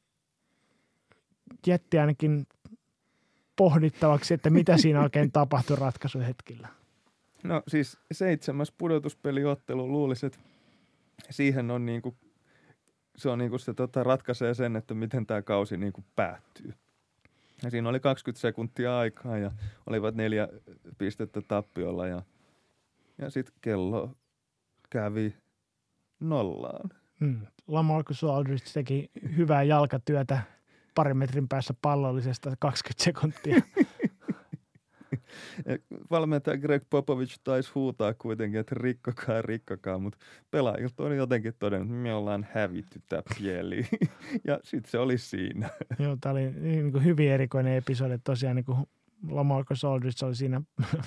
jätti ainakin pohdittavaksi, että mitä siinä oikein tapahtui ratkaisuhetkillä. No siis seitsemäs pudotuspeliottelu, luulisi, että siihen on niinku, se on niinku se tota, ratkaisee sen, että miten tämä kausi niinku päättyy. Ja siinä oli kaksikymmentä sekuntia aikaa ja olivat neljä pistettä tappiolla ja, ja sitten kello kävi nollaan. Hmm. LaMarcus Aldridge teki hyvää jalkatyötä parin metrin päässä pallollisesta kaksikymmentä sekuntia. Valmentaja Greg Popovich taisi huutaa kuitenkin, että rikkokaa, rikkokaa, mutta pelaajilta oli jotenkin todennut, että me ollaan hävitty tää pieli. Ja sitten se oli siinä. Joo, tämä oli niin kuin hyvin erikoinen episodi. Tosiaan niin kuin LaMarcus Aldridge oli siinä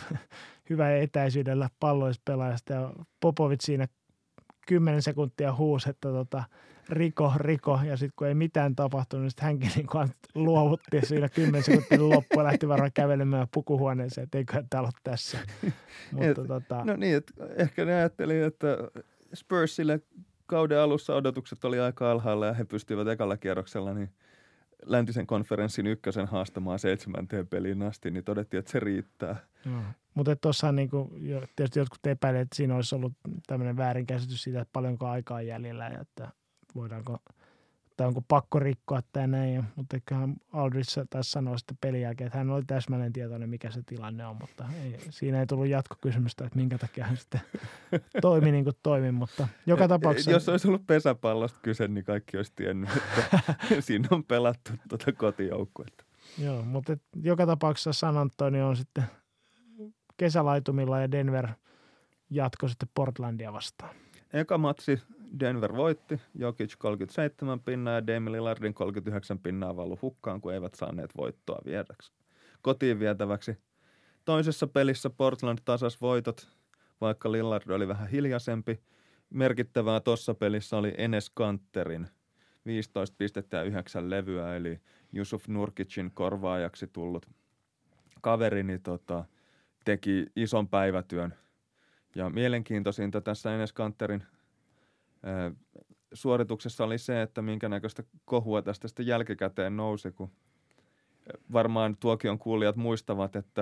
hyvä etäisyydellä palloista pelaajasta ja Popovich siinä kymmenen sekuntia huusi, että tota, riko, riko, ja sitten kun ei mitään tapahtunut, niin sitten hänkin niin luovutti siinä kymmenen sekuntia loppuun ja lähti varmaan kävelemään pukuhuoneeseen, että eiköhän täällä ole tässä. Mutta, et, tota, no niin, että ehkä ne ajatteli, että Spursille kauden alussa odotukset oli aika alhaalla ja he pystyivät ekalla kierroksella niin läntisen konferenssin ykkösen haastamaan seitsemänteen peliin asti, niin todettiin, että se riittää. No. Mutta tuossa niin tietysti jotkut epäilevät, että siinä olisi ollut tämmöinen väärinkäsitys siitä, että paljonko aikaa on jäljellä ja että voidaanko, tai onko pakko rikkoa tai näin. Mutta eiköhän Aldridge taisi sanoa sitten pelin jälkeen, että hän oli täsmälleen tietoinen, mikä se tilanne on, mutta ei, siinä ei tullut jatkokysymystä, että minkä takia hän sitten toimi niin kuin toimi, mutta joka tapauksessa. Jos olisi ollut pesäpallosta kyse, niin kaikki olisi tiennyt, että siinä on pelattu tuota kotijoukkuetta. Joo, mutta joka tapauksessa San Antonio on sitten kesälaitumilla ja Denver jatkoi sitten Portlandia vastaan. Eka matsi Denver voitti, Jokic kolmekymmentäseitsemän pinnaa ja Damian Lillardin kolmekymmentäyhdeksän pinnaa valu hukkaan, kun eivät saaneet voittoa viedäksi. Kotiin vietäväksi. Toisessa pelissä Portland tasas voitot, vaikka Lillard oli vähän hiljaisempi. Merkittävää tuossa pelissä oli Enes Kanterin viisitoista pistettä ja yhdeksän levyä, eli Jusuf Nurkicin korvaajaksi tullut kaverini tota, teki ison päivätyön. Ja mielenkiintoisinta tässä Enes Kanterin ää, suorituksessa oli se, että minkä näköistä kohua tästä sitten jälkikäteen nousi, kun varmaan tuokion kuulijat muistavat, että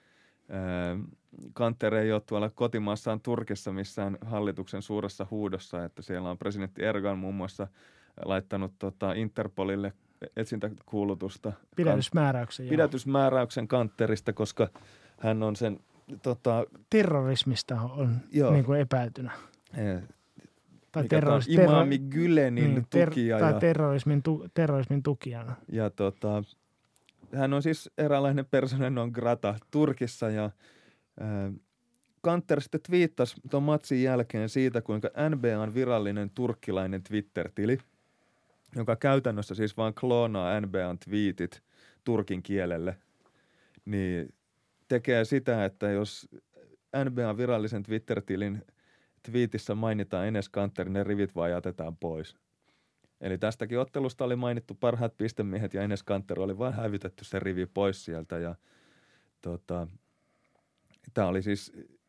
ää, Kanter ei ole tuolla kotimaassaan Turkissa missään hallituksen suuressa huudossa, että siellä on presidentti Erdogan muun muassa laittanut tota, Interpolille etsintäkuulutusta. Pidätysmääräyksen. Pidätysmääräyksen Kanterista, koska hän on sen Tota, terrorismista on niin kuin epäiltynä. E, tai terroris, Imami Gülenin niin, ter, tukija. Tai ja, terrorismin, tu, terrorismin tukijana. Ja tota, hän on siis eräänlainen persona non grata Turkissa ja äh, Kanter sitten twiittasi tuon matsin jälkeen siitä, kuinka N B A:n virallinen turkkilainen Twitter-tili, joka käytännössä siis vaan kloonaa N B A:n twiitit turkin kielelle, niin tekee sitä, että jos N B A:n virallisen Twitter-tilin twiitissä mainitaan Enes Kanter, ne rivit vaan jätetään pois. Eli tästäkin ottelusta oli mainittu parhaat pistemiehet ja Enes Kanter oli vaan hävitetty se rivi pois sieltä. Ja tota, tämä oli siis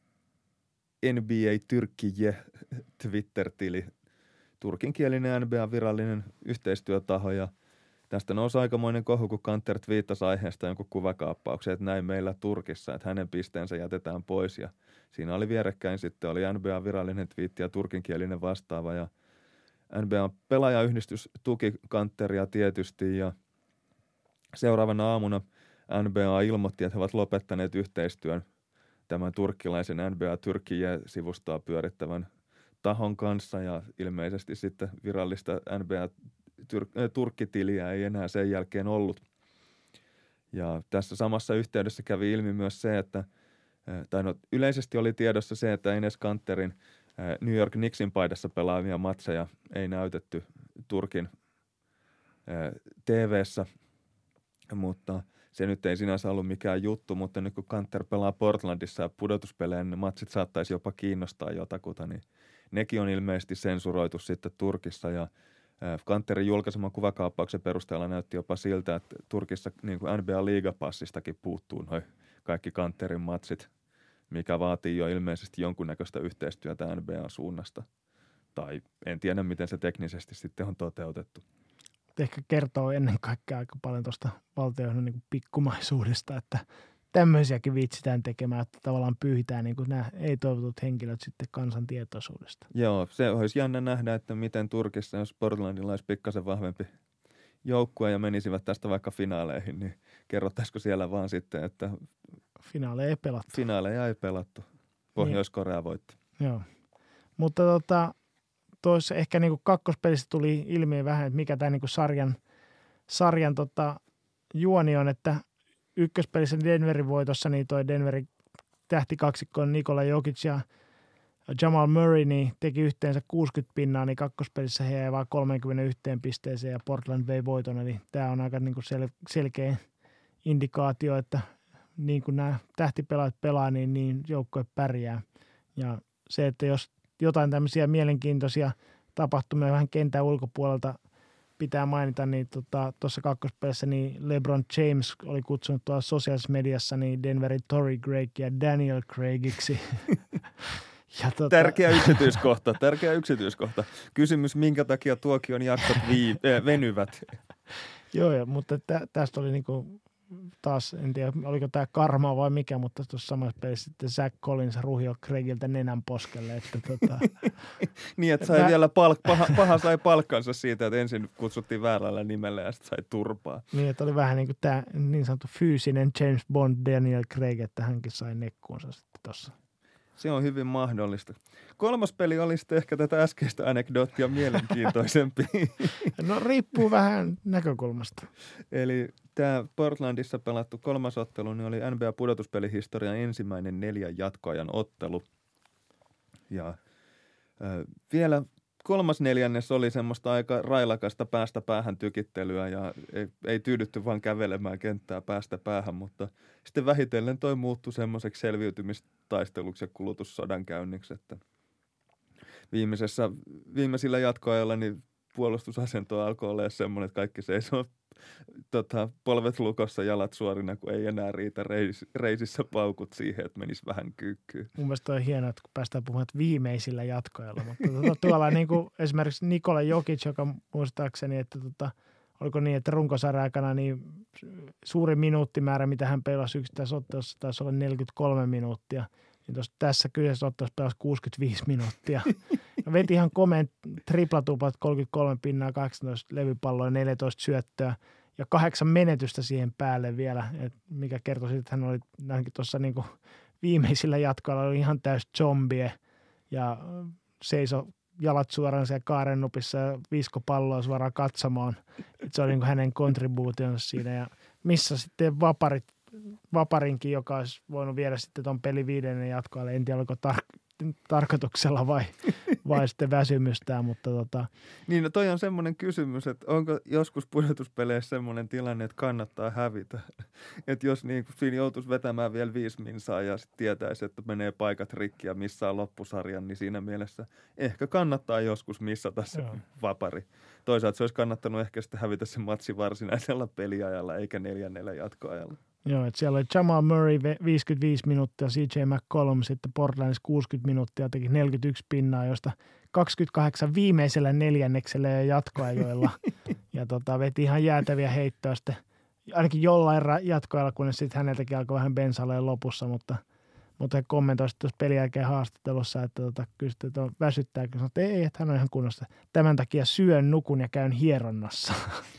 N B A Tyrkkiye Twitter-tili, turkinkielinen N B A:n virallinen yhteistyötaho ja tästä nousi aikamoinen kohu, kun Kanter twiittasi aiheesta jonkun kuvakaappauksen, että näin meillä Turkissa, että hänen pisteensä jätetään pois. Ja siinä oli vierekkäin sitten, oli N B A:n virallinen twiitti ja turkinkielinen vastaava. Ja N B A:n pelaajayhdistys tuki Kanteria tietysti ja seuraavana aamuna N B A ilmoitti, että he ovat lopettaneet yhteistyön tämän turkkilaisen N B A-Tyrkkiye-sivustoa pyörittävän tahon kanssa ja ilmeisesti sitten virallista N B A Tyr- turkkitiliä ei enää sen jälkeen ollut. Ja tässä samassa yhteydessä kävi ilmi myös se, että tai no, yleisesti oli tiedossa se, että Enes Kanterin New York Knicksin paidassa pelaavia matseja ei näytetty Turkin T V:ssä, mutta se nyt ei sinänsä ollut mikään juttu, mutta nyt kun Kanter pelaa Portlandissa ja pudotuspelejä, niin matsit saattaisi jopa kiinnostaa jotakuta, niin nekin on ilmeisesti sensuroitu sitten Turkissa ja Kanterin julkaiseman kuvakaappauksen perusteella näytti jopa siltä, että Turkissa niin kuin N B A-liigapassistakin puuttuu noi kaikki Kanterin matsit, mikä vaatii jo ilmeisesti jonkunnäköistä yhteistyötä N B A-suunnasta. Tai en tiedä, miten se teknisesti sitten on toteutettu. Ehkä kertoo ennen kaikkea aika paljon tuosta valtion niin kuin pikkumaisuudesta, että tämmöisiäkin viitsitään tekemään, että tavallaan pyyhitään niin kuin nämä ei-toivotut henkilöt sitten kansan tietoisuudesta. Joo, se olisi jännä nähdä, että miten Turkissa, jos Portlandilla olisi pikkasen vahvempi joukkue ja menisivät tästä vaikka finaaleihin, niin kerrottaisiko siellä vaan sitten, että finaaleja ei pelattu. Finaaleja ei pelattu. Pohjois-Korea voitti. Joo, mutta tota, tuossa ehkä niin kuin kakkospelissä tuli ilmiö vähän, että mikä tämä niin kuin sarjan, sarjan tota, juoni on, että ykköspelissä Denverin voitossa, niin toi Denveri tähtikaksikko Nikola Jokic ja Jamal Murray niin teki yhteensä kuusikymmentä pinnaa, niin kakkospelissä he jäi vain kolmekymmentäyksi pisteeseen ja Portland vei voiton. Eli tämä on aika niin kuin sel- selkeä indikaatio, että niin kuin nämä tähtipelaajat pelaa, niin, niin joukkue pärjää. Ja se, että jos jotain tämmöisiä mielenkiintoisia tapahtumia vähän kentän ulkopuolelta pitää mainita, niin tuossa tota, kakkospelissä niin LeBron James oli kutsunut tuolla sosiaalisessa mediassa niin Denverin Torrey Craig ja Daniel Craigiksi. Ja tota... Tärkeä yksityiskohta, tärkeä yksityiskohta. Kysymys, minkä takia tuokion jaksot vii, äh, venyvät? Joo, jo, mutta tä, tästä oli niinku taas, en tiedä oliko tämä karma vai mikä, mutta tuossa samassa pelissä sitten Zach Collins ruhio Craigiltä nenän poskelle. Että tota... niin, että sai Mä... vielä palk, paha, paha sai palkkansa siitä, että ensin kutsuttiin väärällä nimellä ja sitten sai turpaa. Niin, että oli vähän niin kuin tämä niin sanottu fyysinen James Bond Daniel Craig, että hänkin sai nekkuunsa sitten tuossa. Se on hyvin mahdollista. Kolmas peli oli sitten ehkä tätä äskeistä anekdoottia mielenkiintoisempi. No riippuu vähän näkökulmasta. Eli tämä Portlandissa pelattu kolmas ottelu niin oli N B A-pudotuspelihistorian ensimmäinen neljän jatkoajan ottelu. Ja äh, vielä kolmas neljännes oli semmoista aika railakasta päästä päähän tykittelyä ja ei, ei tyydytty vaan kävelemään kenttää päästä päähän, mutta sitten vähitellen toi muuttui semmoiseksi selviytymistaisteluksi ja kulutussodankäynniksi, että viimeisessä, viimeisillä jatkoajalla niin puolustusasento alkoi olla semmoinen, että kaikki seisoo tota, polvet lukossa, jalat suorina, kun ei enää riitä reis, reisissä paukut siihen, että menisi vähän kyykkyyn. Mun mielestä on hienoa, että kun päästään puhumaan viimeisillä jatkoajalla, mutta tuota, tuolla niin kuin esimerkiksi Nikola Jokic, joka muistaakseni, että tota, oliko niin, että runkosarjan aikana niin suuri minuuttimäärä, mitä hän pelasi yksittäisessä ottelussa, taisi olla neljäkymmentäkolme minuuttia. Niin tuossa, tässä kyseessä ottelussa pelasi kuusikymmentäviisi minuuttia. Ja veti ihan komeen triplatuplat, kolmekymmentäkolme pinnaa, kahdeksantoista levypalloa, neljätoista syöttöä ja kahdeksan menetystä siihen päälle vielä, et mikä kertoi siitä, että hän oli ainakin tuossa niinku viimeisillä jatkoilla oli ihan täys zombie ja seiso jalat suoraan siellä kaarennupissa ja visko palloa suoraan katsomaan. Et se oli niinku hänen kontribuutionsa siinä ja missä sitten vaparit, vaparinkin, joka olisi voinut viedä sitten tuon pelin viidennen jatkoajalle. En tiedä, oliko tar- tarkoituksella vai, vai sitten väsymystään, mutta tota. Niin, no toi on semmoinen kysymys, että onko joskus pudotuspeleissä semmoinen tilanne, että kannattaa hävitä. Että jos niin siinä joutuisi vetämään vielä viisi minsaa ja sitten tietäisi, että menee paikat rikki ja missaa loppusarjan, niin siinä mielessä ehkä kannattaa joskus missata se Joo. vapari. Toisaalta se olisi kannattanut ehkä sitten hävitä se matsi varsinaisella peliajalla eikä neljännellä jatkoajalla. Joo, että siellä oli Jamal Murray viisikymmentäviisi minuuttia, C J McCollum sitten Portlandissa kuusikymmentä minuuttia, teki neljäkymmentäyksi pinnaa, josta kaksikymmentäkahdeksan viimeisellä neljänneksellä ja jatkoajoilla. Ja tota, veti ihan jäätäviä heittoja sitten, ainakin jollain jatkoajalla, kunnes sitten häneltäkin alkoi vähän bensaleen lopussa, mutta, mutta he kommentoivat sitten tuossa pelin jälkeen haastattelussa, että tota, kyllä sitten että väsyttää, kun sanoi, että ei, että hän on ihan kunnossa. Tämän takia syön, nukun ja käyn hieronnassa.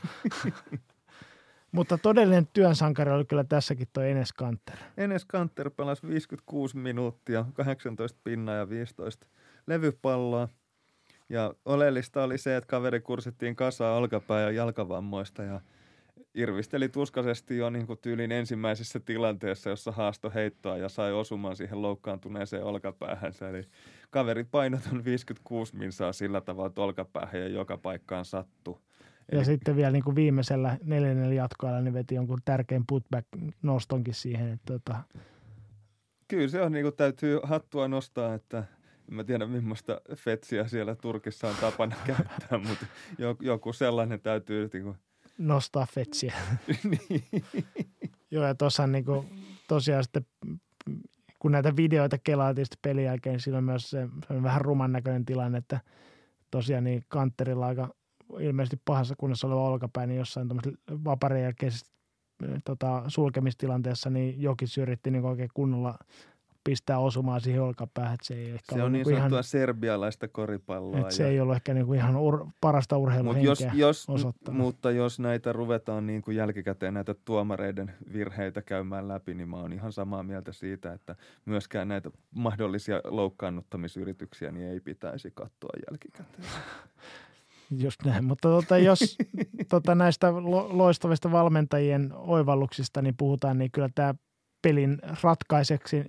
Mutta todellinen työnsankari oli kyllä tässäkin toi Enes Kanter. Enes Kanter pelasi viisikymmentäkuusi minuuttia, kahdeksantoista pinnaa ja viisitoista levypalloa. Ja oleellista oli se, että kaveri kursittiin kasaan olkapää- ja jalkavammoista ja irvisteli tuskaisesti jo niin kuin tyylin ensimmäisessä tilanteessa, jossa haasto heittoa ja sai osumaan siihen loukkaantuneeseen olkapäähänsä. Eli kaveri painoton viisikymmentäkuusi minsaa sillä tavalla, että olkapäähän ja joka paikkaan sattui. Ja Eli... sitten vielä niin kuin viimeisellä neljännellä jatkoajalla niin veti jonkun tärkein putback-nostonkin siihen. Että tota... Kyllä se on, niin kuin täytyy hattua nostaa, että en mä tiedä millaista fetsiä siellä Turkissa on tapana käyttää, mutta joku sellainen täytyy niin kuin... nostaa fetsiä. niin. Joo, ja tuossa niin kuin, tosiaan sitten, kun näitä videoita kelaatiin sitten pelin jälkeen, niin siinä on myös se, se on vähän ruman näköinen tilanne, että tosiaan niin Kanterilla aika ilmeisesti pahassa kunnossa oleva olkapää, niin jossain tuommoisessa vaparin jälkeisessä tota, sulkemistilanteessa, niin Jokic yritti niin oikein kunnolla pistää osumaan siihen olkapäähän. Se, ei ehkä se on niin sanottua ihan, serbialaista koripalloa. Ja... Se ei ollut ehkä niin kuin ihan ur, parasta urheiluhenkeä Mut jos, jos, osoittanut. Mutta jos näitä ruvetaan niin kuin jälkikäteen näitä tuomareiden virheitä käymään läpi, niin mä oon ihan samaa mieltä siitä, että myöskään näitä mahdollisia loukkaannuttamisyrityksiä niin ei pitäisi katsoa jälkikäteen. Just näin, mutta tota, jos tota, näistä lo, loistavista valmentajien oivalluksista niin puhutaan, niin kyllä tämä pelin ratkaiseksi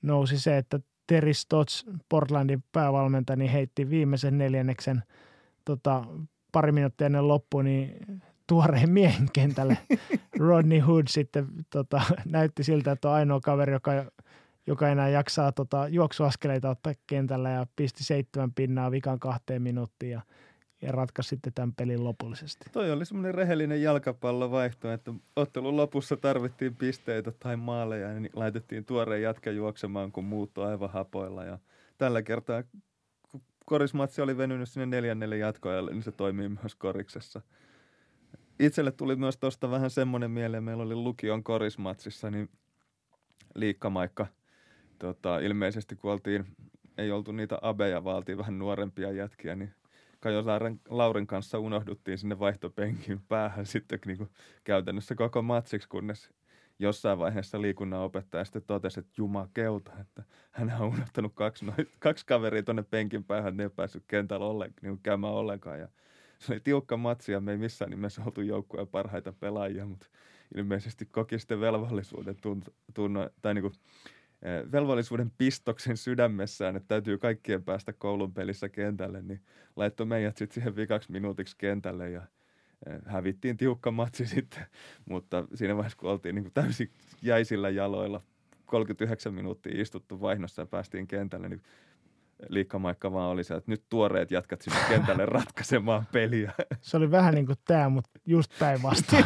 nousi se, että Terry Stotts, Portlandin päävalmentaja, niin heitti viimeisen neljänneksen tota, pari minuuttia ennen loppuun, niin tuoreen miehen kentälle. Rodney Hood sitten tota, näytti siltä, että on ainoa kaveri, joka, joka enää jaksaa tota, juoksuaskeleita ottaa kentällä ja pisti seitsemän pinnaa vikan kahteen minuuttiin ja, ja ratkaisi sitten tämän pelin lopullisesti. Toi oli semmoinen rehellinen jalkapallovaihto, että ottelun lopussa tarvittiin pisteitä tai maaleja, niin laitettiin tuoreen jätkä juoksemaan, kun muut on aivan hapoilla. Ja tällä kertaa, kun korismatsi oli venynyt sinne neljännelle jatkoajalle, niin se toimii myös koriksessa. Itselle tuli myös tuosta vähän semmoinen mieleen, meillä oli lukion korismatsissa, niin liikkamaikka, tota, ilmeisesti kun oltiin, ei oltu niitä abeja, vaan oltiin vähän nuorempia jätkiä, niin Kajo Laurin kanssa unohduttiin sinne vaihtopenkin päähän sitten niin kuin käytännössä koko matsiksi, kunnes jossain vaiheessa liikunnanopettaja sitten totesi, että jumakeuta, että hän on unohtanut kaksi, noin, kaksi kaveria tuonne penkin päähän, ne ei päässyt kentällä ollenkaan, niin käymään ollenkaan. Ja se oli tiukka matsi ja me ei missään nimessä oltu joukkueen parhaita pelaajia, mutta ilmeisesti koki sitten velvollisuuden tunto, tunno, tai niin kuin, velvollisuuden pistoksen sydämessään, että täytyy kaikkien päästä koulun pelissä kentälle, niin laittoi meidät sitten siihen vikaksi minuutiksi kentälle ja hävittiin tiukka matsi sitten, mutta siinä vaiheessa, kun oltiin niin kuin täysin jäisillä jaloilla, kolmekymmentäyhdeksän minuuttia istuttu vaihdossa ja päästiin kentälle, niin liikkamaikka vaan oli se, että nyt tuoreet jatkat sinne kentälle ratkaisemaan peliä. Se oli vähän niin kuin tämä, mutta just päinvastoin.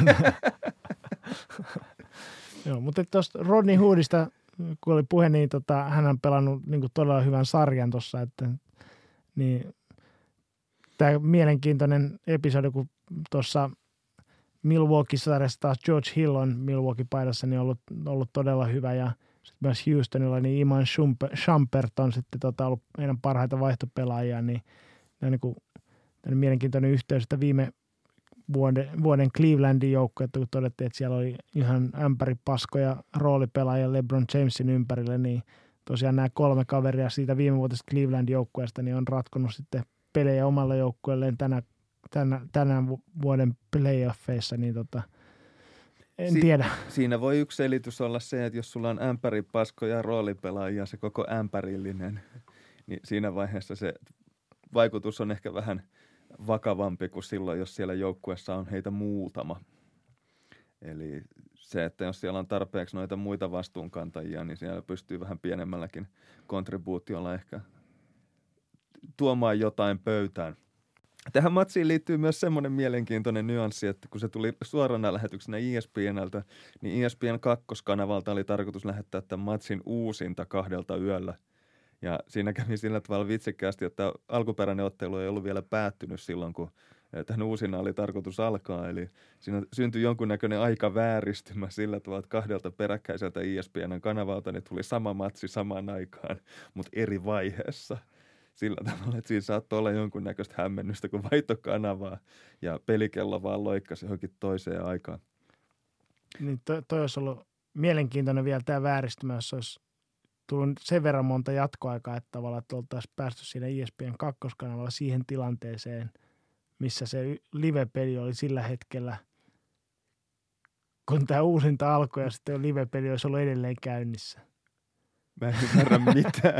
Joo, mutta tuosta Rodney Hoodista, kun oli puhe, niin tota, hän on pelannut niin kuin todella hyvän sarjan tuossa, että niin tämä mielenkiintoinen episodi, kun tuossa Milwaukee-sarjassa taas George Hill on Milwaukee-paidassa, niin ollut, ollut todella hyvä ja sitten myös Houstonilla, niin Iman Shumpert on sitten tota, ollut meidän parhaita vaihtopelaajia, niin on niin kuin mielenkiintoinen yhteys, että viime vuoden, vuoden Clevelandin joukko, kun todettiin, että siellä oli ihan ämpäripaskoja roolipelaajia LeBron Jamesin ympärille, niin tosiaan nämä kolme kaveria siitä viimevuotisesta Clevelandin joukkueesta niin on ratkonut sitten pelejä omalla joukkueelleen tänä, tänä, tänä vuoden playoffeissa, niin tota, en si- tiedä. Siinä voi yksi selitys olla se, että jos sulla on ämpäripaskoja roolipelaajia, se koko ämpärillinen, niin siinä vaiheessa se vaikutus on ehkä vähän vakavampi kuin silloin, jos siellä joukkueessa on heitä muutama. Eli se, että jos siellä on tarpeeksi noita muita vastuunkantajia, niin siellä pystyy vähän pienemmälläkin kontribuutiolla ehkä tuomaan jotain pöytään. Tähän matsiin liittyy myös semmoinen mielenkiintoinen nyanssi, että kun se tuli suorana lähetyksenä E S P N:ltä, niin E S P N kakkoskanavalta oli tarkoitus lähettää tämän matsin uusinta kahdelta yöllä. Ja siinä kävi sillä tavalla vitsikkäästi, että alkuperäinen ottelu ei ollut vielä päättynyt silloin, kun tähän uusina oli tarkoitus alkaa. Eli siinä syntyi jonkunnäköinen aikavääristymä sillä tavalla, että kahdelta peräkkäiseltä E S P N:n kanavalta niin tuli sama matsi samaan aikaan, mutta eri vaiheessa. Sillä tavalla, että siinä saattoi olla jonkunnäköistä hämmennystä, kun vaihtoi kanavaa ja pelikello vaan loikkasi johonkin toiseen aikaan. Niin toi, toi olisi ollut mielenkiintoinen vielä tämä vääristymä, jos olisi tullut sen verran monta jatkoaikaa, että tavallaan että oltaisiin päästy siinä E S P N kakkoskanavalla siihen tilanteeseen, missä se live-peli oli sillä hetkellä, kun tämä uusinta alkoi ja sitten live-peli olisi ollut edelleen käynnissä. Mä en ymmärrä mitään.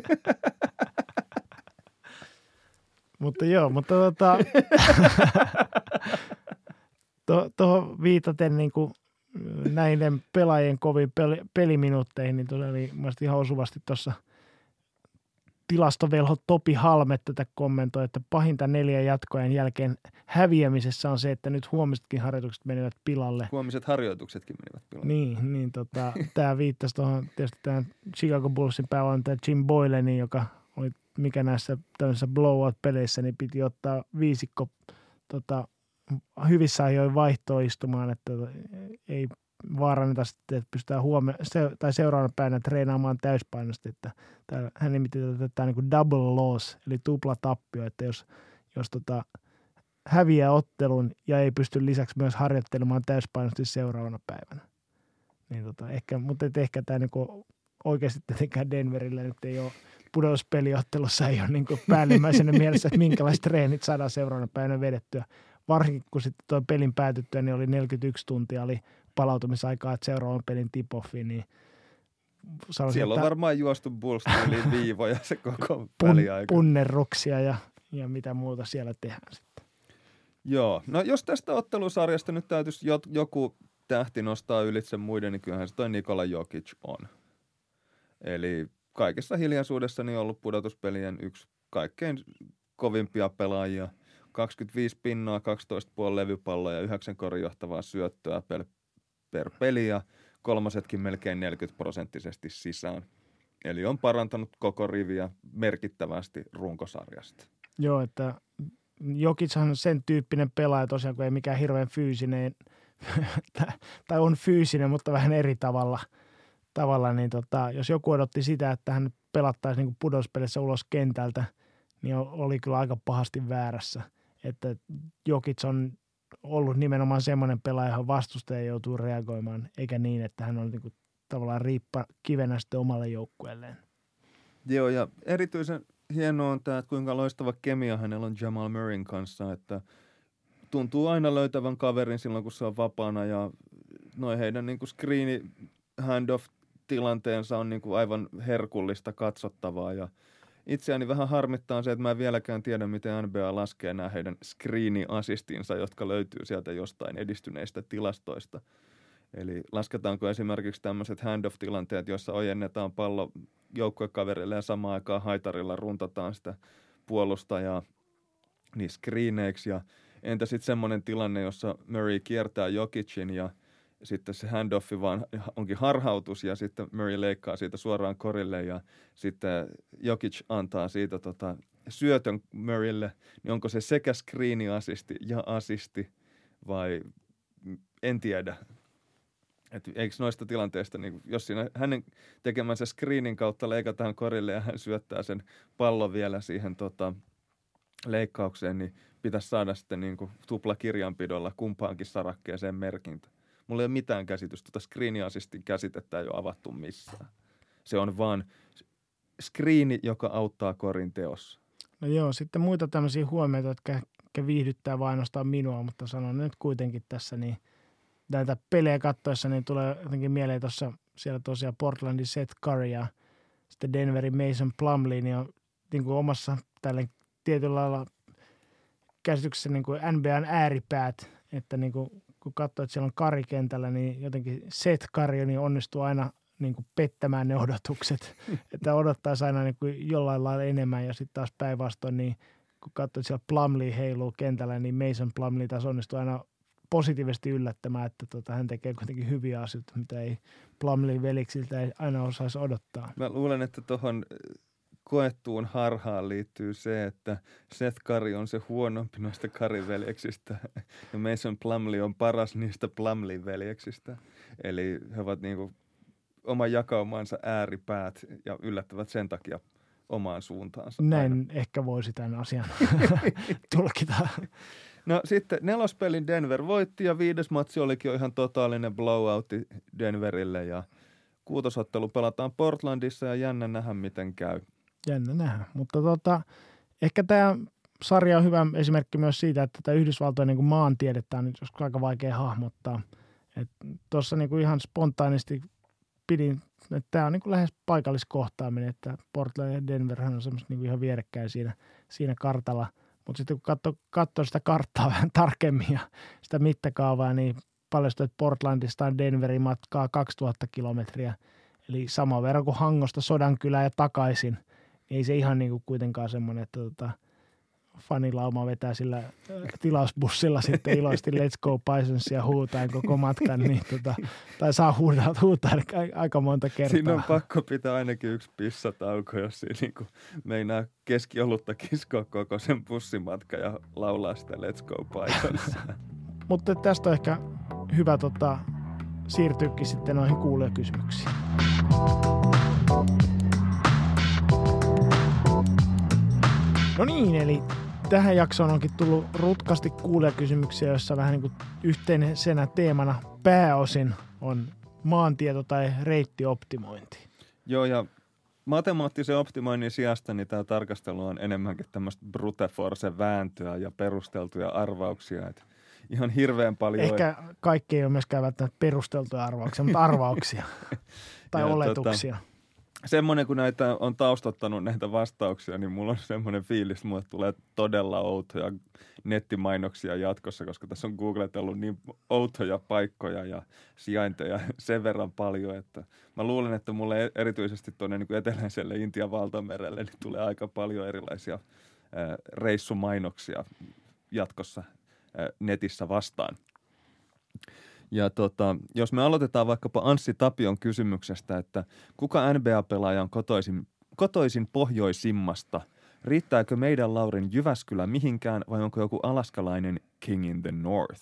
Mutta joo, mutta tota, tuohon viitaten niin kuin näiden pelaajien kovin peli, peliminuutteihin, niin tosiaan oli mielestäni ihan osuvasti tuossa tilastovelho Topi Halme tätä kommentoi, että pahinta neljän jatkojen jälkeen häviämisessä on se, että nyt huomisetkin harjoitukset menivät pilalle. Huomiset harjoituksetkin menivät pilalle. Niin, niin tota, tämä viittasi tuohon tietysti tämän Chicago Bullsin päävalmentaja Jim Boylenin, joka oli mikä näissä tämmöisissä blowout-peleissä, niin piti ottaa viisikko tota, hyvissä ajoin vaihtoon istumaan, että ei vaaranneta sitten, että pystytään huomenna se, tai seuraavana päivänä treenaamaan täyspainoisesti, että tää, hän nimitti tätä niin kuin double loss, eli tupla tappio, että jos, jos tota, häviää ottelun ja ei pysty lisäksi myös harjoittelemaan täyspainoisesti seuraavana päivänä. Niin tota, ehkä, mutta et ehkä tämä niin oikeasti tietenkään Denverillä nyt ei ole pudotuspeliottelussa ei ole niin päällimmäisenä mielessä, että minkälaiset treenit saadaan seuraavana päivänä vedettyä. Varsinkin kun sitten tuo pelin päätyttyä, niin oli neljäkymmentäyksi tuntia oli palautumisaikaa, että seuraavan pelin tip-offiin, niin sanoisin, siellä on että varmaan juostu Bulls-tyyliin viivoja se koko pun, väliaika. punnerruksia ja, ja mitä muuta siellä tehdään sitten. Joo, no jos tästä ottelusarjasta nyt täytyisi joku tähti nostaa ylitse muiden, niin kyllähän se toi Nikola Jokic on. Eli kaikessa hiljaisuudessa niin on ollut pudotuspelien yksi kaikkein kovimpia pelaajia. kaksikymmentäviisi pinnaa, kaksitoista pilkku viisi levypalloa ja yhdeksän korinjohtavaa syöttöä per, per peli ja kolmasetkin melkein neljäkymmentä prosenttisesti sisään. Eli on parantanut koko riviä merkittävästi runkosarjasta. Joo, että Jokichan on sen tyyppinen pelaaja tosiaan, kun ei mikään hirveän fyysinen, tai on fyysinen, mutta vähän eri tavalla. tavalla niin tota, jos joku odotti sitä, että hän pelattaisi niin kuin pudotuspelissä ulos kentältä, niin oli kyllä aika pahasti väärässä. Että Jokic on ollut nimenomaan semmoinen pelaaja, johon vastustaja joutuu reagoimaan, eikä niin, että hän on niin kuin tavallaan riippa kivenä sitten omalle joukkueelleen. Joo, ja erityisen hienoa on tämä, että kuinka loistava kemia hänellä on Jamal Murrayn kanssa, että tuntuu aina löytävän kaverin silloin, kun se on vapaana, ja noin heidän niin kuin screeni handoff-tilanteensa on niin kuin aivan herkullista katsottavaa, ja itseäni vähän harmittaa se, että mä en vieläkään tiedä, miten N B A laskee nämä heidän screeni-assistinsa, jotka löytyy sieltä jostain edistyneistä tilastoista. Eli lasketaanko esimerkiksi tämmöiset handoff-tilanteet, joissa ojennetaan pallo joukkuekaverille ja samaan aikaan haitarilla runtataan sitä puolustajaa niin screeneiksi. Ja entä sitten semmoinen tilanne, jossa Murray kiertää Jokicin ja sitten se handoffi vaan onkin harhautus ja sitten Murray leikkaa siitä suoraan korille ja sitten Jokic antaa siitä tota syötön Murraylle, niin onko se sekä screeni-assisti ja assisti vai en tiedä. Et eikö noista tilanteista, niin jos siinä hänen tekemänsä screenin kautta leikataan korille ja hän syöttää sen pallon vielä siihen tota, leikkaukseen, niin pitäisi saada sitten niin kuin tuplakirjanpidolla kumpaankin sarakkeeseen merkintä. Mulla ei ole mitään käsitystä, tuota screen-assistin käsitettä ei ole avattu missään. Se on vaan screeni, joka auttaa korin teossa. No joo, sitten muita tämmöisiä huomioita, jotka ehkä viihdyttää vain ainoastaan minua, mutta sanon nyt kuitenkin tässä, niin näitä pelejä katsoessa niin tulee jotenkin mieleen tuossa siellä tosiaan Portlandin Seth Curry ja sitten Denverin Mason Plumlee, niin on niin kuin omassa tälle tietyllä lailla käsityksessä niin kuin N B A:n ääripäät, että niin kuin, kun katsoo, että siellä on Curry kentällä, niin jotenkin Seth Curry niin onnistuu aina niin kuin pettämään ne odotukset, että odottaisi aina niin kuin jollain lailla enemmän ja sitten taas päinvastoin, niin kun katsoo, että siellä Plumlee heiluu kentällä, niin Mason Plumlee taas onnistuu aina positiivisesti yllättämään, että tota, hän tekee kuitenkin hyviä asioita, mitä ei Plumleyn veliksiltä ei aina osaisi odottaa. Mä luulen, että tuohon koettuun harhaan liittyy se, että Seth Curry on se huonompi noista Curryn veljeksistä ja Mason Plumlee on paras niistä Plumleyn veljeksistä. Eli he ovat niinku oman jakaumansa ääripäät ja yllättävät sen takia omaan suuntaansa. Näin aina. Ehkä voisi tämän asian tulkita. No sitten nelospelin Denver voitti ja viides matsi olikin jo ihan totaalinen blowoutti Denverille ja kuutosottelu pelataan Portlandissa ja jännä nähdä miten käy. Jännä nähdä, mutta tota, ehkä tämä sarja on hyvä esimerkki myös siitä, että tämä Yhdysvaltojen niin kuin maantiedettä on nyt joskus aika vaikea hahmottaa. Tuossa niin ihan spontaanisti pidin, että tämä on niin kuin lähes paikalliskohtaaminen, että Portland ja Denverhän on semmoista niin kuin ihan vierekkäin siinä, siinä kartalla. Mutta sitten kun katsoo, katsoo sitä karttaa vähän tarkemmin ja sitä mittakaavaa, niin paljastuu, että Portlandista on Denverin matkaa kaksituhatta kilometriä. Eli sama verran kuin Hangosta Sodankylään ja takaisin. Niin ei se ihan niin kuin kuitenkaan semmoinen, että tota, fanilauma vetää sillä tilausbussilla sitten iloisesti Let's Go Bisonsia huutain koko matkan. Niin tota, tai saa huutaa, huutaa aika monta kertaa. Siinä on pakko pitää ainakin yksi pissatauko, jos siinä niin kuin meinaa keskiolutta kiskoa koko sen bussimatka ja laulaa sitä Let's Go Bisonsia. Mutta tästä on ehkä hyvä tota, siirtyäkin sitten noihin kuulijakysymyksiin. No niin, eli tähän jaksoon onkin tullut rutkasti kuulijakysymyksiä, joissa vähän niin kuin yhteisenä teemana pääosin on maantieto tai reittioptimointi. Joo, ja matemaattisen optimoinnin sijasta niin tämä tarkastelu on enemmänkin tämmöistä brute force vääntöä ja perusteltuja arvauksia. Et ihan hirveän paljon. Ehkä kaikki ei ole myöskään välttämättä perusteltuja arvauksia, mutta arvauksia tai ja oletuksia. Tota, semmoinen, kun näitä on taustottanut näitä vastauksia, niin mulla on semmoinen fiilis, että mulle tulee todella outoja nettimainoksia jatkossa, koska tässä on googletellut niin outoja paikkoja ja sijainteja sen verran paljon, että mä luulen, että mulle erityisesti tuonne niin kuin eteläiselle Intian valtamerelle niin tulee aika paljon erilaisia ää, reissumainoksia jatkossa ää, netissä vastaan. Ja tota, jos me aloitetaan vaikkapa Anssi Tapion kysymyksestä, että kuka N B A-pelaaja on kotoisin, kotoisin pohjoisimmasta? Riittääkö meidän Laurin Jyväskylä mihinkään vai onko joku alaskalainen King in the North?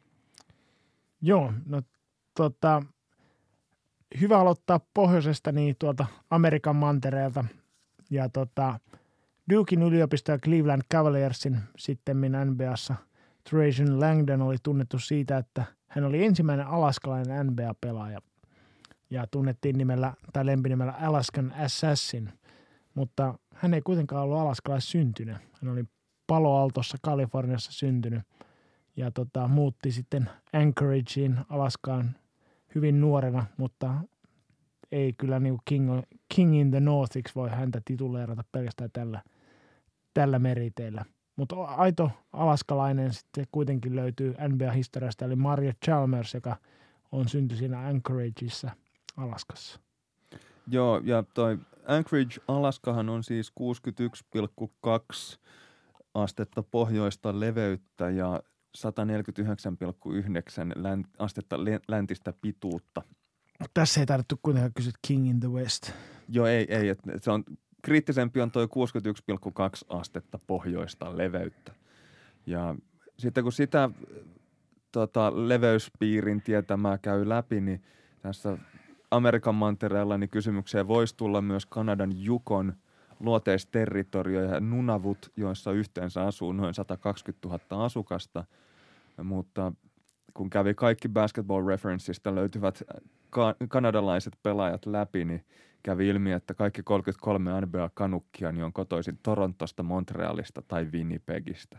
Joo, no tota, hyvä aloittaa pohjoisesta niin tuolta Amerikan mantereelta. Ja tota, Duken yliopisto ja Cleveland Cavaliersin sittemmin N B A:ssa Trajan Langdon oli tunnettu siitä, että hän oli ensimmäinen alaskalainen N B A-pelaaja ja tunnettiin nimellä tai lempinimellä Alaskan Assassin, mutta hän ei kuitenkaan ollut alaskalais syntynyt. Hän oli Palo Altossa Kaliforniassa syntynyt ja tota, muutti sitten Anchorageen Alaskaan hyvin nuorena, mutta ei kyllä niin kuin King, King in the Northiksi voi häntä tituleerata pelkästään tällä, tällä meriteillä. Mutta aito alaskalainen sitten kuitenkin löytyy N B A-historiasta, eli Mario Chalmers, joka on synty siinä Anchorageissa Alaskassa. Joo, ja toi Anchorage, Alaskahan on siis kuusikymmentäyksi pilkku kaksi astetta pohjoista leveyttä ja sata neljäkymmentäyhdeksän pilkku yhdeksän astetta läntistä pituutta. Tässä ei tarvittu kuitenkaan kysyä King in the West. Joo, ei, ei. Et se on, kriittisempi on toi kuusikymmentäyksi pilkku kaksi astetta pohjoista leveyttä. Ja sitten kun sitä tota, leveyspiirin tietämää käy läpi, niin tässä Amerikan mantereella niin kysymykseen voisi tulla myös Kanadan Yukon luoteisterritorio ja Nunavut, joissa yhteensä asuu noin sata kaksikymmentätuhatta asukasta. Mutta kun kävi kaikki Basketball Referenceista löytyvät ka- kanadalaiset pelaajat läpi, niin kävi ilmi, että kaikki kolmekymmentäkolme N B A-kanukkia niin on kotoisin Torontosta, Montrealista tai Winnipegistä.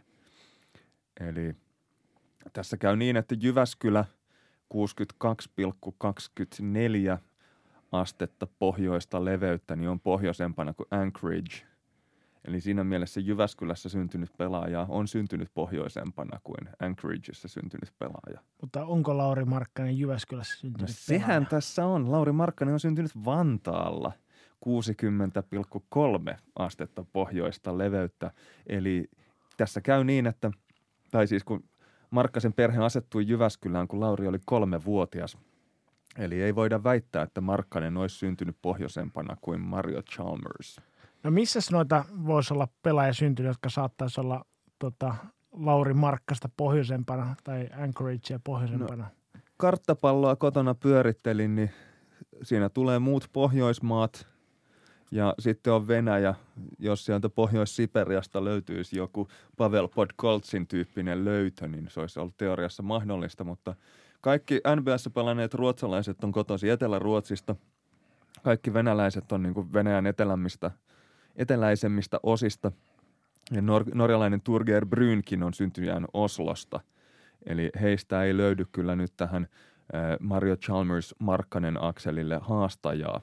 Eli tässä käy niin, että Jyväskylä kuusikymmentäkaksi pilkku kaksikymmentäneljä astetta pohjoista leveyttä niin on pohjoisempana kuin Anchorage. Eli siinä mielessä Jyväskylässä syntynyt pelaaja on syntynyt pohjoisempana kuin Anchorageissa syntynyt pelaaja. Mutta onko Lauri Markkanen Jyväskylässä syntynyt no, sehän pelaaja? tässä on. Lauri Markkanen on syntynyt Vantaalla kuusikymmentä pilkku kolme astetta pohjoista leveyttä. Eli tässä käy niin, että, tai siis kun Markkasen perhe asettui Jyväskylään, kun Lauri oli kolmevuotias. Eli ei voida väittää, että Markkanen olisi syntynyt pohjoisempana kuin Mario Chalmers. No missäs noita voisi olla pelaaja syntynyt, jotka saattaisi olla tota, Lauri Markkasta pohjoisempana tai Anchoragea pohjoisempana? No, karttapalloa kotona pyörittelin, niin siinä tulee muut Pohjoismaat ja sitten on Venäjä. Jos sieltä Pohjois-Siperiasta löytyisi joku Pavel Podkoltsin tyyppinen löytö, niin se olisi ollut teoriassa mahdollista, mutta kaikki N B A:ssa pelanneet ruotsalaiset on kotoisin Etelä-Ruotsista. Kaikki venäläiset on niin kuin Venäjän etelämmistä, eteläisemmistä osista. Ja nor- norjalainen Turger Brynkin on syntyjään Oslosta. Eli heistä ei löydy kyllä nyt tähän äh, Mario Chalmers-Markkanen akselille haastajaa.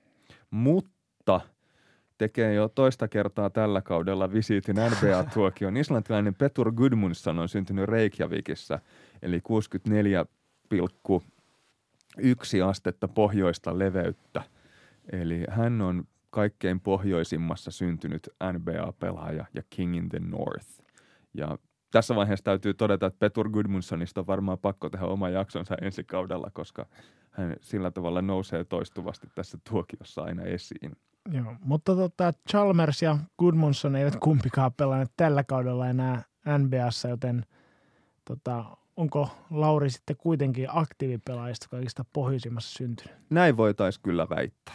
Mutta tekee jo toista kertaa tällä kaudella visiitin N B A-tuokion. Islantilainen Petur Gudmundsson on syntynyt Reykjavikissa, eli kuusikymmentäneljä pilkku yksi astetta pohjoista leveyttä. Eli hän on kaikkein pohjoisimmassa syntynyt N B A-pelaaja ja King in the North. Ja tässä vaiheessa täytyy todeta, että Petur Gudmundssonista on varmaan pakko tehdä oma jaksonsa ensi kaudella, koska hän sillä tavalla nousee toistuvasti tässä tuokiossa aina esiin. Joo, mutta tota, Chalmers ja Gudmundsson eivät kumpikaan pelanneet tällä kaudella enää N B A:ssa, joten tota, onko Lauri sitten kuitenkin aktiivipelaajista kaikista pohjoisimmassa syntynyt? Näin voitaisiin kyllä väittää.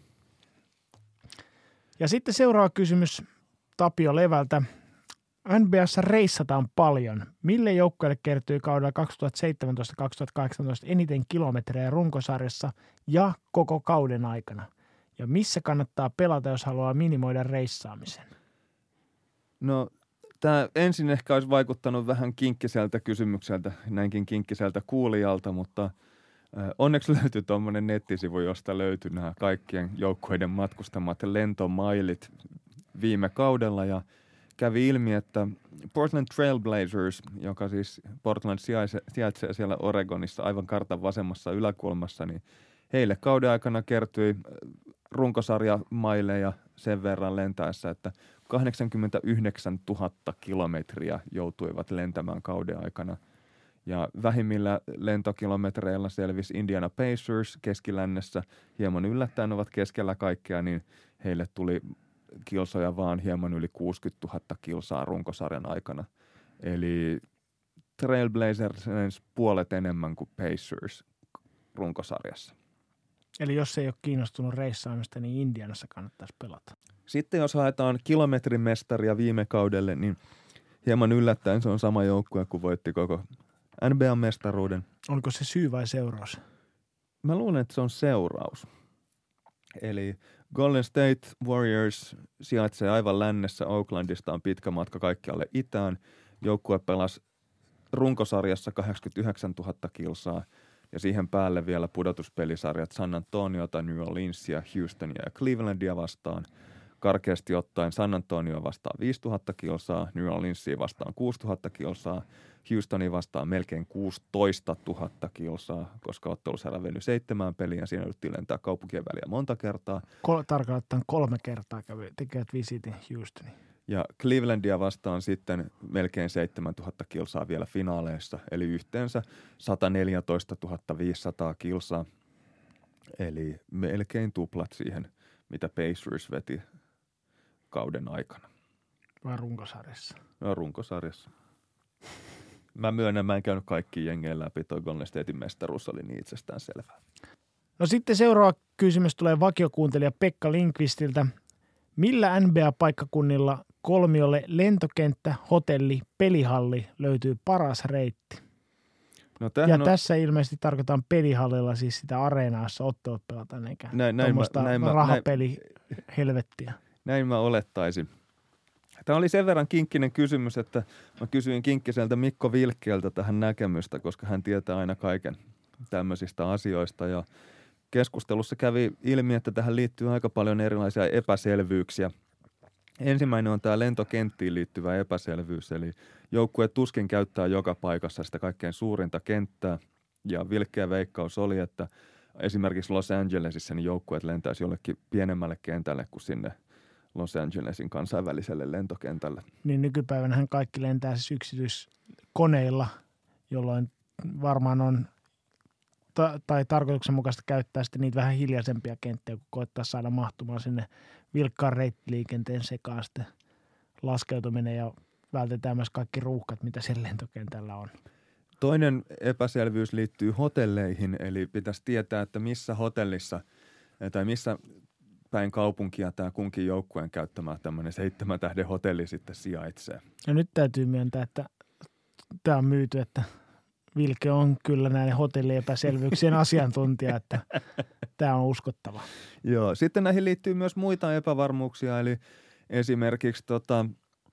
Ja sitten seuraava kysymys Tapio Levältä. N B A:ssa reissataan paljon. Mille joukkueelle kertyi kaudella kaksituhattaseitsemäntoista kaksituhattakahdeksantoista eniten kilometrejä runkosarjassa ja koko kauden aikana? Ja missä kannattaa pelata, jos haluaa minimoida reissaamisen? No Tämä ensin ehkä olisi vaikuttanut vähän kinkkiseltä kysymykseltä, näinkin kinkkiseltä kuulijalta, mutta onneksi löytyi tuommoinen nettisivu, josta löytyi nämä kaikkien joukkueiden matkustamat lentomailit viime kaudella ja kävi ilmi, että Portland Trail Blazers, joka siis Portland sijaitsee siellä Oregonissa aivan kartan vasemmassa yläkulmassa, niin heille kauden aikana kertyi runkosarjamaileja sen verran lentäessä, että kahdeksankymmentäyhdeksäntuhatta kilometriä joutuivat lentämään kauden aikana. Ja vähimmillä lentokilometreillä selvisi Indiana Pacers keskilännessä. Hieman yllättäen ovat keskellä kaikkea, niin heille tuli kilsoja vaan hieman yli kuusikymmentätuhatta kilsaa runkosarjan aikana. Eli Trailblazers puolet enemmän kuin Pacers runkosarjassa. Eli jos ei ole kiinnostunut reissaamista, niin Indianassa kannattaisi pelata. Sitten jos haetaan kilometrimestaria viime kaudelle, niin hieman yllättäen se on sama joukkue kuin voitti koko N B A-mestaruuden. Onko se syy vai seuraus? Mä luulen, että se on seuraus. Eli Golden State Warriors sijaitsee aivan lännessä. Oaklandista on pitkä matka kaikkialle itään. Joukkue pelasi runkosarjassa kahdeksankymmentäyhdeksäntuhatta kilsaa ja siihen päälle vielä pudotuspelisarjat San Antoniota, New Orleansia, Houstonia ja Clevelandia vastaan. Karkeasti ottaen San Antonio vastaan viisituhatta kilsaa, New Orleansia vastaan kuusituhatta kilsaa, Houstonia vastaan melkein kuusitoistatuhatta kilsaa, koska ottelusarja venyi seitsemään peliin ja siinä yritettiin lentää kaupunkien väliä monta kertaa. Kol- tarkalleen ottaen kolme kertaa kävi, tekevät visitin Houstoniin. Ja Clevelandia vastaan sitten melkein seitsemäntuhatta kilsaa vielä finaaleissa, eli yhteensä sata neljätoistatuhatta viisisataa kilsaa, eli melkein tuplat siihen, mitä Pacers veti kauden aikana. Vai runkosarjassa? No runkosarjassa. Mä myönnän, mä en käynyt kaikki jengeen läpi. Toi Golden Statein mestaruus oli niin itsestään selvää. No sitten seuraava kysymys tulee vakiokuuntelija Pekka Lindqvistiltä. Millä N B A-paikkakunnilla kolmiolle lentokenttä, hotelli, pelihalli löytyy paras reitti? No ja on... tässä ilmeisesti tarkoitan pelihallilla siis sitä areenaa, jossa ottelut pelataan, eikä näin, näin tuommoista mä, näin rahapeli näin, helvettiä. Näin mä olettaisin. Tämä oli sen verran kinkkinen kysymys, että mä kysyin kinkkiseltä Mikko Vilkkieltä tähän näkemystä, koska hän tietää aina kaiken tämmöisistä asioista. Ja keskustelussa kävi ilmi, että tähän liittyy aika paljon erilaisia epäselvyyksiä. Ensimmäinen on tämä lentokenttiin liittyvä epäselvyys, eli joukkue tuskin käyttää joka paikassa sitä kaikkein suurinta kenttää. Ja Vilkkeä veikkaus oli, että esimerkiksi Los Angelesissa niin joukkueet lentäisi jollekin pienemmälle kentälle kuin sinne Los Angelesin kansainväliselle lentokentälle. Niin nykypäivänähän kaikki lentää siis yksityiskoneilla, jolloin varmaan on ta- tai tarkoituksenmukaista käyttää sitten niitä vähän hiljaisempia kenttiä, kun koettaa saada mahtumaan sinne vilkkaan reittiliikenteen sekaan sitten laskeutuminen ja vältetään myös kaikki ruuhkat, mitä sen lentokentällä on. Toinen epäselvyys liittyy hotelleihin, eli pitäisi tietää, että missä hotellissa tai missä päin kaupunkia tämä kunkin joukkueen käyttämä tämmöinen seitsemän tähden hotelli sitten sijaitsee. Ja nyt täytyy myöntää, että tämä on myyty, että Vilke on kyllä näiden hotelliepäselvyyksien asiantuntija, että tämä on uskottava. Joo, sitten näihin liittyy myös muita epävarmuuksia, eli esimerkiksi tota,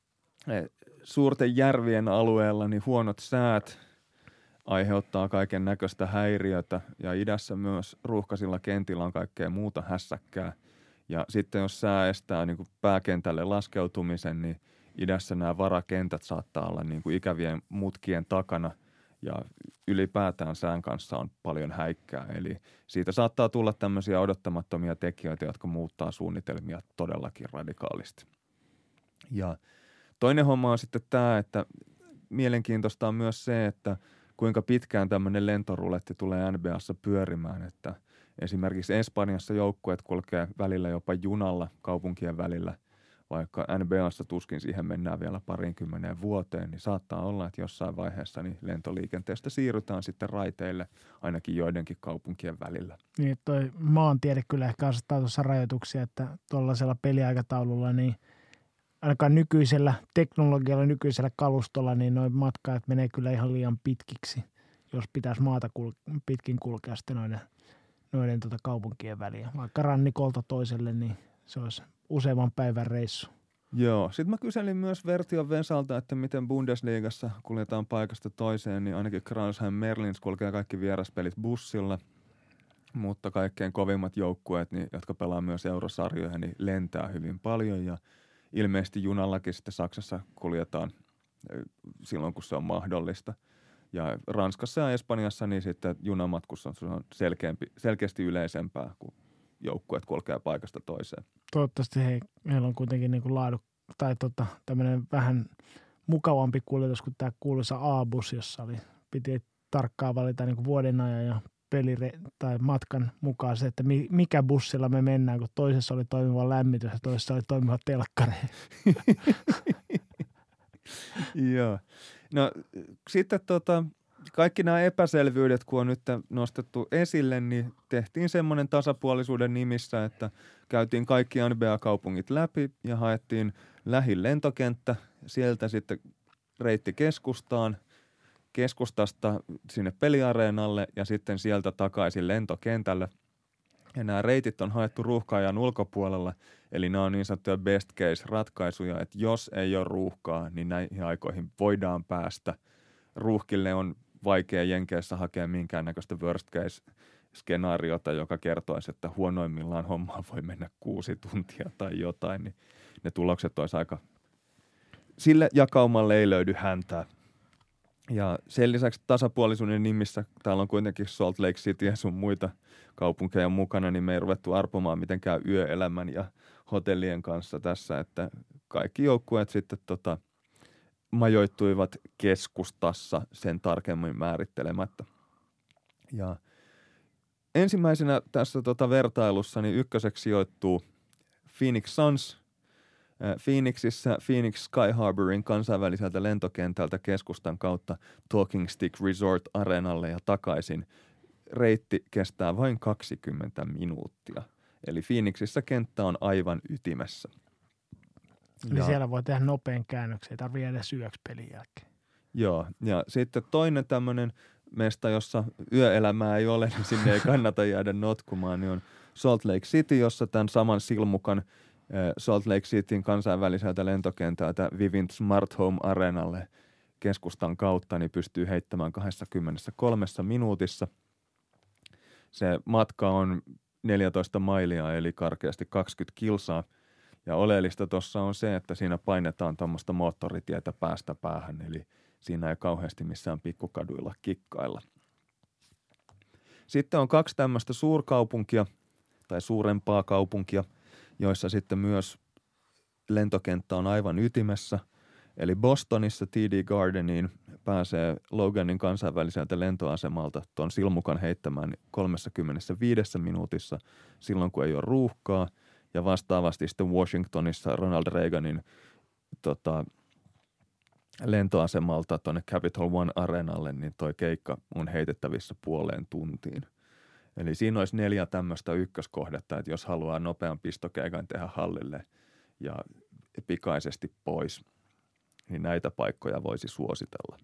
suurten järvien alueella niin huonot säät aiheuttaa kaiken näköistä häiriötä ja idässä myös ruuhkaisilla kentillä on kaikkea muuta hässäkkää. Ja sitten jos sää estää niin kuin pääkentälle laskeutumisen, niin idässä nämä varakentät saattaa olla niin kuin ikävien mutkien takana ja ylipäätään sään kanssa on paljon häikkää. Eli siitä saattaa tulla tämmöisiä odottamattomia tekijöitä, jotka muuttaa suunnitelmia todellakin radikaalisti. Ja toinen homma on sitten tämä, että mielenkiintoista on myös se, että kuinka pitkään tämmöinen lentoruletti tulee N B A:ssa pyörimään, että esimerkiksi Espanjassa joukkueet kulkee välillä jopa junalla kaupunkien välillä, vaikka N B A:ssa tuskin siihen mennään vielä parinkymmeneen vuoteen, niin saattaa olla, että jossain vaiheessa niin lentoliikenteestä siirrytään sitten raiteille ainakin joidenkin kaupunkien välillä. Niin, toi maantiede kyllä ehkä asettaa tuossa rajoituksia, että tuollaisella peliaikataululla niin ainakaan nykyisellä teknologialla, nykyisellä kalustolla, niin noin matkaajat menee kyllä ihan liian pitkiksi, jos pitäisi maata kul- pitkin kulkea sitten noiden, noiden tota kaupunkien väliä. Vaikka rannikolta toiselle, niin se olisi useamman päivän reissu. Joo. Sitten mä kyselin myös Vertion Vesalta, että miten Bundesliigassa kuljetaan paikasta toiseen, niin ainakin Kransheim Merlins kulkee kaikki vieraspelit bussilla, mutta kaikkein kovimmat joukkueet, niin, jotka pelaa myös eurosarjoja, niin lentää hyvin paljon ja ilmeisesti junallakin sitten Saksassa kuljetaan silloin, kun se on mahdollista. Ja Ranskassa ja Espanjassa niin sitten junamatkussa on selkeämpi, selkeästi yleisempää, kun joukkueet kulkee paikasta toiseen. Toivottavasti he, heillä on kuitenkin niin kuin laadu, tai tota, tämmöinen vähän mukavampi kuljetus kuin tämä kuuluisa A-bus, jossa oli, piti tarkkaan valita niin kuin vuoden ajan ja pelire- tai matkan mukaan se, että mi- mikä bussilla me mennään, kun toisessa oli toimiva lämmitys ja toisessa oli toimiva telkkari. Joo. No sitten tota, kaikki nämä epäselvyydet, kun on nyt nostettu esille, niin tehtiin semmoinen tasapuolisuuden nimissä, että käytiin kaikki N B A-kaupungit läpi ja haettiin lähin lentokenttä. Sieltä sitten reitti keskustaan, keskustasta sinne peliareenalle ja sitten sieltä takaisin lentokentälle. Ja nämä reitit on haettu ruuhka-ajan ulkopuolella, eli nämä on niin sanottuja best case-ratkaisuja, että jos ei ole ruuhkaa, niin näihin aikoihin voidaan päästä. Ruuhkille on vaikea Jenkeissä hakea minkäännäköistä worst case-skenaariota, joka kertoisi, että huonoimmillaan hommaa voi mennä kuusi tuntia tai jotain, niin ne tulokset olisi aika... Sille jakaumalle ei löydy häntää. Ja sen lisäksi tasapuolisuuden nimissä, täällä on kuitenkin Salt Lake City ja sun muita kaupunkeja mukana, niin me ei ruvettu arpomaan mitenkään yöelämän ja hotellien kanssa tässä, että kaikki joukkueet sitten tota, majoittuivat keskustassa sen tarkemmin määrittelemättä. Ja ensimmäisenä tässä tota vertailussa niin ykköseksi sijoittuu Phoenix Suns. Phoenixissä Phoenix Sky Harborin kansainväliseltä lentokentältä keskustan kautta Talking Stick Resort Arenalle ja takaisin. Reitti kestää vain kaksikymmentä minuuttia. Eli Phoenixissä kenttä on aivan ytimessä. Eli ja siellä voi tehdä nopean käännöksen, ei tarvitse edes yöksi pelin jälkeen. Joo, ja sitten toinen tämmöinen mesta, jossa yöelämää ei ole, niin sinne ei kannata jäädä notkumaan, niin on Salt Lake City, jossa tämän saman silmukan Salt Lake Cityn kansainväliseltä lentokentältä Vivint Smart Home Arenalle keskustan kautta niin pystyy heittämään kaksikymmentäkolme minuutissa. Se matka on neljätoista mailia eli karkeasti kaksikymmentä kilsaa. Ja oleellista tuossa on se, että siinä painetaan tuommoista moottoritietä päästä päähän, eli siinä ei kauheasti missään pikkukaduilla kikkailla. Sitten on kaksi tämmöistä suurkaupunkia tai suurempaa kaupunkia, joissa sitten myös lentokenttä on aivan ytimessä. Eli Bostonissa T D Gardeniin pääsee Loganin kansainväliseltä lentoasemalta tuon silmukan heittämään kolmekymmentäviisi minuutissa silloin, kun ei ole ruuhkaa. Ja vastaavasti sitten Washingtonissa Ronald Reaganin tota, lentoasemalta tuonne Capital One Arenalle, niin toi keikka on heitettävissä puoleen tuntiin. Eli siinä olisi neljä tämmöistä ykköskohdetta, että jos haluaa nopean pistokeikan tehdä hallille ja pikaisesti pois, niin näitä paikkoja voisi suositella.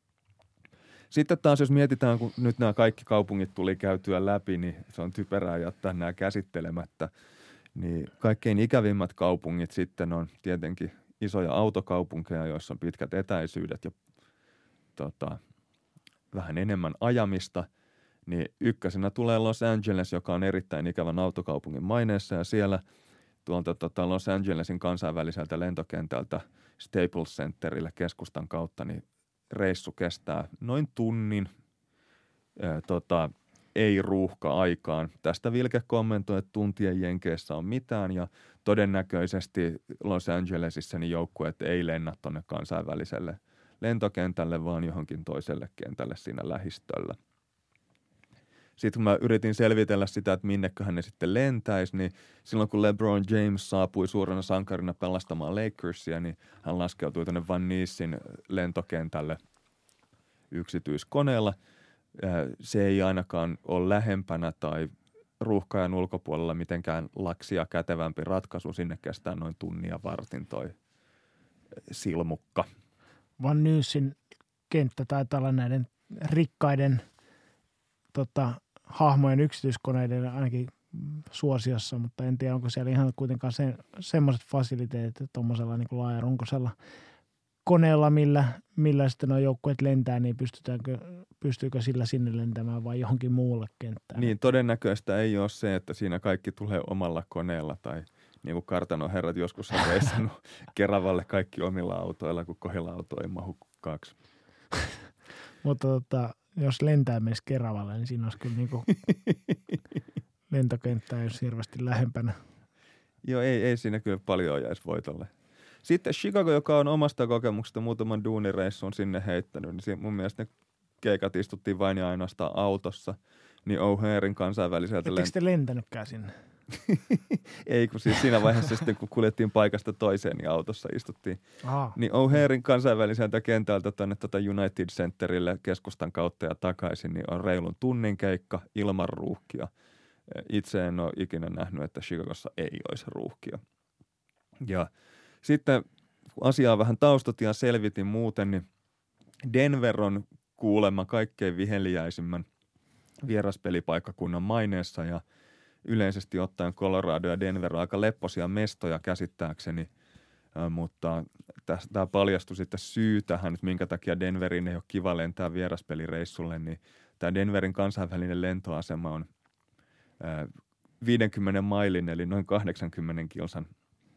Sitten taas, jos mietitään, kun nyt nämä kaikki kaupungit tuli käytyä läpi, niin se on typerää jättää nämä käsittelemättä. Niin kaikkein ikävimmät kaupungit sitten on tietenkin isoja autokaupunkeja, joissa on pitkät etäisyydet ja tota, vähän enemmän ajamista. Niin ykkösenä tulee Los Angeles, joka on erittäin ikävän autokaupungin maineessa ja siellä tuolta tota Los Angelesin kansainväliseltä lentokentältä Staples Centerille keskustan kautta, niin reissu kestää noin tunnin ää, tota, ei ruuhka-aikaan. Tästä Vilke kommentoi, että tuntien Jenkeissä on mitään ja todennäköisesti Los Angelesissa niin joukkueet ei lennä tuonne kansainväliselle lentokentälle, vaan johonkin toiselle kentälle siinä lähistöllä. Sitten kun mä yritin selvitellä sitä, että minneköhän ne sitten lentäisi, niin silloin kun LeBron James saapui suurena sankarina pelastamaan Lakersia, niin hän laskeutui tuonne Van Niesin lentokentälle yksityiskoneella. Se ei ainakaan ole lähempänä tai ruuhkaajan ulkopuolella mitenkään laksia kätevämpi ratkaisu. Sinne kestää noin tunnia vartin toi silmukka. Van Niesin kenttä taitaa olla näiden rikkaiden tota, hahmojen yksityiskoneiden ainakin suosiossa, mutta en tiedä, onko siellä ihan kuitenkaan se, semmoiset fasiliteetit tuommoisella niin kuin laajarunkoisella koneella, millä, millä sitten nuo joukkueet lentää, niin pystytäänkö, pystyykö sillä sinne lentämään vai johonkin muulle kenttään? Niin, todennäköistä ei ole se, että siinä kaikki tulee omalla koneella tai niin kuin kartanon herrat joskus on reissannut Keravalle kaikki omilla autoilla, kun kohdilla auto ei mahu kaksi. Mutta tota, jos lentää menisi Keravalle, niin siinä olisi kyllä niin kuin lentokenttää, jos hirveästi lähempänä. Joo, ei, ei siinä kyllä paljon jäisi voitolle. Sitten Chicago, joka on omasta kokemuksesta muutaman duunireissun sinne heittänyt, niin mun mielestä ne keikat istuttiin vain ja ainoastaan autossa, niin O'Harein kansainväliseltä... Ettekö te lentänytkään sinne? Ei, kun siis siinä vaiheessa sitten, kun kuljettiin paikasta toiseen, niin autossa istuttiin. Aha. Niin O'Harein kansainväliseltä kentältä tuonne tuota United Centerille keskustan kautta ja takaisin, niin on reilun tunnin keikka ilman ruuhkia. Itse en ole ikinä nähnyt, että Chicagossa ei olisi ruuhkia. Ja sitten kun asiaa vähän taustatin ja selvitin muuten, niin Denver on kuulemma kaikkein viheliäisimmän vieraspelipaikkakunnan maineessa ja yleisesti ottaen Colorado ja Denver on aika lepposia mestoja käsittääkseni, äh, mutta tämä paljastui sitten syy tähän, että minkä takia Denverin ei ole kiva lentää vieraspelireissulle, niin tämä Denverin kansainvälinen lentoasema on äh, viidenkymmenen mailin eli noin kahdeksankymmentä kilsan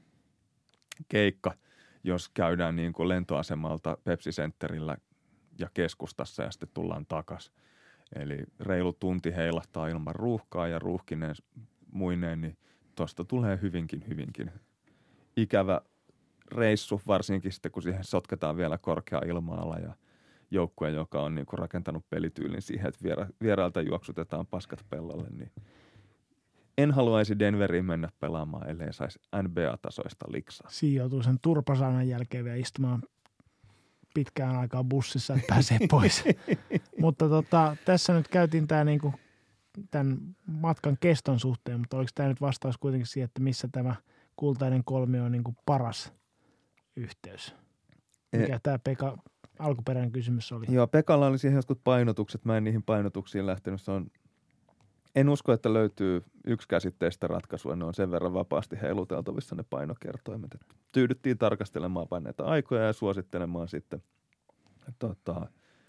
keikka, jos käydään niin kuin lentoasemalta Pepsi Centerillä ja keskustassa ja sitten tullaan takaisin. Eli reilu tunti heilahtaa ilman ruuhkaa ja ruuhkineen muineen, niin tuosta tulee hyvinkin, hyvinkin ikävä reissu, varsinkin sitten kun siihen sotketaan vielä korkea ilma-ala ja joukkue, joka on niin kuin rakentanut pelityylin siihen, että viera, vierailta juoksutetaan paskat pellolle, niin en haluaisi Denveriin mennä pelaamaan, ellei saisi N B A-tasoista liksaa. Siinä joutuu sen turpasaanan jälkeen vielä istumaan pitkään aikaa bussissa, että pääsee pois. Mutta tota, tässä nyt käytiin tämä niinku, tämän matkan keston suhteen, mutta oliko tämä nyt vastaus kuitenkin siihen, että missä tämä kultainen kolmio on niinku paras yhteys? Mikä e- tämä Pekka alkuperäinen kysymys oli? Joo, Pekalla oli siihen jotkut painotukset. Mä en niihin painotuksiin lähtenyt. Se on, en usko, että löytyy yksikäsitteistä ratkaisua. Ne on sen verran vapaasti heiluteltavissa ne painokertoimet. Et tyydyttiin tarkastelemaan vain näitä aikoja ja suosittelemaan sitten, tota,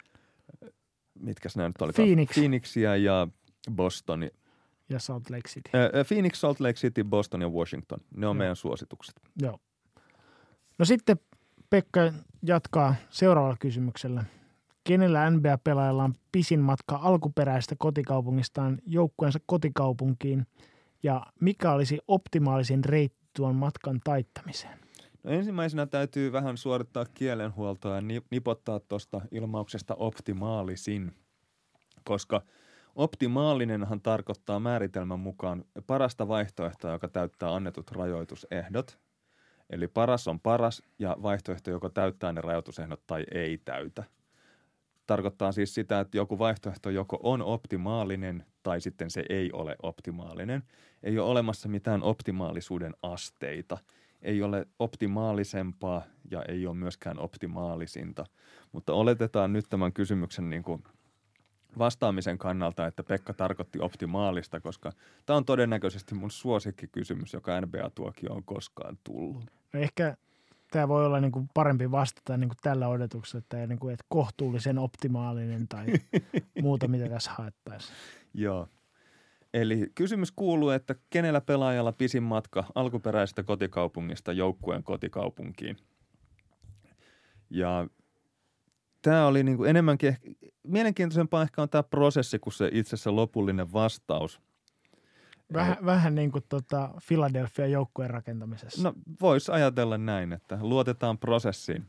mitkäs nämä nyt oli? Phoenix. Phoenixia ja Bostoni. Ja Salt Lake City. Ää, Phoenix, Salt Lake City, Boston ja Washington. Ne on Joo. meidän suositukset. Joo. No sitten Pekka jatkaa seuraavalla kysymyksellä. Kenellä N B A-pelaajalla on pisin matka alkuperäisestä kotikaupungistaan joukkueensa kotikaupunkiin ja mikä olisi optimaalisin reitti tuon matkan taittamiseen? No ensimmäisenä täytyy vähän suorittaa kielenhuoltoa ja nipottaa tuosta ilmauksesta optimaalisin, koska optimaalinenhan tarkoittaa määritelmän mukaan parasta vaihtoehtoa, joka täyttää annetut rajoitusehdot. Eli paras on paras ja vaihtoehto, joko täyttää ne rajoitusehdot tai ei täytä. Tarkoittaa siis sitä, että joku vaihtoehto joko on optimaalinen tai sitten se ei ole optimaalinen. Ei ole olemassa mitään optimaalisuuden asteita. Ei ole optimaalisempaa ja ei ole myöskään optimaalisinta. Mutta oletetaan nyt tämän kysymyksen niin kuin vastaamisen kannalta, että Pekka tarkoitti optimaalista, koska tämä on todennäköisesti mun suosikkikysymys, joka N B A-tuokio on koskaan tullut. No ehkä tämä voi olla niin kuin parempi vastata niin kuin tällä odotuksella, että, niin kuin, että kohtuullisen optimaalinen tai muuta, mitä tässä haettaisiin. Joo. Eli kysymys kuuluu, että kenellä pelaajalla pisin matka alkuperäisestä kotikaupungista joukkueen kotikaupunkiin? Ja tämä oli niin kuin enemmänkin, ehkä, mielenkiintoisempaa ehkä on tämä prosessi kuin se itse asiassa lopullinen vastaus. Vähän, vähän niin kuin tota Philadelphia joukkueen rakentamisessa. No voisi ajatella näin, että luotetaan prosessiin.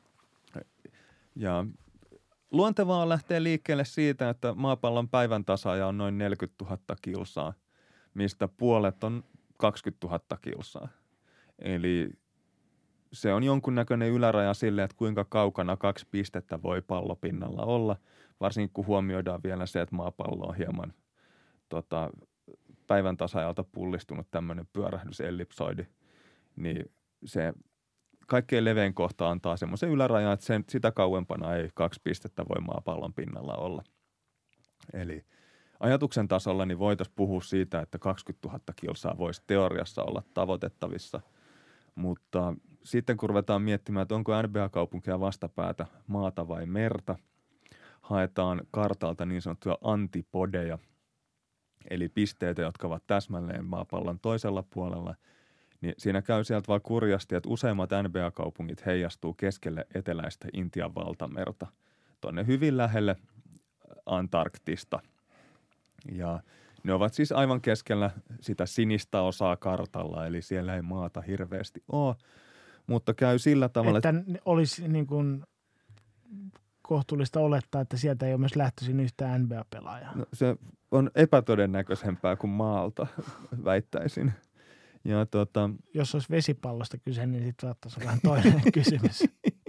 Ja luontevaa on lähteä liikkeelle siitä, että maapallon päivän tasaaja on noin neljäkymmentätuhatta kilsaa, mistä puolet on kaksikymmentätuhatta kilsaa. Eli se on jonkunnäköinen yläraja sille, että kuinka kaukana kaksi pistettä voi pallopinnalla olla, varsinkin kun huomioidaan vielä se, että maapallo on hieman tota, päivän tasaajalta pullistunut tämmöinen pyörähdysellipsoidi, niin se kaikkein levein kohta antaa semmoisen ylärajan, että sen, sitä kauempana ei kaksi pistettä voi maapallon pinnalla olla. Eli ajatuksen tasolla niin voitaisiin puhua siitä, että kaksikymmentätuhatta kilsaa voisi teoriassa olla tavoitettavissa. Mutta sitten kun ruvetaan miettimään, että onko N B A-kaupunkia vastapäätä maata vai merta, haetaan kartalta niin sanottuja antipodeja, eli pisteitä, jotka ovat täsmälleen maapallon toisella puolella, niin siinä käy sieltä vaan kurjasti, että useimmat N B A-kaupungit heijastuu keskelle eteläistä Intian valtamerta, tuonne hyvin lähelle Antarktista. Ja ne ovat siis aivan keskellä sitä sinistä osaa kartalla, eli siellä ei maata hirveästi ole, mutta käy sillä tavalla, että olisi niin kuin kohtuullista olettaa, että sieltä ei ole myös lähtöisin yhtään N B A-pelaajaa. No, se on epätodennäköisempää kuin maalta, väittäisin. Ja tota, jos olisi vesipallosta kyse, niin sitten saattaisi olla vähän toinen kysymys.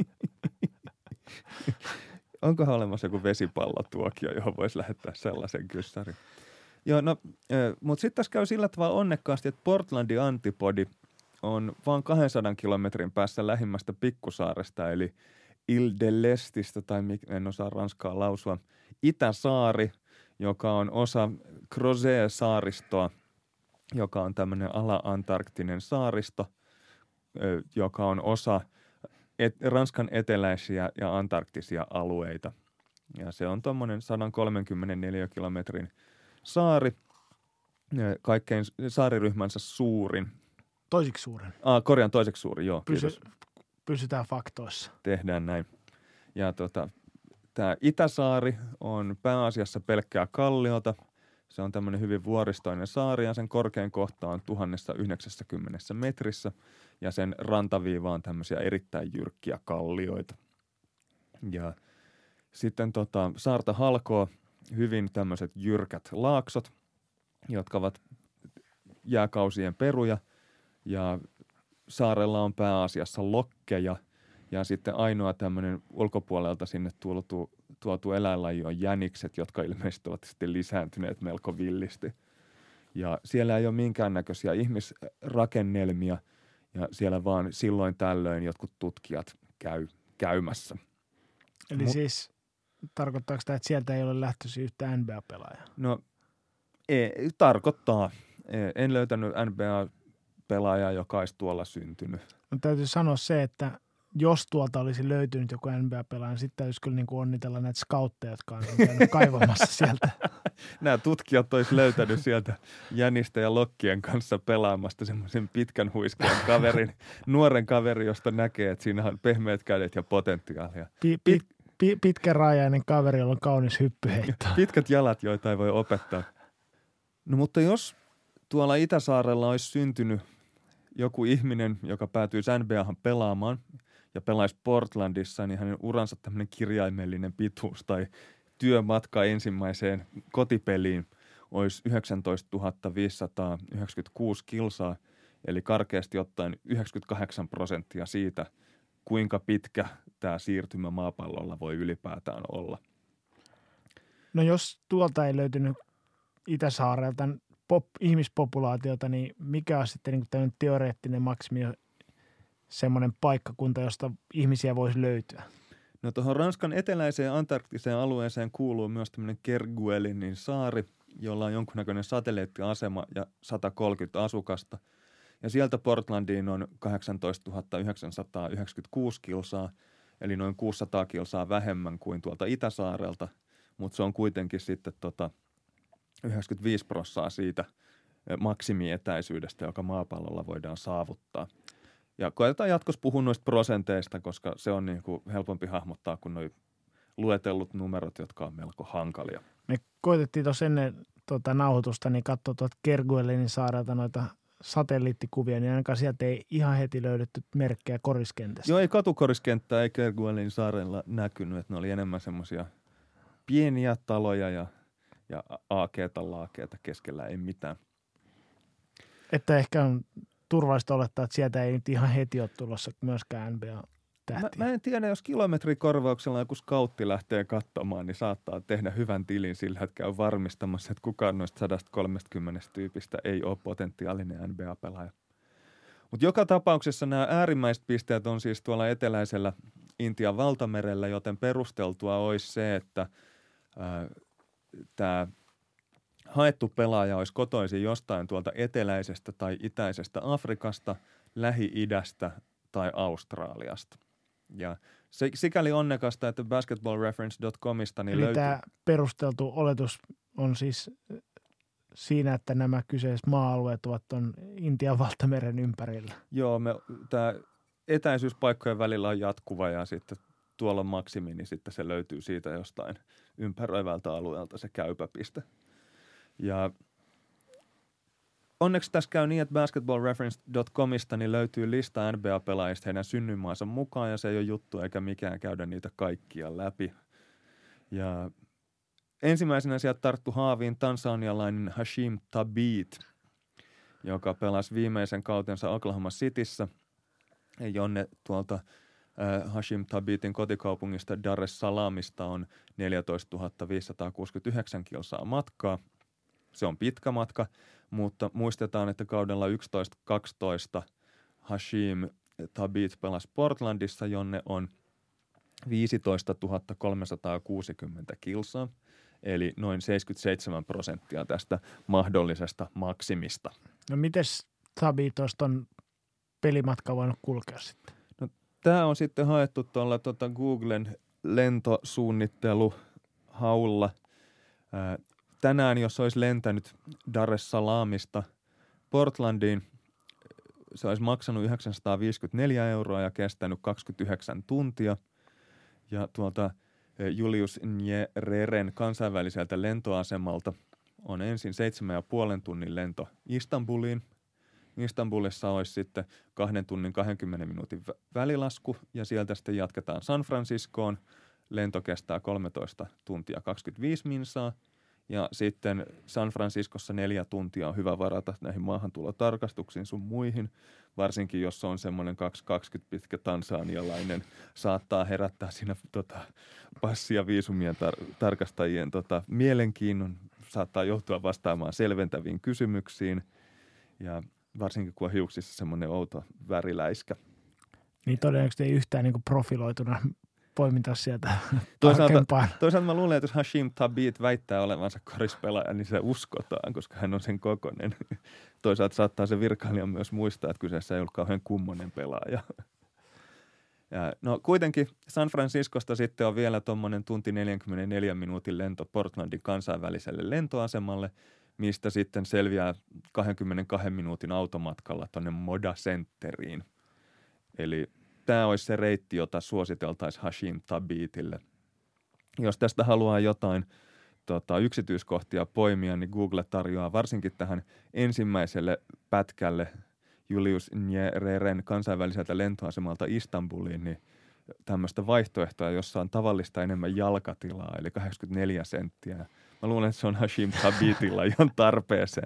Onkohan olemassa joku vesipallotuokio, johon voisi lähettää sellaisen kyssärin? Joo, no, mutta sitten tässä käy sillä tavalla onnekkaasti, että Portlandin antipodi on vain kahdensadan kilometrin päässä lähimmästä pikkusaaresta, eli Ile de l'Estistä, tai en osaa ranskaa lausua, Itäsaari, joka on osa Crozet-saaristoa, joka on tämmöinen ala-antarktinen saaristo, joka on osa et, Ranskan eteläisiä ja antarktisia alueita. Ja se on tuommoinen sata kolmekymmentäneljä kilometrin saari, kaikkein saariryhmänsä suurin. Toisiksi suurin. Ah, korjaan toiseksi suurin, joo. Pysy, pysytään faktoissa. Tehdään näin. Ja tota, tämä Itäsaari on pääasiassa pelkkää kalliota. Se on tämmöinen hyvin vuoristoinen saari ja sen korkein kohta on tuhat yhdeksänkymmentä metrissä ja sen rantaviiva on tämmöisiä erittäin jyrkkiä kallioita. Ja sitten tota, saarta halkoo hyvin tämmöiset jyrkät laaksot, jotka ovat jääkausien peruja ja saarella on pääasiassa lokkeja ja sitten ainoa tämmöinen ulkopuolelta sinne tuotu, tuotu eläinlaji on jänikset, jotka ilmeisesti ovat sitten lisääntyneet melko villisti. Ja siellä ei ole minkäännäköisiä ihmisrakennelmia ja siellä vaan silloin tällöin jotkut tutkijat käy käymässä. Eli Mut, siis tarkoittaako tämä, että sieltä ei ole lähtöisin yhtä N B A-pelaajaa? No ei, tarkoittaa. En löytänyt N B A-pelaajaa, joka olisi tuolla syntynyt. No, täytyy sanoa se, että jos tuolta olisi löytynyt joku N B A-pelaaja, niin sitten täytyisi kyllä niin kuin onnitella näitä scoutteja, jotka on käynyt kaivamassa sieltä. Nämä tutkijat olisi löytänyt sieltä jänistä ja lokkien kanssa pelaamasta semmoisen pitkän huiskean kaverin, nuoren kaveri, josta näkee, että siinä on pehmeät kädet ja potentiaalia. Pi- pit, pi, pitkärajainen kaveri, jolla on kaunis hyppyheitto. Pitkät jalat, joita ei voi opettaa. No mutta jos tuolla Itäsaarella olisi syntynyt joku ihminen, joka päätyisi N B A:han pelaamaan ja pelaisi Portlandissa, niin hänen uransa tämmöinen kirjaimellinen pituus tai työmatka ensimmäiseen kotipeliin olisi yhdeksäntoistatuhatta viisisataayhdeksänkymmentäkuusi kilsaa, eli karkeasti ottaen yhdeksänkymmentäkahdeksan prosenttia siitä, kuinka pitkä tämä siirtymä maapallolla voi ylipäätään olla. No jos tuolta ei löytynyt Itäsaarelta pop, ihmispopulaatiota, niin mikä on sitten niin tämmöinen teoreettinen maksimi, semmoinen paikkakunta, josta ihmisiä voisi löytyä? No tuohon Ranskan eteläiseen antarktiseen alueeseen kuuluu myös tämmöinen Kerguelinin saari, jolla on jonkunnäköinen satelliittiasema ja sata kolmekymmentä asukasta. Ja sieltä Portlandiin on kahdeksantoistatuhatta yhdeksänsataayhdeksänkymmentäkuusi kilsaa, eli noin kuusisataa kilsaa vähemmän kuin tuolta Itäsaarelta, mutta se on kuitenkin sitten tota yhdeksänkymmentäviisi prosenttia siitä maksimietäisyydestä, joka maapallolla voidaan saavuttaa. Ja koetetaan jatkossa puhua noista prosenteista, koska se on niin kuin helpompi hahmottaa kuin nuo luetellut numerot, jotka on melko hankalia. Me koetettiin tuossa ennen tuota nauhoitusta niin katsoa tuolta Kerguelinin saarelta noita satelliittikuvia, niin ainakaan sieltä ei ihan heti löydetty merkkejä koriskentästä. Joo, ei katukoriskenttää ei Kerguelinin saarella näkynyt, että ne oli enemmän semmoisia pieniä taloja ja, ja aakeeta laakeeta keskellä ei mitään. Että ehkä on turvallista olettaa, että sieltä ei nyt ihan heti ole tulossa myöskään N B A-tähtiä. Mä, mä en tiedä, jos kilometrikorvauksella joku scoutti lähtee katsomaan, niin saattaa tehdä hyvän tilin sillä, että käy varmistamassa, että kukaan noista sata kolmekymmentä tyypistä ei ole potentiaalinen N B A-pelaaja. Mutta joka tapauksessa nämä äärimmäiset pisteet on siis tuolla eteläisellä Intian valtamerellä, joten perusteltua olisi se, että tämä haettu pelaaja olisi kotoisin jostain tuolta eteläisestä tai itäisestä Afrikasta, Lähi-idästä tai Australiasta. Ja se, sikäli onnekasta, että basketball reference dot comista niin Eli löytyy... tämä perusteltu oletus on siis siinä, että nämä kyseiset maa-alueet ovat tuon Intian valtameren ympärillä. Joo, tämä etäisyyspaikkojen välillä on jatkuva ja sitten tuolla on maksimi, niin sitten se löytyy siitä jostain ympäröivältä alueelta se käypäpiste. Ja onneksi tässä käy niin, että basketball reference dot comista niin löytyy lista N B A-pelaajista heidän synnyinmaansa mukaan ja se ei ole juttu eikä mikään käydä niitä kaikkia läpi. Ja ensimmäisenä sieltä tarttu haaviin tansanialainen Hashim Thabit, joka pelasi viimeisen kautensa Oklahoma Cityssä, jonne tuolta äh, Hashim Thabitin kotikaupungista Dar es Salaamista on neljätoistatuhatta viisisataakuusikymmentäyhdeksän kilsaa matkaa. Se on pitkä matka, mutta muistetaan, että kaudella yksitoista kaksitoista Hashim Thabit pelasi Portlandissa, jonne on viisitoistatuhatta kolmesataakuusikymmentä kilsaa, eli noin seitsemänkymmentäseitsemän prosenttia tästä mahdollisesta maksimista. No mites Thabit olisi ton pelimatka voinut kulkea sitten? No, tämä on sitten haettu tuolla tota Googlen lentosuunnitteluhaulla. Ää, tänään, jos olisi lentänyt Dar es Salaamista Portlandiin, se olisi maksanut yhdeksänsataaviisikymmentäneljä euroa ja kestänyt kaksikymmentäyhdeksän tuntia. Ja tuolta Julius Nyereren kansainväliseltä lentoasemalta on ensin seitsemän ja puolen tunnin lento Istanbuliin. Istanbulissa olisi sitten kahden tunnin kahdenkymmenen minuutin välilasku ja sieltä sitten jatketaan San Franciscoon. Lento kestää kolmetoista tuntia kaksikymmentäviisi minsaa ja sitten San Franciscossa neljä tuntia on hyvä varata näihin maahantulotarkastuksiin sun muihin. Varsinkin jos on semmoinen kaksi kaksikymmentä pitkä tansanialainen, saattaa herättää siinä tota, passi- ja viisumien tar- tarkastajien tota, mielenkiinnon, saattaa joutua vastaamaan selventäviin kysymyksiin ja varsinkin kun on hiuksissa semmoinen outo väriläiskä. Niin todennäköisesti ei yhtään niin kuin profiloituna poimintaa sieltä toisaalta, tarkempaan. Toisaalta mä luulen, että jos Hashim Thabit väittää olevansa korispelaaja, niin se uskotaan, koska hän on sen kokoinen. Toisaalta saattaa se virkailija myös muistaa, että kyseessä ei ollut kauhean kummonen pelaaja. Ja no kuitenkin San Franciscosta sitten on vielä tuommoinen tunti neljänkymmenenneljän minuutin lento Portlandin kansainväliselle lentoasemalle, mistä sitten selviää kaksikymmentäkaksi minuutin automatkalla tuonne Moda Centeriin. Eli tämä olisi se reitti, jota suositeltaisiin Hashim Thabitille. Jos tästä haluaa jotain tota, yksityiskohtia poimia, niin Google tarjoaa varsinkin tähän ensimmäiselle pätkälle Julius Nyereren kansainväliseltä lentoasemalta Istanbuliin, niin tämmöistä vaihtoehtoa, jossa on tavallista enemmän jalkatilaa, eli kahdeksankymmentäneljä senttiä. Mä luulen, että se on Hashim Thabitilla ihan tarpeeseen.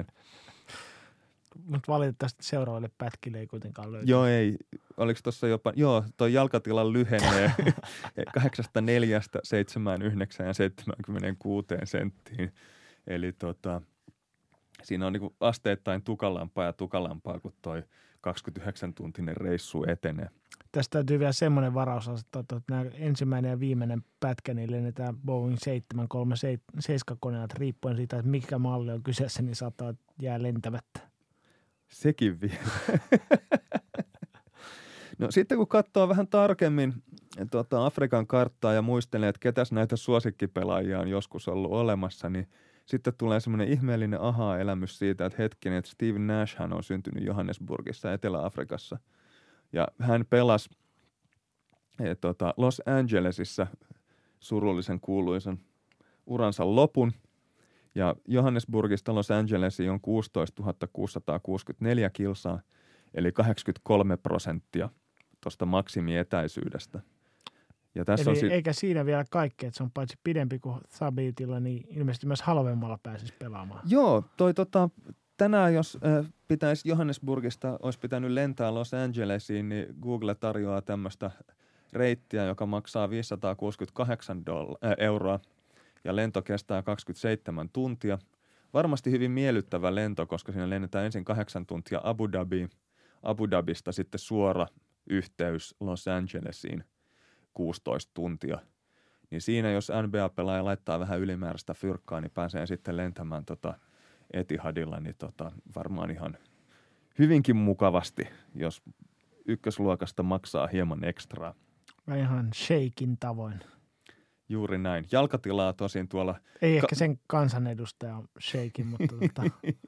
Mutta valitettavasti seuraavalle pätkille ei kuitenkaan löydy. Joo, ei. Oliko tuossa jopa, joo, toi jalkatilan lyhenee kahdeksasta neljästä seitsemään yhdeksään ja seitsemäänkymmeneenkuusi senttiin. Eli tota, siinä on niinku asteittain tukalampaa ja tukalampaa, kun toi kaksikymmentäyhdeksän-tuntinen reissu etenee. Tästä täytyy vielä semmoinen varaus asettaa, että nämä ensimmäinen ja viimeinen pätkä, niin lennetään Boeing seitsemän kolmekymmentäseitsemän koneelta riippuen siitä, että mikä malli on kyseessä, niin saattaa jää lentämättä. Sekin vielä. No sitten kun katsoo vähän tarkemmin tuota Afrikan karttaa ja muistelee, että ketäs näitä suosikkipelaajia on joskus ollut olemassa, niin sitten tulee semmoinen ihmeellinen aha-elämys siitä, että hetkinen, että Steve Nash hän on syntynyt Johannesburgissa Etelä-Afrikassa. Ja hän pelasi eh, tota, Los Angelesissa surullisen kuuluisen uransa lopun. Ja Johannesburgista Los Angelesiin on kuusitoistatuhatta kuusisataakuusikymmentäneljä kilsaa, eli kahdeksankymmentäkolme prosenttia tuosta maksimietäisyydestä. Ja tässä eli on si- eikä siinä vielä kaikki, että se on paitsi pidempi kuin Thabitilla, niin ilmeisesti myös halvemmalla pääsisi pelaamaan. Joo, toi tota, tänään jos äh, pitäisi Johannesburgista, olisi pitänyt lentää Los Angelesiin, niin Google tarjoaa tämmöistä reittiä, joka maksaa viisisataakuusikymmentäkahdeksan dolla- äh, euroa. Ja lento kestää kaksikymmentäseitsemän tuntia. Varmasti hyvin miellyttävä lento, koska siinä lennetään ensin kahdeksan tuntia Abu Dhabiin. Abu Dhabista sitten suora yhteys Los Angelesiin kuusitoista tuntia. Niin siinä, jos N B A-pelaaja laittaa vähän ylimääräistä fyrkkaa, niin pääsee sitten lentämään tota Etihadilla, niin tota, varmaan ihan hyvinkin mukavasti, jos ykkösluokasta maksaa hieman ekstraa. Ihan sheikin tavoin. Juuri näin. Jalkatilaa tosin tuolla... Ei Ka- ehkä sen kansanedustaja sheikin, mutta tota...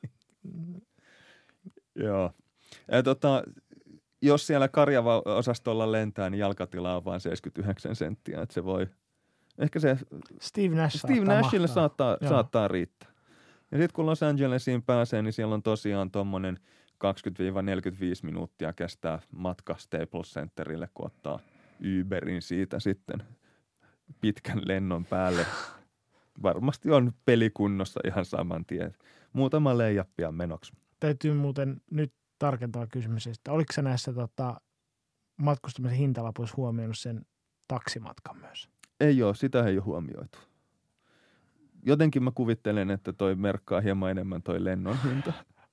Joo. Ja tota, jos siellä Karjava-osastolla lentää, niin jalkatila on vain seitsemänkymmentäyhdeksän senttiä, että se voi... Ehkä se... Steve Nash Steve Nashille saattaa, saattaa riittää. Ja sitten kun Los Angelesiin pääsee, niin siellä on tosiaan tommonen kaksikymmentä neljäkymmentäviisi minuuttia kestää matka Staples Centerille, kun ottaa Uberin siitä sitten pitkän lennon päälle. Varmasti on pelikunnossa ihan saman tien. Muutama leijappia menoksi. Täytyy muuten nyt tarkentaa kysymys, että oliko sä näissä tota, matkustamisen hintalapuissa huomioinut sen taksimatkan myös? Ei ole, sitä ei ole huomioitu. Jotenkin mä kuvittelen, että toi merkkaa hieman enemmän toi lennon hinta.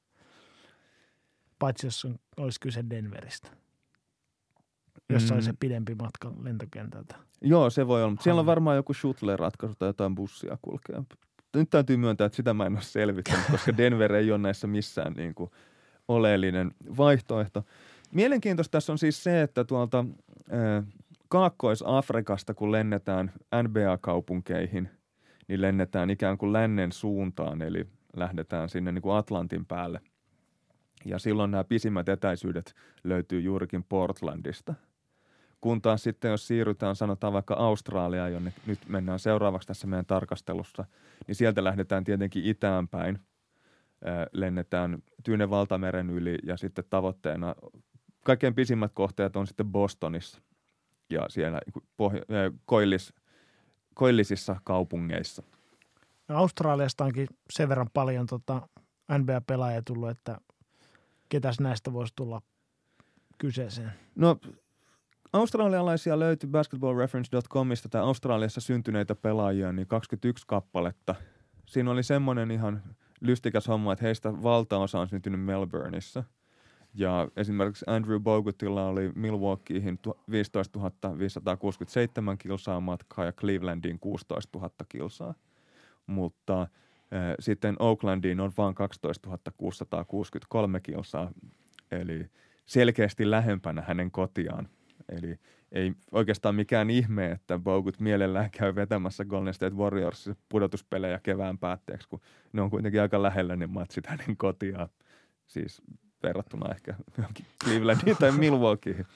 Paitsi jos on, olisi kyse Denveristä. Jossa mm. olisi se pidempi matka lentokentältä. Joo, se voi olla. Mutta siellä on varmaan joku shuttle-ratkaisu tai jotain bussia kulkea. Nyt täytyy myöntää, että sitä mä en ole selvittänyt, koska Denver ei ole näissä missään niin kuin oleellinen vaihtoehto. Mielenkiintoista tässä on siis se, että tuolta äh, Kaakkois-Afrikasta, kun lennetään N B A-kaupunkeihin, niin lennetään ikään kuin lännen suuntaan, eli lähdetään sinne niin kuin Atlantin päälle. Ja silloin nämä pisimmät etäisyydet löytyy juurikin Portlandista. Kun taas sitten, jos siirrytään, sanotaan vaikka Australiaan, jonne nyt mennään seuraavaksi tässä meidän tarkastelussa, niin sieltä lähdetään tietenkin itään päin. Lennetään Tyynen valtameren yli ja sitten tavoitteena kaikkein pisimmät kohteet on sitten Bostonissa ja siellä pohja- koillis, koillisissa kaupungeissa. No Australiasta onkin sen verran paljon tota N B A-pelaajia tullut, että ketäs näistä voisi tulla kyseeseen? No australialaisia löytyi basketball reference dot comista tai Australiassa syntyneitä pelaajia, niin kaksikymmentäyksi kappaletta. Siinä oli semmoinen ihan lystikäs homma, että heistä valtaosa on syntynyt Melbourneissa. Ja esimerkiksi Andrew Bogutilla oli Milwaukeeihin viisitoistatuhatta viisisataakuusikymmentäseitsemän kilsaa matkaa ja Clevelandiin kuusitoistatuhatta kilsaa. Mutta äh, sitten Oaklandiin on vain kaksitoistatuhatta kuusisataakuusikymmentäkolme kilsaa, eli selkeästi lähempänä hänen kotiaan. Eli ei oikeastaan mikään ihme, että Bogut mielellään käy vetämässä Golden State Warriors pudotuspelejä kevään päätteeksi, kun ne on kuitenkin aika lähellä ne matsit hänen kotiaan. Siis verrattuna ehkä Clevelandiin tai Milwaukeeihin.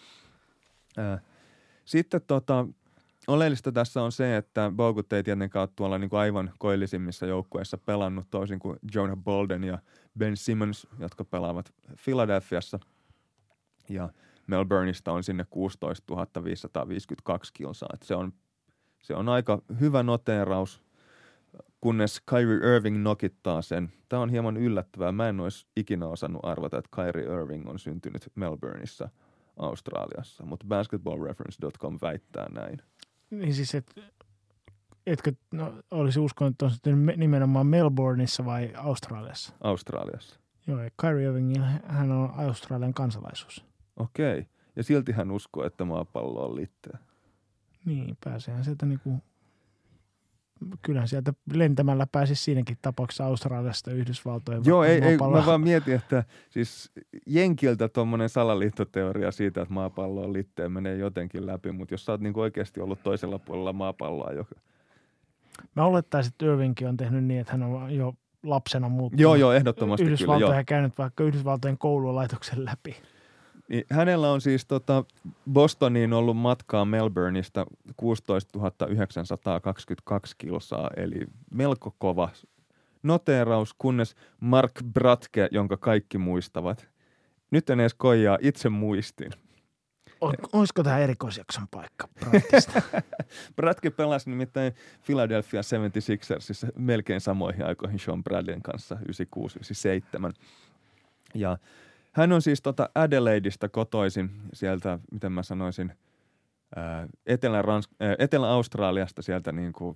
Sitten tota, oleellista tässä on se, että Bogut ei tietenkään ole tuolla niin kuin aivan koillisimmissa joukkueissa pelannut, toisin kuin Jonah Bolden ja Ben Simmons, jotka pelaavat Philadelphiassa. Ja Melbourneista on sinne kuusitoistatuhatta viisisataaviisikymmentäkaksi kilsaa. Et se, on, se on aika hyvä noteeraus, kunnes Kyrie Irving nokittaa sen. Tämä on hieman yllättävää. Mä en olisi ikinä osannut arvata, että Kyrie Irving on syntynyt Melbourneissa, Australiassa, mutta basketball reference dot com väittää näin. Niin siis, et, etkö no, olisi uskonut, että on syntynyt nimenomaan Melbourneissa vai Australiassa? Australiassa. Joo, ja Kyrie Irving, hän on Australian kansalaisuus. Okei. Ja silti hän uskoo, että maapallo on litteä. Niin, pääsehän sieltä niinku, kyllähän sieltä lentämällä pääsisi siinäkin tapauksessa Australiasta Yhdysvaltojen Joo, ei, ei, mä vaan mietin, että siis Jenkiltä tommonen salaliittoteoria siitä, että maapallo on litteä, menee jotenkin läpi, mutta jos sä oot niinku oikeasti ollut toisella puolella maapalloa, joka... Mä olettaisin, että Irvingkin on tehnyt niin, että hän on jo lapsena muuttunut. Joo, joo, ehdottomasti Yhdysvaltoja kyllä, ja käynyt vaikka Yhdysvaltojen koululaitoksen läpi. Niin hänellä on siis tota Bostoniin ollut matkaa Melbourneista kuusitoistatuhatta yhdeksänsataakaksikymmentäkaksi kilsaa, eli melko kova noteeraus, kunnes Mark Bratke, jonka kaikki muistavat. Nyt en edes koijaa, itse muistin. O, olisiko tämä erikoisjakson paikka Bratkesta? Bratke pelasi nimittäin Philadelphia seitsemänkymmentäkuusiksissa melkein samoihin aikoihin Sean Bradleyn kanssa yhdeksänkymmentäkuusi yhdeksänkymmentäseitsemän. Ja hän on siis tota Adelaideista kotoisin sieltä, miten mä sanoisin, ää, Etelä-Rans- ää, Etelä-Australiasta sieltä niin kuin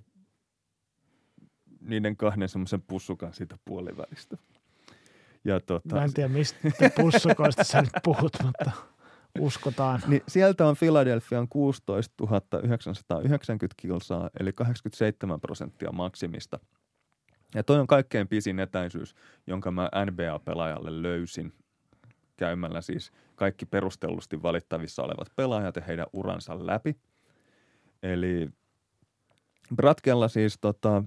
niiden kahden semmoisen pussukan siitä puolivälistä. Ja tota, mä en tiedä, mistä pussukoista sä nyt puhut, mutta uskotaan. Niin sieltä on Philadelphian kuusitoistatuhatta yhdeksänsataayhdeksänkymmentä kilsaa, eli kahdeksankymmentäseitsemän prosenttia maksimista. Ja toi on kaikkein pisin etäisyys, jonka mä N B A-pelaajalle löysin käymällä siis kaikki perustellusti valittavissa olevat pelaajat ja heidän uransa läpi. Eli Bratkella siis tota,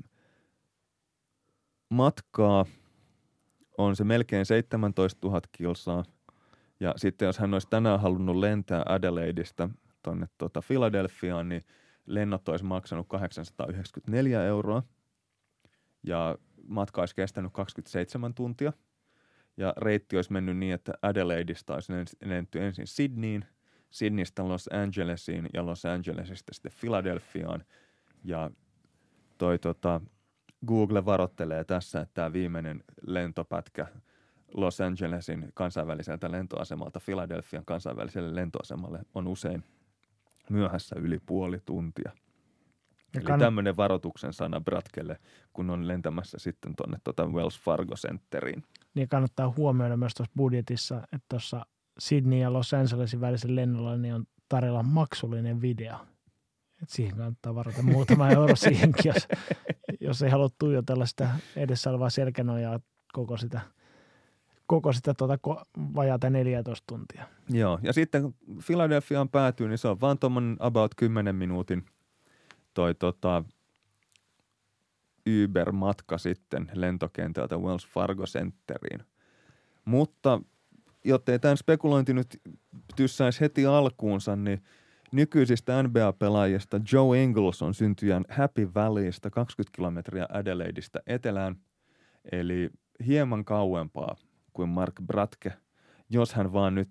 matkaa on se melkein seitsemäntoistatuhatta kilsaa. Ja sitten jos hän olisi tänään halunnut lentää Adelaideista tuonne tota Philadelphiaan, niin lennot olisi maksanut kahdeksansataayhdeksänkymmentäneljä euroa. Ja matka olisi kestänyt kaksikymmentäseitsemän tuntia. Ja reitti olisi mennyt niin, että Adelaideista olisi lennetty ensin Sydneyin, Sydneystä Los Angelesiin ja Los Angelesista sitten Philadelphiaan. Ja toi tota, Google varoittelee tässä, että tämä viimeinen lentopätkä Los Angelesin kansainväliseltä lentoasemalta Philadelphian kansainväliselle lentoasemalle on usein myöhässä yli puoli tuntia. Ja Eli kann... tämmöinen varoituksen sana Bratkelle, kun on lentämässä sitten tuonne tuota Wells Fargo Centeriin. Niin kannattaa huomioida myös tuossa budjetissa, että tuossa Sydney ja Los Angelesin välisen lennolla niin on tarjolla maksullinen video. Et siihen kannattaa varata muutama euro siihenkin, jos, jos ei halua tuijotella sitä edessä olevaa selkänojaa koko sitä, koko sitä tuota vajaata neljätoista tuntia. Joo, ja sitten kun Philadelphiaan päätyy, niin se on vaan tuommoinen about kymmenen minuutin toi tota Uber-matka sitten lentokentältä Wells Fargo Centeriin. Mutta jottei tämän spekulointi nyt tyssäisi heti alkuunsa, niin nykyisistä N B A-pelaajista Joe Ingles on syntyjän Happy Valleysta kaksikymmentä kilometriä Adelaideista etelään, eli hieman kauempaa kuin Mark Bratke, jos hän vaan nyt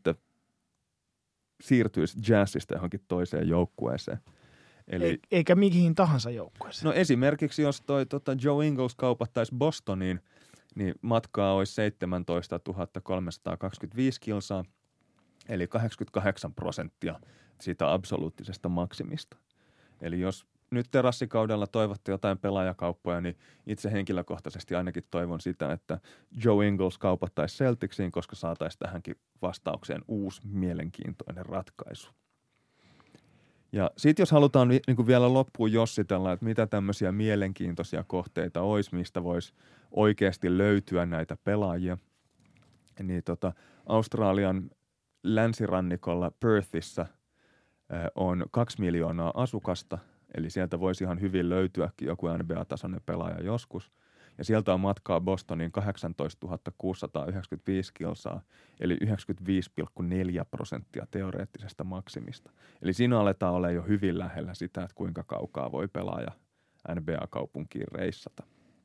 siirtyisi Jazzista johonkin toiseen joukkueeseen. Eli, eikä mihin tahansa joukkueeseen. No esimerkiksi jos toi tota Joe Ingles kaupattaisi Bostoniin, niin matkaa olisi seitsemäntoistatuhatta kolmesataakaksikymmentäviisi kilsaa, eli kahdeksankymmentäkahdeksan prosenttia siitä absoluuttisesta maksimista. Eli jos nyt terassikaudella toivotte jotain pelaajakauppoja, niin itse henkilökohtaisesti ainakin toivon sitä, että Joe Ingles kaupattaisi Celticsiin, koska saataisiin tähänkin vastaukseen uusi mielenkiintoinen ratkaisu. Ja sitten jos halutaan vi- niin vielä loppuun jossitella, että mitä tämmöisiä mielenkiintoisia kohteita olisi, mistä voisi oikeasti löytyä näitä pelaajia, niin tota, Australian länsirannikolla Perthissä äh, on kaksi miljoonaa asukasta, eli sieltä voisi ihan hyvin löytyäkin joku N B A-tasoinen pelaaja joskus. Ja sieltä on matkaa Bostoniin kahdeksantoistatuhatta kuusisataayhdeksänkymmentäviisi kilsaa, eli yhdeksänkymmentäviisi pilkku neljä prosenttia teoreettisesta maksimista. Eli siinä aletaan olla jo hyvin lähellä sitä, että kuinka kaukaa voi pelaaja N B A-kaupunkiin reissata.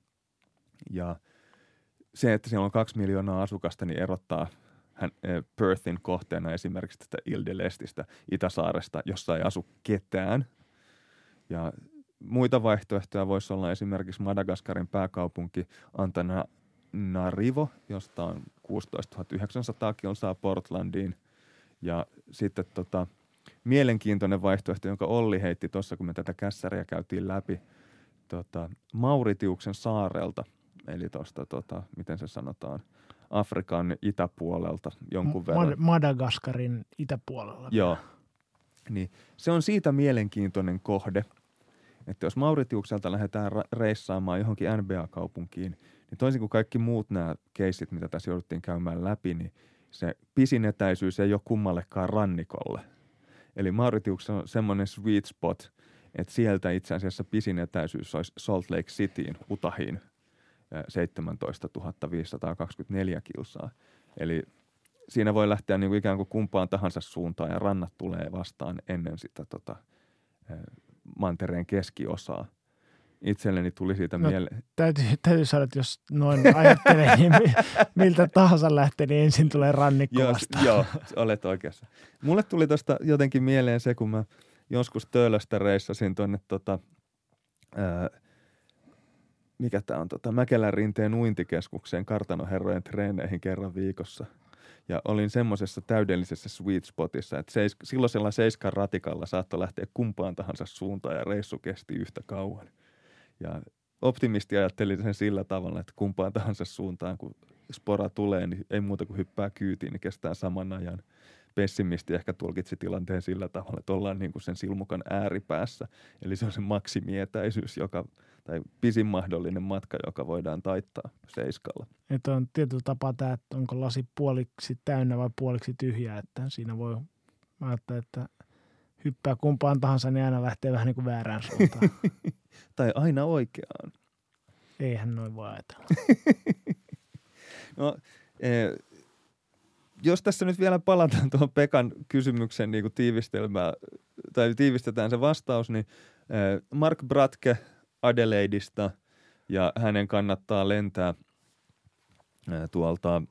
Ja se, että siellä on kaksi miljoonaa asukasta, niin erottaa hän, äh, Perthin kohteena esimerkiksi tätä Ile de l'Estistä, Itäsaaresta, jossa ei asu ketään. Ja muita vaihtoehtoja voisi olla esimerkiksi Madagaskarin pääkaupunki Antananarivo, josta on kuusitoistatuhatta yhdeksänsataa kilsaa Portlandiin. Ja sitten tota, mielenkiintoinen vaihtoehto, jonka Olli heitti tuossa, kun me tätä kässäriä käytiin läpi, tota, Mauritiuksen saarelta, eli tuosta, tota, miten se sanotaan, Afrikan itäpuolelta jonkun verran. Mad- Madagaskarin itäpuolella. Joo, niin se on siitä mielenkiintoinen kohde, että jos Mauritiukselta lähdetään reissaamaan johonkin N B A-kaupunkiin, niin toisin kuin kaikki muut nämä keissit, mitä tässä jouduttiin käymään läpi, niin se pisin etäisyys ei ole kummallekaan rannikolle. Eli Mauritius on semmoinen sweet spot, että sieltä itse asiassa pisin etäisyys olisi Salt Lake Cityin, Utahiin, seitsemäntoistatuhatta viisisataakaksikymmentäneljä kilsaa. Eli siinä voi lähteä niin kuin ikään kuin kumpaan tahansa suuntaan ja rannat tulee vastaan ennen sitä tota, mantereen keskiosaa. Itselleni tuli siitä no, mieleen. Täytyy, täytyy sanoa, että jos noin ajattelee, niin miltä tahansa lähtee, niin ensin tulee rannikko vastaan. Joo, olet oikeassa. Mulle tuli tuosta jotenkin mieleen se, kun mä joskus Töölöstä reissasin tuonne tota, ää, mikä tää on, tota, Mäkelän rinteen uintikeskukseen kartanoherrojen treeneihin kerran viikossa. Ja olin semmoisessa täydellisessä sweet spotissa, että seis, silloisella seiskan ratikalla saattoi lähteä kumpaan tahansa suuntaan ja reissu kesti yhtä kauan. Ja optimisti ajatteli sen sillä tavalla, että kumpaan tahansa suuntaan, kun spora tulee, niin ei muuta kuin hyppää kyytiin, niin kestää saman ajan. pessimisti ehkä tulkitsi tilanteen sillä tavalla, että ollaan niin kuin sen silmukan ääripäässä. Eli se on se maksimietäisyys, joka, tai pisin mahdollinen matka, joka voidaan taittaa seiskalla. Että on tietyllä tapaa tämä, että onko lasi puoliksi täynnä vai puoliksi tyhjää, että siinä voi ajatella, että hyppää kumpaan tahansa, niin aina lähtee vähän niin kuin väärään suuntaan. Tai aina oikeaan. Eihän noin voi ajatella. No, eh, jos tässä nyt vielä palataan tuohon Pekan kysymyksen niin kuin tiivistelmään, tai tiivistetään se vastaus, niin eh, Mark Bratke Adelaideista, ja hänen kannattaa lentää eh, tuolta,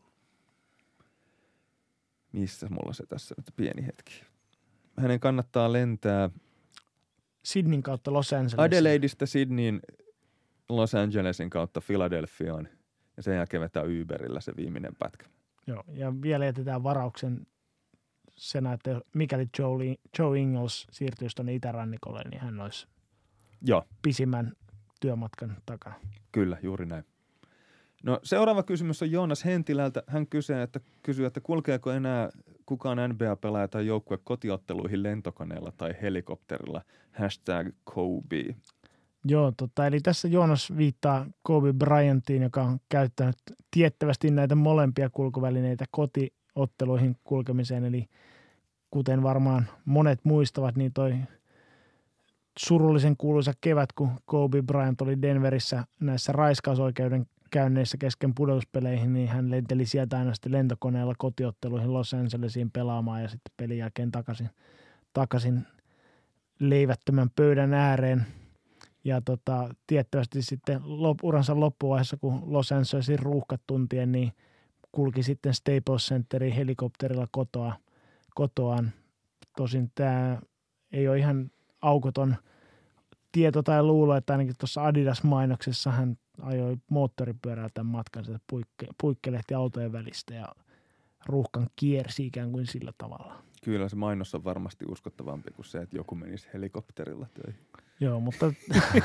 missä mulla se tässä nyt pieni hetki. Hänen kannattaa lentää Sydneyn kautta Los Angelesiin. Adelaideista Sydneyin, Los Angelesin kautta Philadelphiaan, ja sen jälkeen vetää Uberillä se viimeinen pätkä. Joo, ja vielä jätetään varauksen sen, että mikäli Joe, Joe Ingles siirtyisi tuonne itärannikolle, niin hän olisi Joo. pisimmän työmatkan takana. Kyllä, juuri näin. No seuraava kysymys on Joonas Hentilältä. Hän kysyy, että, kysyy, että kulkeeko enää kukaan N B A-pelaaja tai joukkue kotiotteluihin lentokoneella tai helikopterilla. Hashtag Kobe. Joo, tota, eli tässä Joonas viittaa Kobe Bryantiin, joka on käyttänyt tiettävästi näitä molempia kulkuvälineitä kotiotteluihin kulkemiseen. Eli kuten varmaan monet muistavat, niin toi surullisen kuuluisa kevät, kun Kobe Bryant oli Denverissä näissä raiskausoikeuden käynneissä kesken pudotuspeleihin, niin hän lenteli sieltä aina sitten lentokoneella kotiotteluihin Los Angelesiin pelaamaan ja sitten pelin jälkeen takaisin, takaisin leivättömän pöydän ääreen. Ja tota, tiettävästi sitten lop, uransa loppuvaiheessa, kun Los Angelesin ruuhkat tuntien, niin kulki sitten Staples Centeriin helikopterilla kotoa, kotoaan. Tosin tämä ei ole ihan aukoton tieto tai luulo, että ainakin tuossa Adidas-mainoksessa hän ajoi moottoripyörällä tämän matkan, että puikke, puikkelehti autojen välistä ja ruuhkan kiersi ikään kuin sillä tavalla. Kyllä se mainos on varmasti uskottavampi kuin se, että joku menisi helikopterilla töihin. Joo, mutta,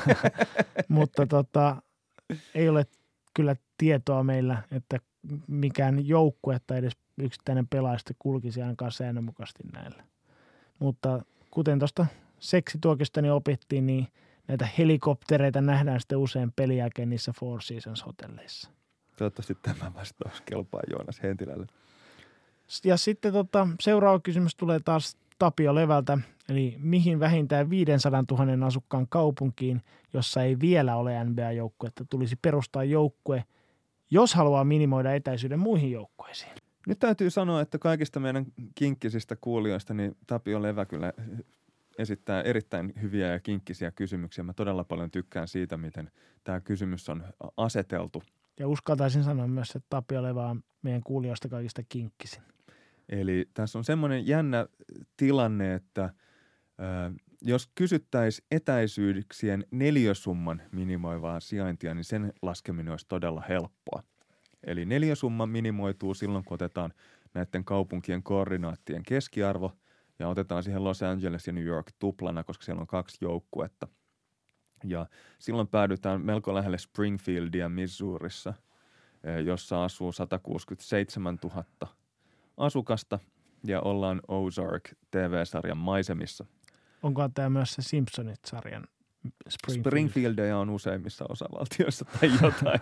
mutta tota, ei ole kyllä tietoa meillä, että mikään joukkue tai edes yksittäinen pelaaja kulkisi ainakaan säännönmukaisesti näillä. Mutta kuten tuosta seksituokistani opittiin, niin näitä helikoptereita nähdään sitten usein pelin jälkeen niissä Four Seasons-hotelleissa. Toivottavasti tämä vastaus kelpaa Joonas Hentilälle. Ja sitten tota, seuraava kysymys tulee taas Tapio Levältä, eli mihin vähintään viisisataa tuhatta asukkaan kaupunkiin, jossa ei vielä ole N B A-joukkuetta, tulisi perustaa joukkue, jos haluaa minimoida etäisyyden muihin joukkueisiin? Nyt täytyy sanoa, että kaikista meidän kinkkisistä kuulijoista, niin Tapio Levä kyllä esittää erittäin hyviä ja kinkkisiä kysymyksiä. Mä todella paljon tykkään siitä, miten tämä kysymys on aseteltu. Ja uskaltaisin sanoa myös, että Tapio Levä on meidän kuulijoista kaikista kinkkisin. Eli tässä on semmoinen jännä tilanne, että äh, jos kysyttäisiin etäisyyksien neliösumman minimoivaa sijaintia, niin sen laskeminen olisi todella helppoa. Eli neliösumma minimoituu silloin, kun otetaan näiden kaupunkien koordinaattien keskiarvo ja otetaan siihen Los Angeles ja New York tuplana, koska siellä on kaksi joukkuetta. Ja silloin päädytään melko lähelle Springfieldia Missourissa, jossa asuu sata kuusikymmentäseitsemäntuhatta asukasta ja ollaan Ozark-T V-sarjan maisemissa. Onko tämä myös se Simpsonit-sarjan Springfield? Springfieldia on useimmissa osavaltioissa tai jotain.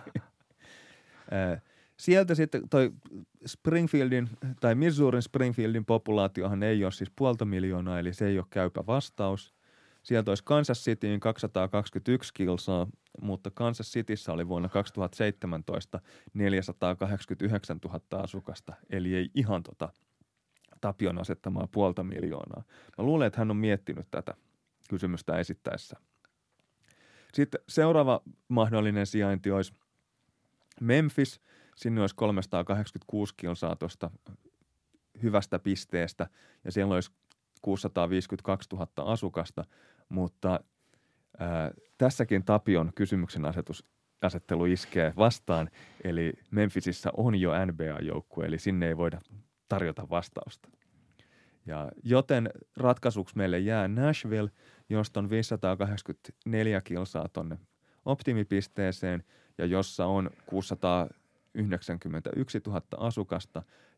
Sieltä sitten toi Springfieldin tai Missourin Springfieldin populaatiohan ei ole siis puolta miljoonaa, eli se ei ole käypä vastaus. Sieltä olisi Kansas Cityin kaksisataakaksikymmentäyksi kilsaa, mutta Kansas Cityssä oli vuonna kaksituhattaseitsemäntoista neljäsataakahdeksankymmentäyhdeksäntuhatta asukasta, eli ei ihan tota Tapion asettamaa puolta miljoonaa. Mä luulen, että hän on miettinyt tätä kysymystä esittäessä. Sitten seuraava mahdollinen sijainti olisi Memphis. Sinne olisi kolmesataakahdeksankymmentäkuusi kilsaa tuosta hyvästä pisteestä ja siellä olisi kuusisataaviisikymmentäkaksituhatta asukasta, mutta ää, tässäkin Tapion kysymyksen asetus, asettelu iskee vastaan, eli Memphisissä on jo N B A-joukkue, eli sinne ei voida tarjota vastausta. Ja joten ratkaisuksi meille jää Nashville, josta on viisisataakahdeksankymmentäneljä kilsaa tonne optimipisteeseen ja jossa on kuusisataayhdeksänkymmentäyksituhatta asukasta ja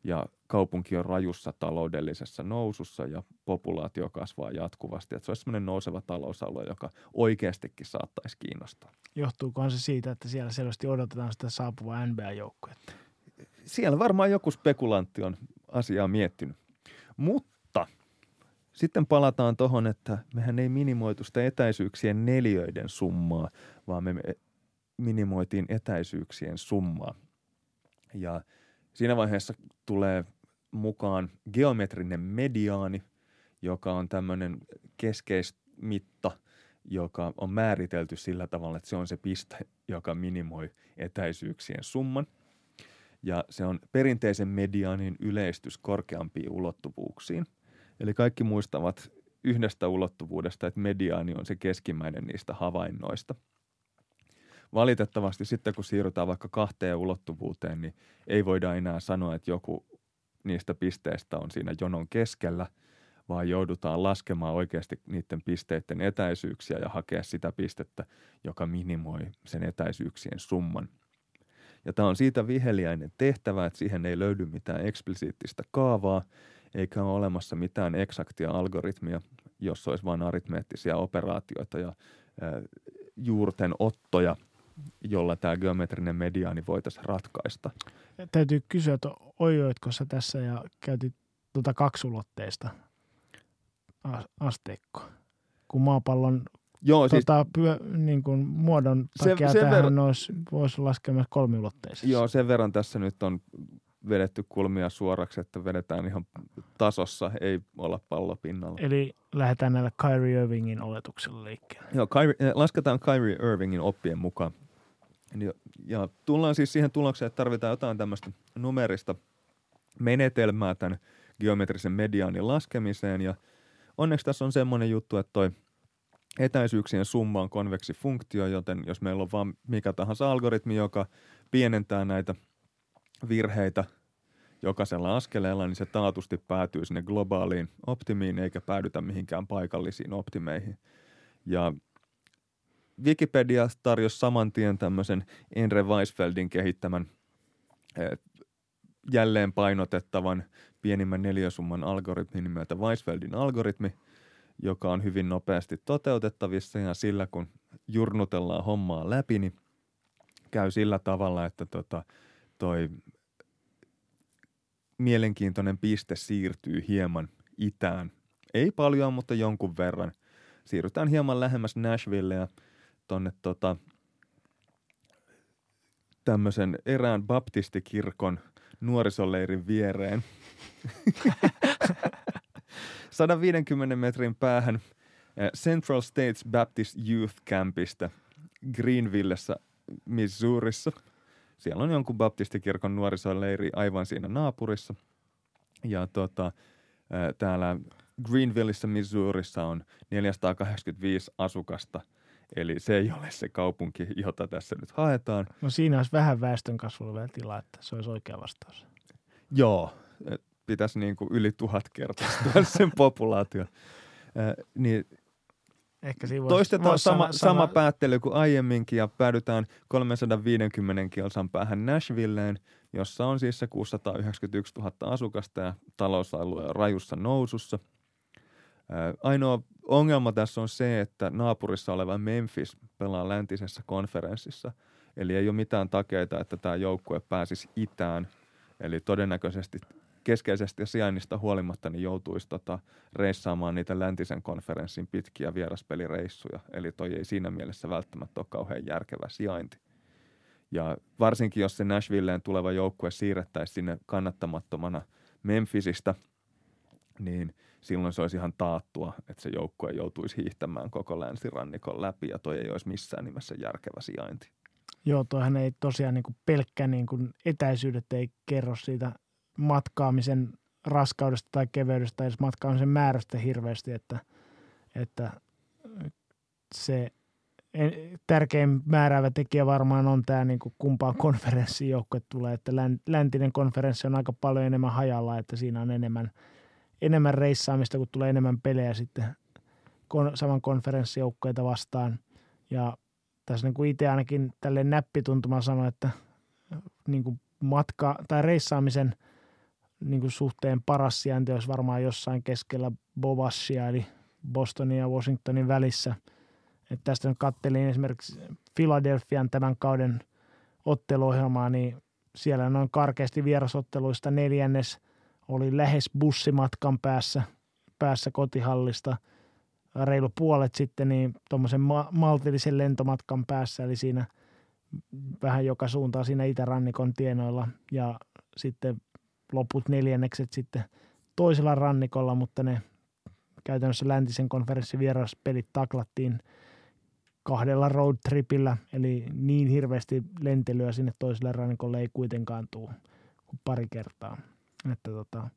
kaupunki on rajussa taloudellisessa nousussa ja populaatio kasvaa jatkuvasti. Että se olisi semmoinen nouseva talousalue, joka oikeastikin saattaisi kiinnostaa. Johtuukohan se siitä, että siellä selvästi odotetaan sitä saapuvaa N B A-joukkuetta? Siellä varmaan joku spekulantti on asiaa miettinyt. Mutta sitten palataan tuohon, että mehän ei minimoitu sitä etäisyyksien neliöiden summaa, vaan me minimoitiin etäisyyksien summaa. Ja siinä vaiheessa tulee mukaan geometrinen mediaani, joka on tämmöinen keskeismitta, joka on määritelty sillä tavalla, että se on se piste, joka minimoi etäisyyksien summan. Ja se on perinteisen mediaanin yleistys korkeampiin ulottuvuuksiin. Eli kaikki muistavat yhdestä ulottuvuudesta, että mediaani on se keskimmäinen niistä havainnoista. Valitettavasti sitten, kun siirrytään vaikka kahteen ulottuvuuteen, niin ei voida enää sanoa, että joku niistä pisteistä on siinä jonon keskellä, vaan joudutaan laskemaan oikeasti niiden pisteiden etäisyyksiä ja hakea sitä pistettä, joka minimoi sen etäisyyksien summan. Ja tämä on siitä viheliäinen tehtävä, että siihen ei löydy mitään eksplisiittistä kaavaa, eikä ole olemassa mitään eksaktia algoritmia, jos olisi vain aritmeettisia operaatioita ja ää, juurten ottoja, jolla tämä geometrinen mediaani voitaisiin ratkaista. Täytyy kysyä, että oioitko sä tässä ja käytit tuota kaksulotteista asteikkoa, kun maapallon Joo, siis, tota, pyö, niin kuin muodon takia se, tämähän ver- olisi, voisi laskea myös kolmiulotteisesti. Joo, sen verran tässä nyt on vedetty kulmia suoraksi, että vedetään ihan tasossa, ei olla pallopinnalla. Eli lähdetään näillä Kyrie Irvingin oletuksella liikkeelle. Joo, Kyrie, lasketaan Kyrie Irvingin oppien mukaan. Ja, ja tullaan siis siihen tulokseen, että tarvitaan jotain tämmöistä numerista menetelmää tämän geometrisen mediaanin laskemiseen. Ja onneksi tässä on semmoinen juttu, että toi etäisyyksien summa on konveksi funktio, joten jos meillä on vaan mikä tahansa algoritmi, joka pienentää näitä virheitä jokaisella askeleella, niin se taatusti päätyy sinne globaaliin optimiin eikä päädytä mihinkään paikallisiin optimeihin. Ja Wikipedia tarjosi saman tien tämmöisen Endre Weisfeldin kehittämän jälleen painotettavan pienimmän neliösumman algoritmin nimeltä Weisfeldin algoritmi, joka on hyvin nopeasti toteutettavissa ja sillä kun jurnutellaan hommaa läpi, niin käy sillä tavalla, että tota, toi mielenkiintoinen piste siirtyy hieman itään. Ei paljon, mutta jonkun verran. Siirrytään hieman lähemmäs Nashvillea tonne tota, tämmöisen erään baptistikirkon nuorisoleirin viereen. sata viisikymmentä metrin päähän Central States Baptist Youth Campista Greenvillessä, Missourissa. Siellä on jonkun baptistikirkon nuorisoleiri aivan siinä naapurissa. Ja tota, täällä Greenvillessä, Missourissa on neljäsataakahdeksankymmentäviisi asukasta. Eli se ei ole se kaupunki, jota tässä nyt haetaan. No siinä olisi vähän väestönkasvulla vielä tilaa, että se olisi oikea vastaus. Joo, pitäisi niin kuin yli tuhat kertaistua sen populaatio. Äh, niin Ehkä siinä toistetaan vois sama, sana, sama sana... päättely kuin aiemminkin ja päädytään kolmesataaviisikymmentä kilsan päähän Nashvilleen, jossa on siis se kuusisataayhdeksänkymmentäyksituhatta asukasta ja talousalue on rajussa nousussa. Äh, ainoa ongelma tässä on se, että naapurissa oleva Memphis pelaa läntisessä konferenssissa, eli ei ole mitään takeita, että tämä joukkue pääsisi itään, eli todennäköisesti keskeisestä sijainnista huolimatta niin joutuisi tota reissaamaan niitä läntisen konferenssin pitkiä vieraspelireissuja. Eli toi ei siinä mielessä välttämättä ole kauhean järkevä sijainti. Ja varsinkin, jos se Nashvilleen tuleva joukkue siirrettäisiin sinne kannattamattomana Memphisistä, niin silloin se olisi ihan taattua, että se joukkue joutuisi hiihtämään koko länsirannikon läpi ja toi ei olisi missään nimessä järkevä sijainti. Joo, toihan ei tosiaan niin kuin pelkkä niin kuin etäisyydet ei kerro siitä matkaamisen raskaudesta tai keveydestä tai edes matkaamisen määrästä hirveästi, että, että se tärkein määräävä tekijä varmaan on tämä niin kuin kumpaan konferenssiin joukkue tulee, että läntinen konferenssi on aika paljon enemmän hajalla, että siinä on enemmän, enemmän reissaamista, kun tulee enemmän pelejä sitten saman konferenssijoukkueita vastaan ja tässä niin kuin itse ainakin tälleen näppituntuma sanoi, että niin kuin matka tai reissaamisen niin kuin suhteen paras sijainti olisi varmaan jossain keskellä Bobashia, eli Bostonin ja Washingtonin välissä. Et tästä nyt kattelin esimerkiksi Philadelphian tämän kauden otteluohjelmaa, niin siellä noin karkeasti vierasotteluista neljännes oli lähes bussimatkan päässä, päässä kotihallista. Reilu puolet sitten niin tuommoisen ma- maltillisen lentomatkan päässä, eli siinä vähän joka suuntaan siinä itärannikon tienoilla. Ja sitten loput neljännekset sitten toisella rannikolla, mutta ne käytännössä läntisen konferenssin vieraspelit taklattiin kahdella roadtripillä, eli niin hirveästi lentelyä sinne toiselle rannikolle ei kuitenkaan tule kuin pari kertaa. Että tota,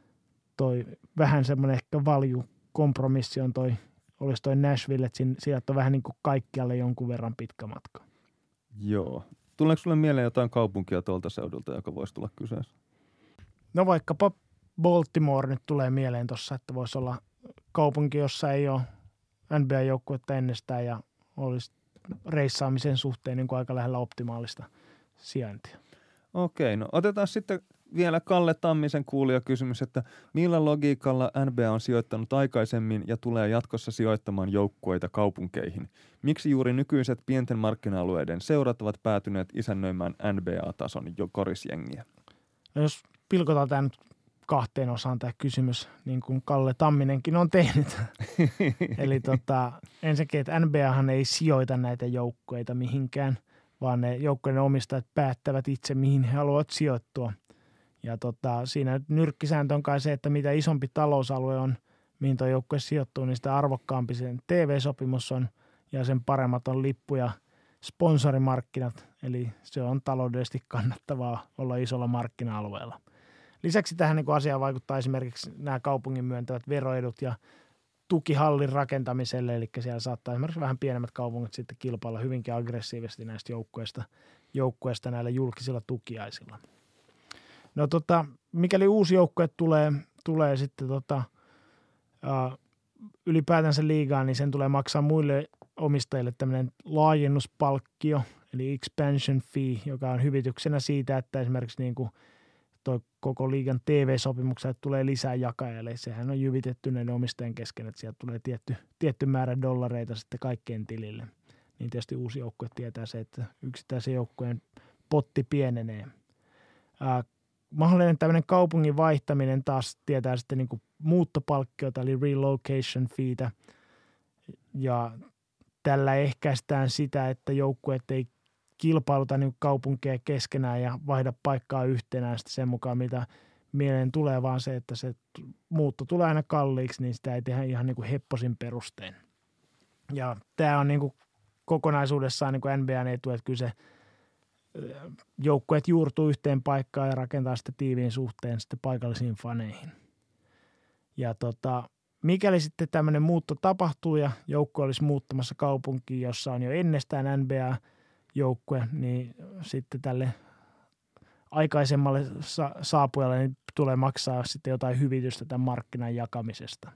toi vähän semmoinen ehkä valju kompromissi on toi, olisi toi Nashville, että sieltä on vähän niin kuin kaikkialle jonkun verran pitkä matka. Joo. Tuleeko sulle mieleen jotain kaupunkia tuolta seudulta, joka voisi tulla kyseessä? No vaikkapa Baltimore nyt tulee mieleen tuossa, että voisi olla kaupunki, jossa ei ole N B A-joukkuetta ennestään ja olisi reissaamisen suhteen niin kuin aika lähellä optimaalista sijaintia. Okei, no otetaan sitten vielä Kalle Tammisen kuulijakysymys, että millä logiikalla N B A on sijoittanut aikaisemmin ja tulee jatkossa sijoittamaan joukkueita kaupunkeihin? Miksi juuri nykyiset pienten markkina-alueiden seurat ovat päätyneet isännöimään N B A-tason jo korisjengiä? No jos pilkotaan tämä nyt kahteen osaan tämä kysymys, niin kuin Kalle Tamminenkin on tehnyt. Eli tota, ensinnäkin, että N B Ahan ei sijoita näitä joukkueita mihinkään, vaan ne joukkueiden omistajat päättävät itse, mihin he haluavat sijoittua. Ja tota, siinä nyrkkisääntö on kai se, että mitä isompi talousalue on, mihin tuo joukkue sijoittuu, niin sitä arvokkaampi sen T V-sopimus on ja sen paremmat on lippu- ja sponsorimarkkinat. Eli se on taloudellisesti kannattavaa olla isolla markkina-alueella. Lisäksi tähän niin asiaan vaikuttaa esimerkiksi nämä kaupungin myöntävät veroedut ja tukihallin rakentamiselle, eli siellä saattaa esimerkiksi vähän pienemmät kaupungit sitten kilpailla hyvinkin aggressiivisesti näistä joukkueista, joukkueista näillä julkisilla tukiaisilla. No tota, mikäli uusi joukkue tulee, tulee sitten tota, ää, ylipäätänsä liigaan, niin sen tulee maksaa muille omistajille tämmöinen laajennuspalkkio, eli expansion fee, joka on hyvityksenä siitä, että esimerkiksi niin kuin toi koko liigan T V-sopimukselle tulee lisää jakajia, sehän on jyvitetty näiden omistajien kesken, että sieltä tulee tietty, tietty määrä dollareita sitten kaikkien tilille. Niin tietysti uusi joukkue tietää se, että yksittäisen joukkueen potti pienenee. Ää, mahdollinen tämmöinen kaupungin vaihtaminen taas tietää sitten niin kuin muuttopalkkiota, eli relocation feetä, ja tällä ehkäistään sitä, että joukkueet ei kilpailuta niin kaupunkeja keskenään ja vaihda paikkaa yhtenään sen mukaan, mitä mieleen tulee, vaan se, että se muutto tulee aina kalliiksi, niin sitä ei tehdä ihan niin kuin hepposin perustein. Ja tämä on niin kuin kokonaisuudessaan niin kuin N B A:n etu, että kyllä se joukkueet juurtuu yhteen paikkaan ja rakentaa sitten tiiviin suhteen sitten paikallisiin faneihin. Ja tota, mikäli sitten tämmöinen muutto tapahtuu ja joukkue olisi muuttamassa kaupunkiin, jossa on jo ennestään N B A joukkue, niin sitten tälle aikaisemmalle sa- saapujalle niin tulee maksaa sitten jotain hyvitystä tämän markkinan jakamisesta.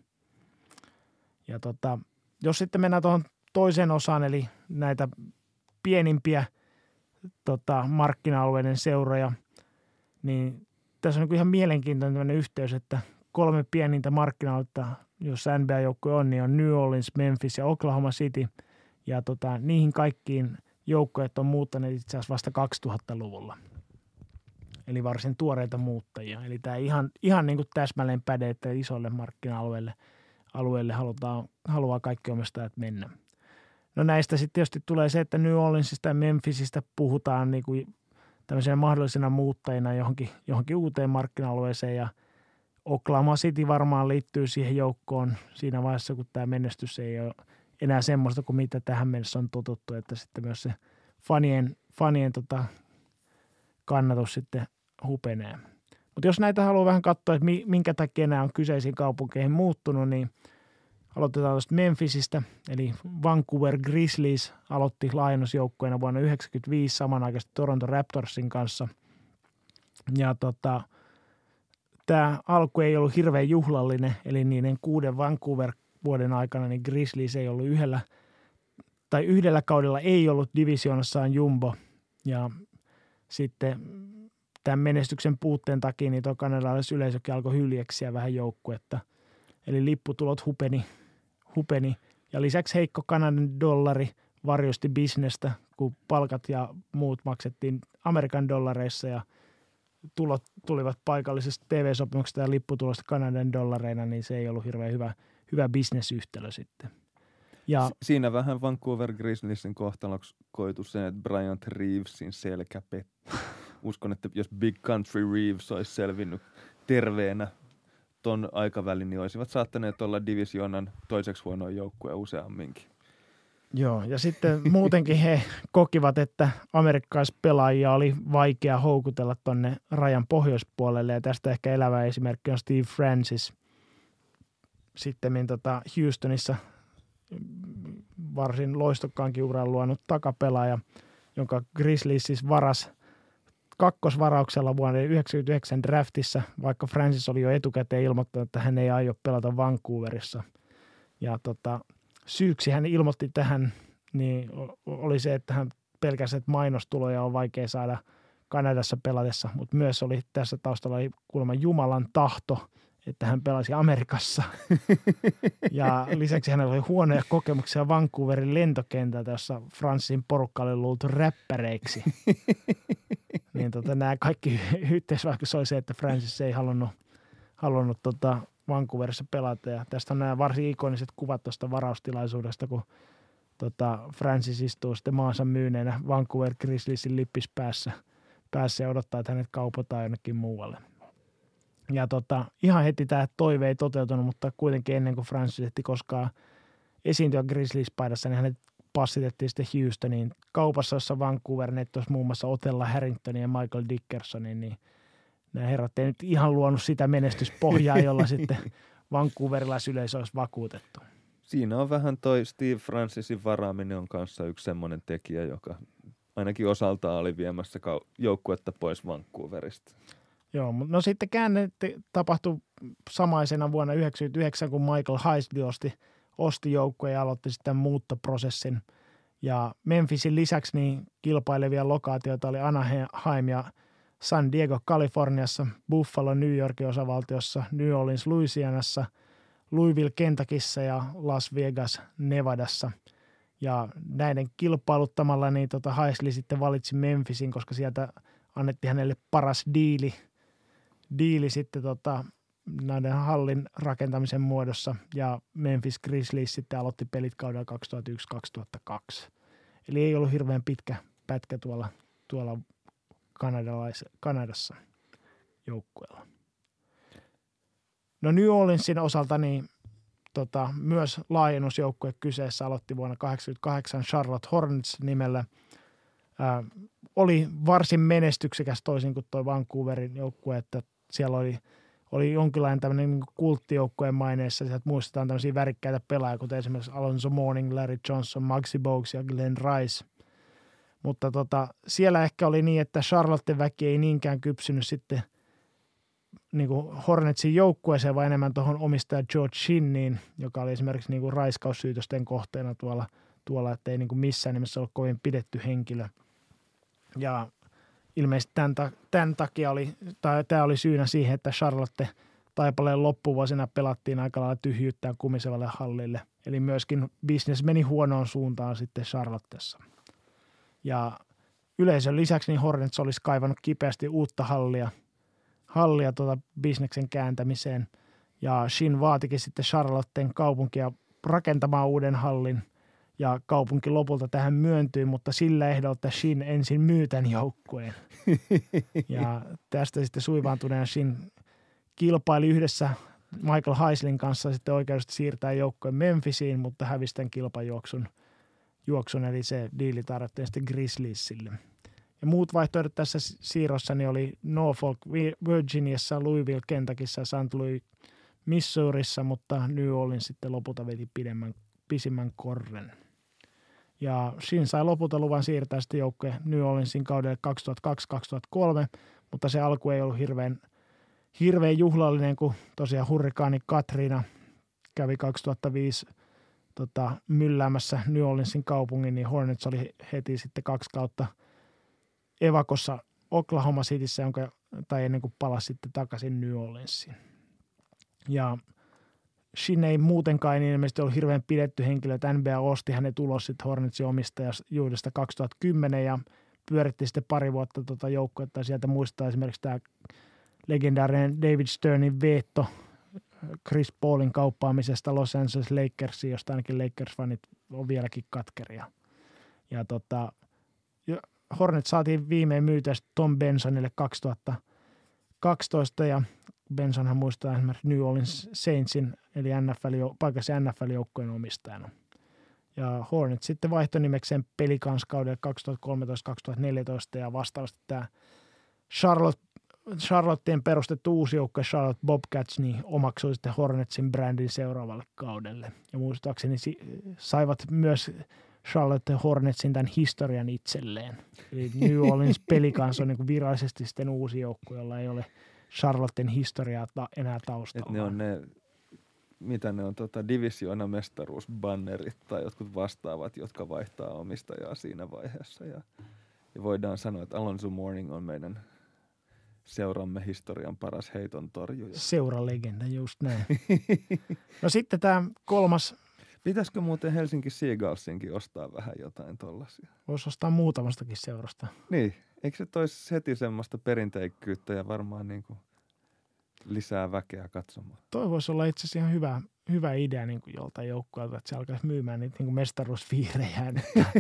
Ja tota, jos sitten mennään tuohon toiseen osaan, eli näitä pienimpiä tota, markkina-alueiden seuroja, niin tässä on niin ihan mielenkiintoinen yhteys, että kolme pienintä markkina-aluetta, jossa N B A-joukkue on, niin on New Orleans, Memphis ja Oklahoma City, ja tota, niihin kaikkiin joukkueet on muuttaneet itse asiassa vasta kaksituhattaluvulla. Eli varsin tuoreita muuttajia. Eli tämä ihan, ihan niin kuin täsmälleen päde, että isolle markkina-alueelle alueelle halutaan, haluaa kaikki omistajat mennä. No näistä sitten tietysti tulee se, että New Orleansista ja Memphisistä puhutaan niin kuin tämmöisenä mahdollisena muuttajina johonkin, johonkin uuteen markkina-alueeseen, ja Oklahoma City varmaan liittyy siihen joukkoon siinä vaiheessa, kun tämä menestys ei ole enää semmoista kuin mitä tähän mennessä on totuttu, että sitten myös se fanien, fanien tota kannatus sitten hupenee. Mutta jos näitä haluaa vähän katsoa, että minkä takia nämä on kyseisiin kaupunkeihin muuttunut, niin aloitetaan tuosta Memphisistä, eli Vancouver Grizzlies aloitti laajennusjoukkueena vuonna yhdeksänkymmentäviisi samanaikaisesti Toronto Raptorsin kanssa. Ja tota, tämä alku ei ollut hirveän juhlallinen, eli niiden kuuden Vancouver-vuoden aikana niin Grizzlies ei ollut yhdellä, tai yhdellä kaudella ei ollut divisioonassaan jumbo, ja sitten tämän menestyksen puutteen takia niin tuo kanadalaisyleisökin alkoi hyljeksiä vähän joukkuetta. Eli lipputulot hupeni, hupeni. Ja lisäksi heikko Kanadan dollari varjosti bisnestä, kun palkat ja muut maksettiin Amerikan dollareissa ja tulot tulivat paikallisesta T V-sopimuksesta ja lipputulosta Kanadan dollareina, niin se ei ollut hirveän hyvä, hyvä bisnesyhtälö sitten. Ja siinä vähän Vancouver Grizzliesin kohtaloksi koitu sen, että Bryant Reevesin selkä petti. Uskon, että jos Big Country Reeves olisi selvinnyt terveenä ton aikavälin, niin olisivat saattaneet olla divisioonan toiseksi huonoin joukkue useamminkin. Joo, ja sitten muutenkin he kokivat, että amerikkalaispelaajia oli vaikea houkutella tonne rajan pohjoispuolelle, ja tästä ehkä elävä esimerkki on Steve Francis. Sitten tota Houstonissa varsin loistokkaankin uran luonut takapelaaja, jonka Grizzlies siis varas kakkosvarauksella vuonna yhdeksänkymmentäyhdeksän draftissa, vaikka Francis oli jo etukäteen ilmoittanut, että hän ei aio pelata Vancouverissa. Ja tota, syyksi hän ilmoitti tähän, niin oli se, että hän pelkäsi, että mainostuloja on vaikea saada Kanadassa pelatessa, mutta myös oli tässä taustalla oli kuulemma Jumalan tahto, että hän pelasi Amerikassa. Ja lisäksi hänellä oli huonoja kokemuksia Vancouverin lentokentältä, jossa Francin porukka oli luultu räppäreiksi. Niin tota, nämä kaikki yhteisvaikutus oli se, että Francis ei halunnut, halunnut tota Vancouverissa pelata. Ja tästä on nämä varsin ikoniset kuvat tuosta varaustilaisuudesta, kun tota Francis istuu sitten maansa myyneenä Vancouver Grizzliesin lippis päässä, päässä ja odottaa, että hänet kaupataan jonnekin muualle. Ja tota, ihan heti tämä toive ei toteutunut, mutta kuitenkin ennen kuin Francis ehti koskaan esiintyä Grizzlies-paidassa, niin hänet passitettiin sitten Houstoniin kaupassa, jossa Vancouver nettosi muun muassa Otella Harringtonin ja Michael Dickersonin, niin nämä herrat ei nyt ihan luonut sitä menestyspohjaa, jolla sitten Vancouverilaisyleisö olisi vakuutettu. Siinä on vähän toi Steve Francisin varaaminen on kanssa yksi semmoinen tekijä, joka ainakin osaltaan oli viemässä joukkuetta pois Vancouverista. Joo, mutta no sitten käänne tapahtui samaisena vuonna yhdeksänkymmentäyhdeksän, kun Michael Heisley osti, osti joukkueen ja aloitti sitten muuttoprosessin. Ja Memphisin lisäksi niin kilpailevia lokaatioita oli Anaheim ja San Diego Kaliforniassa, Buffalo New Yorkin osavaltiossa, New Orleans Louisianassa, Louisville Kentuckyssä ja Las Vegas Nevadassa. Ja näiden kilpailuttamalla niin tota Heisley sitten valitsi Memphisin, koska sieltä annettiin hänelle paras diili, diili sitten tota, näiden hallin rakentamisen muodossa, ja Memphis Grizzlies sitten aloitti pelit kaudella kaksituhattayksi kaksituhattakaksi. Eli ei ollut hirveän pitkä pätkä tuolla, tuolla Kanadassa joukkueella. No New Orleansin osalta niin tota, myös laajennusjoukkue kyseessä aloitti vuonna tuhatyhdeksänsataakahdeksankymmentäkahdeksan Charlotte Hornets nimellä. Ää, oli varsin menestyksekäs toisin kuin tuo Vancouverin joukkue, että siellä oli, oli jonkinlainen tämmöinen niin kulttijoukkueen maineessa. Sieltä muistetaan tämmöisiä värikkäitä pelaajia, kuten esimerkiksi Alonzo Mourning, Larry Johnson, Muggsy Bogues ja Glenn Rice. Mutta tota, siellä ehkä oli niin, että Charlotten väki ei niinkään kypsynyt sitten niin kuin Hornetsin joukkueeseen, vaan enemmän tuohon omistaja George Shinniin, joka oli esimerkiksi niin kuin raiskaussyytösten kohteena tuolla, tuolla että ei niin kuin missään nimessä ollut kovin pidetty henkilö. Ja ilmeisesti tämän, ta- tämän takia oli, tai tämä oli syynä siihen, että Charlotte taipaleen loppuvuosina pelattiin aika lailla tyhjyyttään kumisevalle hallille. Eli myöskin business meni huonoon suuntaan sitten Charlottessa. Ja yleisön lisäksi niin Hornets olisi kaivannut kipeästi uutta hallia, hallia tuota bisneksen kääntämiseen. Ja Shin vaatikin sitten Charlotten kaupunkia rakentamaan uuden hallin. Ja kaupunki lopulta tähän myöntyi, mutta sillä ehdolla, että Shin ensin myy tämän joukkueen. Ja tästä sitten suivaantuneena Shin kilpaili yhdessä Michael Heisleyn kanssa sitten oikeudesta siirtää joukkueen Memphisiin, mutta hävisi tämän kilpajuoksun. Juoksun, eli se diili tarjottiin sitten Grizzliesille. Ja muut vaihtoehdot tässä siirrossa niin oli Norfolk Virginiassa, Louisville Kentuckyssä ja Saint Louis Missourissa, mutta New Orleans sitten lopulta veti pidemmän, pisimmän korren. Ja Shin sai lopulta luvan siirtää sitten joukkoja New Orleansin kaudelle kaksituhattakaksi kaksituhattakolme, mutta se alku ei ollut hirveän, hirveän juhlallinen, kun tosiaan hurrikaani Katrina kävi kaksituhattaviisi tota, mylläämässä New Orleansin kaupungin, niin Hornets oli heti sitten kaksi kautta evakossa Oklahoma Cityssä, jonka, tai ennen kuin palasi sitten takaisin New Orleansiin. Ja Shin ei muutenkaan niin ilmeisesti ollut hirveän pidetty henkilö, että N B A osti hänet ulos sitten Hornetsin omistajuudesta kaksituhattakymmenen ja pyöritti sitten pari vuotta tota joukkuetta. Sieltä muistaa esimerkiksi tämä legendaarinen David Sternin veto Chris Paulin kauppaamisesta Los Angeles Lakersiin, josta ainakin Lakers-fanit on vieläkin katkeria. Ja tota, Hornet saatiin viimein myytyä Tom Bensonille kaksituhattakaksitoista ja Bensonhan muistaa esimerkiksi New Orleans Saintsin eli N F L, paikallisen N F L-joukkojen omistajana. Ja Hornet sitten vaihtoi nimekseen Pelicans kaudelle kaksituhattakolmetoista kaksituhattaneljätoista ja vastaavasti tämä Charlotte, Charlotteen perustettu uusi joukkue Charlotte Bobcats niin omaksui sitten Hornetsin brändin seuraavalle kaudelle. Ja muistaakseni saivat myös Charlotte Hornetsin tämän historian itselleen. Eli New Orleans Pelicans on niin kuin virallisesti sitten uusi joukkue, jolla ei ole Charlotten historiaa enää taustalla. Et ne on ne, mitä ne on, tota, divisioonamestaruusbannerit tai jotkut vastaavat, jotka vaihtaa omistajaa siinä vaiheessa. Ja, ja voidaan sanoa, että Alonzo Mourning on meidän seuramme historian paras heiton torjuja. Seuralegenda, just näin. No sitten tämä kolmas. Pitäisikö muuten Helsinki Seagullsinkin ostaa vähän jotain tollaisia? Voisi ostaa muutamastakin seurasta. Niin, eikö se toisi heti semmoista perinteikkyyttä ja varmaan niin kuin lisää väkeä katsomaan? Toi voisi olla itse asiassa ihan hyvä, hyvä idea niin kuin joltain joukkueelta, että se alkaisi myymään niitä niin kuin mestaruusfiirejä.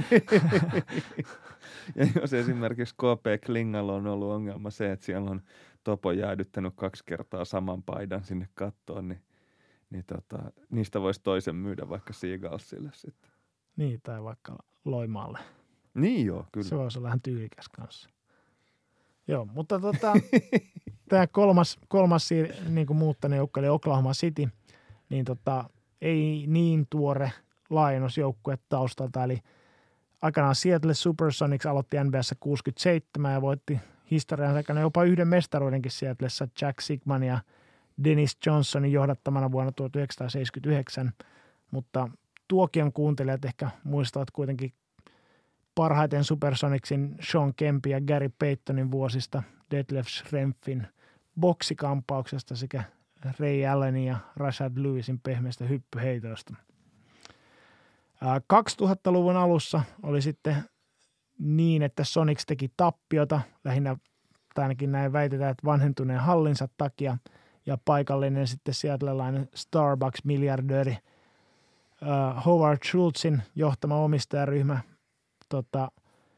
Ja jos esimerkiksi K P Klingalla on ollut ongelma se, että siellä on Topo jäädyttänyt kaksi kertaa saman paidan sinne kattoon, niin Niin tota, niistä voisi toisen myydä vaikka Seagullsille sitten. Niin, tai vaikka Loimaalle. Niin joo, kyllä. Se voisi olla vähän tyylikäs kanssa. Joo, mutta tota, tämä kolmas, kolmas niin kuin muuttanut joukko, eli Oklahoma City, niin tota, ei niin tuore laajennusjoukkue taustalta. Eli aikanaan Seattle Supersonics aloitti N B A:ssä kuusikymmentäseitsemän ja voitti historian aikana jopa yhden mestaruudenkin Seattlessa Jack Sigman ja Dennis Johnsonin johdattamana vuonna tuhatyhdeksänsataaseitsemänkymmentäyhdeksän, mutta tuokion kuuntelijat ehkä muistavat kuitenkin parhaiten Supersonicsin Sean Kempin ja Gary Paytonin vuosista, Detlef Schrempfin boksikampauksesta sekä Ray Allenin ja Rashad Lewisin pehmeistä hyppyheitoista. kaksituhattaluvun alussa oli sitten niin, että Sonics teki tappiota, lähinnä tai ainakin näin väitetään, että vanhentuneen hallinsa takia, ja paikallinen sitten seattlelainen Starbucks-miljardööri uh, Howard Schultzin johtama omistajaryhmä tota,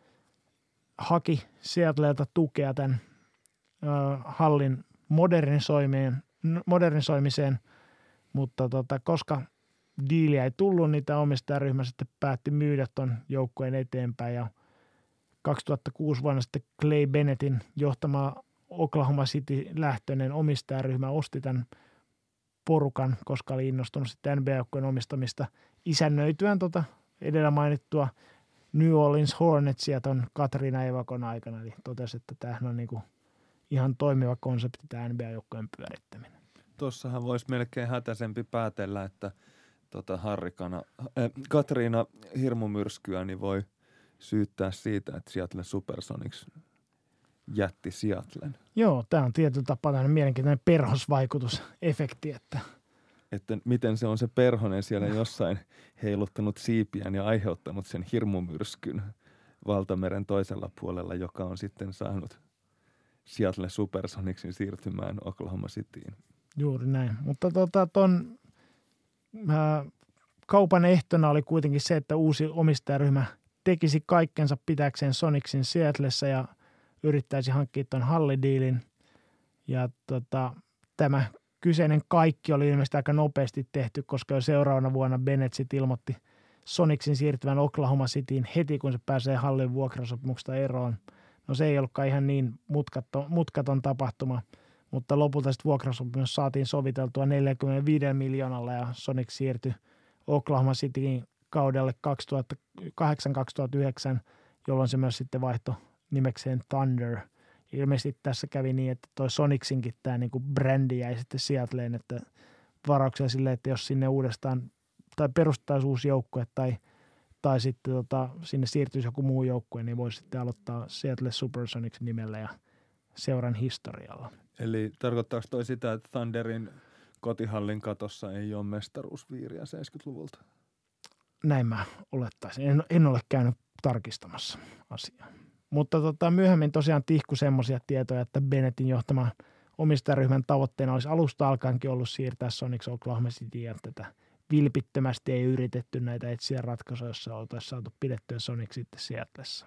haki Seattlelta tukea tämän uh, hallin modernisoimiseen, modernisoimiseen mutta tota, koska diiliä ei tullut, niin tämä omistajaryhmä sitten päätti myydä ton joukkueen eteenpäin ja kaksituhattakuusi vuonna sitten Clay Bennettin johtama Oklahoma City-lähtöinen omistajaryhmä osti tämän porukan, koska oli innostunut sitten N B A-joukkojen omistamista isännöityään tota edellä mainittua New Orleans Hornetsia ton Katrina Evakon aikana. Eli totesi, että tämähän on niinku ihan toimiva konsepti tämä N B A-joukkojen pyörittäminen. Tuossahan voisi melkein hätäisempi päätellä, että tota Harrikana, äh, Katriina hirmumyrskyä niin voi syyttää siitä, että Seattle Supersonics jätti Seattlen. Joo, tämä on tietyllä tapaa tämmöinen mielenkiintoinen perhosvaikutusefekti, että että miten se on se perhonen siellä jossain heiluttanut siipiään ja aiheuttanut sen hirmumyrskyn valtameren toisella puolella, joka on sitten saanut Seattle Supersonicsin siirtymään Oklahoma Cityin. Juuri näin, mutta tota, ton ää, kaupan ehtona oli kuitenkin se, että uusi omistajaryhmä tekisi kaikkensa pitääkseen Sonicsin Seattlessa ja yrittäisi hankkia tuon hallidiilin. Ja tota, tämä kyseinen kaikki oli ilmeisesti aika nopeasti tehty, koska jo seuraavana vuonna Bennett sit ilmoitti Sonicsin siirtyvän Oklahoma Cityin heti, kun se pääsee hallin vuokrasopimuksesta eroon. No se ei ollutkaan ihan niin mutkaton, mutkaton tapahtuma, mutta lopulta sitten vuokrasopimus saatiin soviteltua neljäkymmentäviisi miljoonalla ja Sonic siirtyi Oklahoma Cityin kaudelle kaksituhattakahdeksan kaksituhattayhdeksän, jolloin se myös sitten vaihtoi nimekseen Thunder. Ilmeisesti tässä kävi niin, että toi Sonicsinkin tämä niinku brändi jäi sitten Seattleen, että varauksia silleen, että jos sinne uudestaan tai perustaisi uusi joukkue tai tai sitten tota, sinne siirtyisi joku muu joukkue, niin voisi sitten aloittaa Seattle Supersonics nimellä ja seuran historialla. Eli tarkoittaako toi sitä, että Thunderin kotihallin katossa ei ole mestaruusviiriä seitsemänkymmentäluvulta? Näin mä olettaisin. En, en ole käynyt tarkistamassa asiaa. Mutta tota, myöhemmin tosiaan tihku semmoisia tietoja, että Bennettin johtama omistajaryhmän tavoitteena olisi alusta alkaenkin ollut siirtää Sonics Oklahoma City, ja tätä vilpittömästi ei yritetty näitä etsiä ratkaisuja, jossa oltaisiin saatu pidettyä Sonic sitten Seattlessa.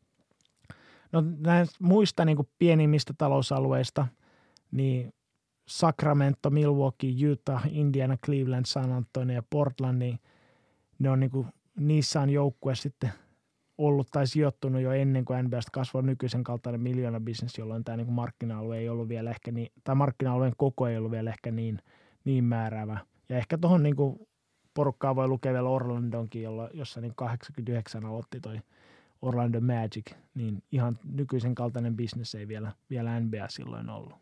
No näistä muista niin kuin pienimmistä talousalueista, niin Sacramento, Milwaukee, Utah, Indiana, Cleveland, San Antonio ja Portland, niin ne on niin kuin, niissä on joukkue sitten ollut tai sijoittunut jo ennen kuin N B A:sta kasvoi nykyisen kaltainen miljoonabisnes, jolloin tämä niin kuin markkina-alue ei ollut vielä ehkä niin, tai markkina-alueen koko ei ollut vielä ehkä niin, niin määräävä. Ja ehkä tuohon niin kuin porukkaa voi lukea vielä Orlandonkin, jolla, jossa niin kahdeksankymmentäyhdeksän aloitti toi Orlando Magic, niin ihan nykyisen kaltainen bisnes ei vielä, vielä N B A silloin ollut.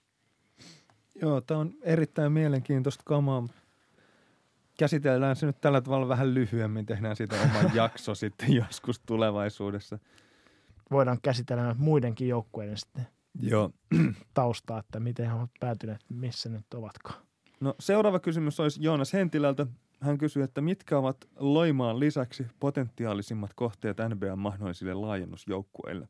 Joo, tämä on erittäin mielenkiintoista kamaa. Käsitellään se nyt tällä tavalla vähän lyhyemmin, tehdään siitä oma jakso sitten joskus tulevaisuudessa. Voidaan käsitellä muidenkin joukkueiden sitten Joo. taustaa, että miten he ovat päätyneet, missä nyt ovatkaan. No seuraava kysymys olisi Joonas Hentilältä. Hän kysyy, että mitkä ovat Loimaan lisäksi potentiaalisimmat kohteet N B A:n mahdollisille laajennusjoukkueille?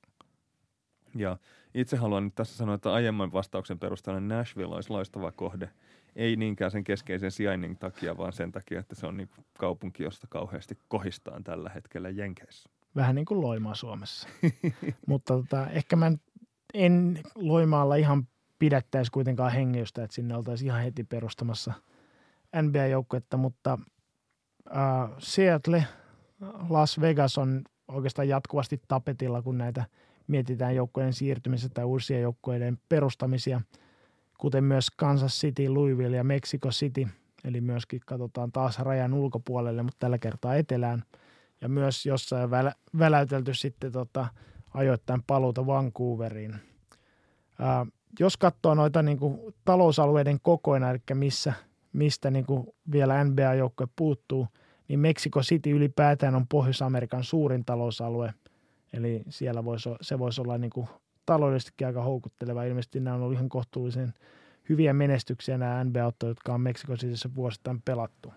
Ja itse haluan nyt tässä sanoa, että aiemman vastauksen perusteella Nashville olisi loistava kohde. Ei niinkään sen keskeisen sijainnin takia, vaan sen takia, että se on niin kaupunki, josta kauheasti kohistaan tällä hetkellä Jenkeissä. Vähän niin kuin Loimaa Suomessa. Mutta tota, ehkä mä en Loimaalla ihan pidättäisi kuitenkaan hengitystä, että sinne oltaisiin ihan heti perustamassa N B A-joukkuetta, mutta äh, Seattle, Las Vegas on oikeastaan jatkuvasti tapetilla, kun näitä mietitään joukkueiden siirtymistä tai uusien joukkueiden perustamisia, kuten myös Kansas City, Louisville ja Mexico City, eli myöskin katsotaan taas rajan ulkopuolelle, mutta tällä kertaa etelään, ja myös jossain välä, väläytelty sitten tota, ajoittain paluuta Vancouveriin. Ää, jos katsoo noita niin kuin talousalueiden kokoina, eli missä, mistä niin kuin vielä N B A-joukkue puuttuu, niin Mexico City ylipäätään on Pohjois-Amerikan suurin talousalue, eli siellä voisi, se voisi olla niin kuin taloudellisestikin aika houkutteleva. Ilmeisesti nämä on ollut ihan kohtuullisen hyviä menestyksiä nämä N B A-ottelut, jotka on Mexico Cityssä vuosittain pelattu.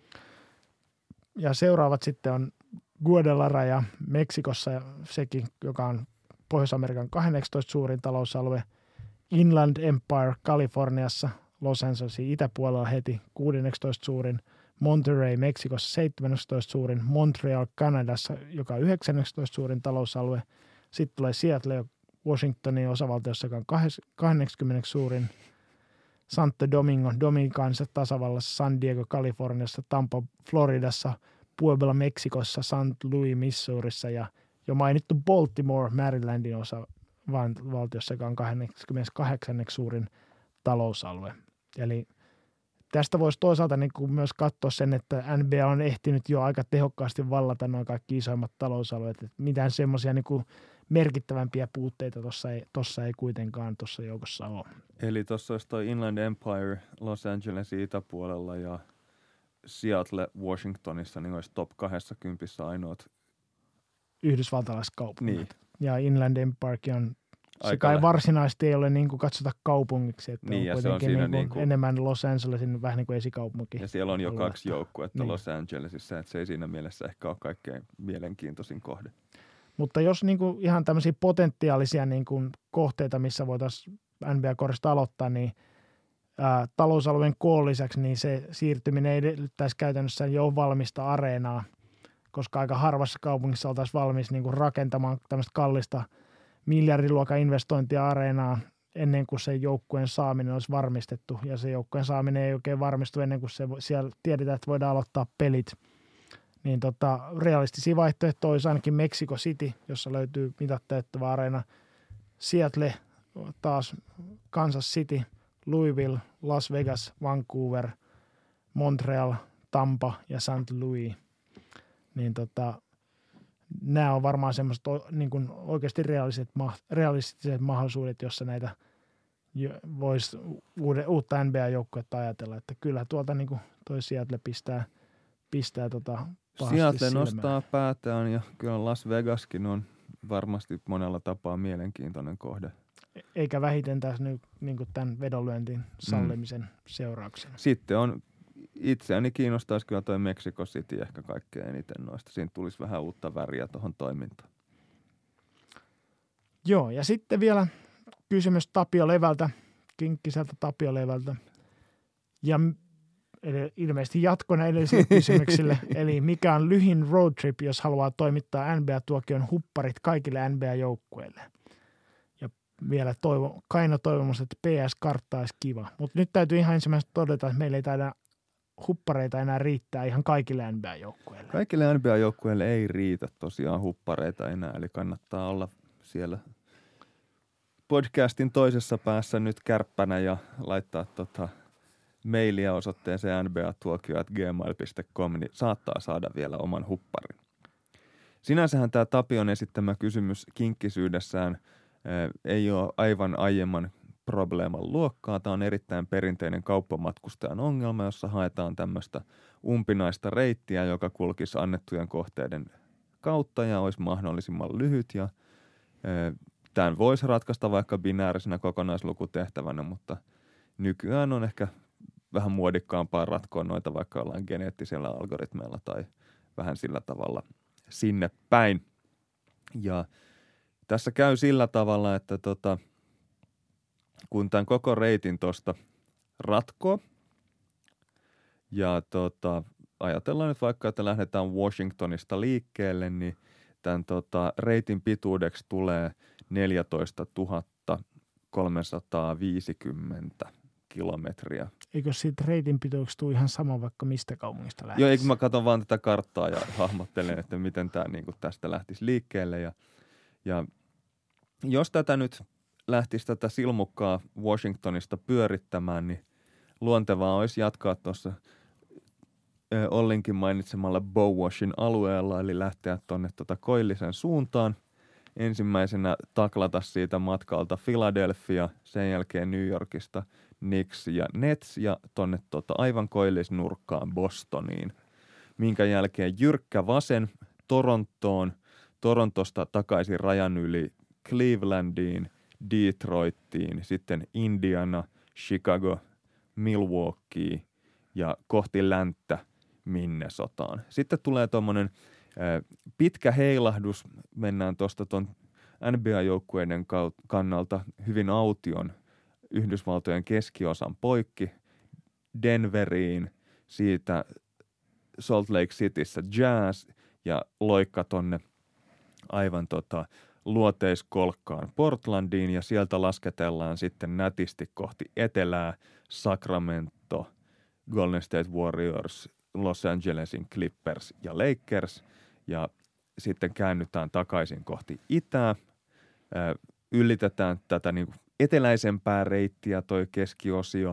Ja seuraavat sitten on Guadalajara ja Meksikossa sekin, joka on Pohjois-Amerikan kahdeksantoista suurin talousalue. Inland Empire Kaliforniassa, Los Angelesin itäpuolella heti kuusitoista suurin. Monterey Meksikossa seitsemäntoista suurin. Montreal Kanadassa, joka on yhdeksäntoista suurin talousalue. Sitten tulee Seattle Washingtonin osavaltiossa, joka on kaksikymmentä suurin. Santo Domingo Dominikanisessa tasavallassa, San Diego Kaliforniassa, Tampa Floridassa, Puebla Meksikossa, Saint Louis Missourissa ja jo mainittu Baltimore Marylandin osavaltiossa, joka on kaksikymmentäkahdeksan suurin talousalue. Eli tästä voisi toisaalta niin kuin myös katsoa sen, että N B A on ehtinyt jo aika tehokkaasti vallata nuo kaikki isoimmat talousalueet. Että mitään semmoisia niin kuin merkittävämpiä puutteita tuossa ei, tossa ei kuitenkaan tuossa joukossa ole. Eli tuossa olisi toi Inland Empire Los Angelesin itäpuolella ja Seattle Washingtonissa, niin olisi top kaksikymmentä ainoat yhdysvaltalaiset kaupungit. Niin. Ja Inland Empirekin on, se Aika kai lä- varsinaisesti ei ole niin kuin katsota kaupungiksi, että Niin, on ja se on kuitenkin siinä niin kuin niin kuin- enemmän Los Angelesin vähän niin kuin esikaupunki. Ja siellä on jo alueesta. kaksi joukkuetta Niin. Los Angelesissa, että se ei siinä mielessä ehkä ole kaikkein mielenkiintoisin kohde. Mutta jos niin kuin ihan tämmöisiä potentiaalisia niin kuin kohteita, missä voitaisiin N B A-korista aloittaa, niin ää, talousalueen koon lisäksi, niin se siirtyminen edellyttäisi käytännössä jo valmista areenaa, koska aika harvassa kaupungissa oltaisiin valmis niin kuin rakentamaan tämmöistä kallista miljardiluokan investointia areenaa ennen kuin se joukkueen saaminen olisi varmistettu. Ja se joukkueen saaminen ei oikein varmistu ennen kuin se, siellä tiedetään, että voidaan aloittaa pelit. Niin tota, realistisia vaihtoehtoja olisi ainakin Mexico City, jossa löytyy mitat täyttävä areena. Seattle, taas Kansas City, Louisville, Las Vegas, Vancouver, Montreal, Tampa ja Saint Louis. Niin tota, nämä on varmaan semmoiset niin kuin oikeasti realistiset, realistiset mahdollisuudet, jossa näitä voisi uutta N B A-joukkuetta ajatella. Että kyllä tuolta niin kuin toi Seattle pistää pistää tota pahasti Seattle silmään. nostaa päätään ja kyllä Las Vegaskin on varmasti monella tapaa mielenkiintoinen kohde. Eikä vähiten tässä nyt niin tämän vedonlyöntin sallimisen mm. seurauksena. Sitten on, itseäni kiinnostaisi kyllä toi Mexico City ehkä kaikkein eniten noista. Siinä tulisi vähän uutta väriä tuohon toimintaan. Joo, ja sitten vielä kysymys Tapio Levältä, Kinkkiseltä Tapio Levältä. Ja eli ilmeisesti jatkona edellisille kysymyksille. Eli mikä on lyhin road trip, jos haluaa toimittaa N B A-tuokion hupparit kaikille N B A-joukkueille? Ja vielä toivo, Kaino toivomus, että P S-kartta olisi kiva. Mutta nyt täytyy ihan ensimmäisenä todeta, että meillä ei taida huppareita enää riittää ihan kaikille N B A-joukkueille. Kaikille N B A-joukkueille ei riitä tosiaan huppareita enää, eli kannattaa olla siellä podcastin toisessa päässä nyt kärppänä ja laittaa tota mailia osoitteeseen n b a tuokio at gmail dot com, niin saattaa saada vielä oman hupparin. Sinänsähän tämä Tapion esittämä kysymys kinkkisyydessään eh, ei ole aivan aiemman probleeman luokkaa. Tämä on erittäin perinteinen kauppamatkustajan ongelma, jossa haetaan tämmöistä umpinaista reittiä, joka kulkisi annettujen kohteiden kautta ja olisi mahdollisimman lyhyt. Ja, eh, tämän voisi ratkaista vaikka binäärisenä kokonaislukutehtävänä, mutta nykyään on ehkä vähän muodikkaampaa ratkoa noita vaikka ollaan geneettisellä algoritmeilla tai vähän sillä tavalla sinne päin. Ja tässä käy sillä tavalla, että tota, kun tämän koko reitin tuosta ratkoo ja tota, ajatellaan nyt vaikka, että lähdetään Washingtonista liikkeelle, niin tämän tota, reitin pituudeksi tulee neljätoistatuhatta kolmesataaviisikymmentä kilometriä. Eikö siitä reitin pituudeksi tule ihan sama vaikka mistä kaupungista lähtisi? Joo, eikö mä katson vaan tätä karttaa ja hahmottelen, että miten tämä niin kuin tästä lähtisi liikkeelle. Ja, ja jos tätä nyt lähtisi tätä silmukkaa Washingtonista pyörittämään, niin luontevaa olisi jatkaa tuossa Ollinkin mainitsemalla Bowashin alueella, eli lähteä tuonne tuota Koillisen suuntaan. Ensimmäisenä taklata siitä matkalta Philadelphia, sen jälkeen New Yorkista Knicks ja Nets ja tonne tota aivan koillisnurkkaan Bostoniin. Minkä jälkeen jyrkkä vasen Torontoon, Torontosta takaisin rajan yli Clevelandiin, Detroittiin, sitten Indiana, Chicago, Milwaukee ja kohti länttä Minnesotaan. Sitten tulee tuommoinen pitkä heilahdus, mennään tuosta tuon N B A-joukkueiden kannalta hyvin aution Yhdysvaltojen keskiosan poikki Denveriin, siitä Salt Lake Cityssä Jazz ja loikka tonne aivan tota luoteiskolkkaan Portlandiin ja sieltä lasketellaan sitten nätisti kohti etelää Sacramento, Golden State Warriors, Los Angelesin Clippers ja Lakers ja sitten käännytään takaisin kohti itää, ylitetään tätä niin kuin eteläisempää reittiä toi keskiosio,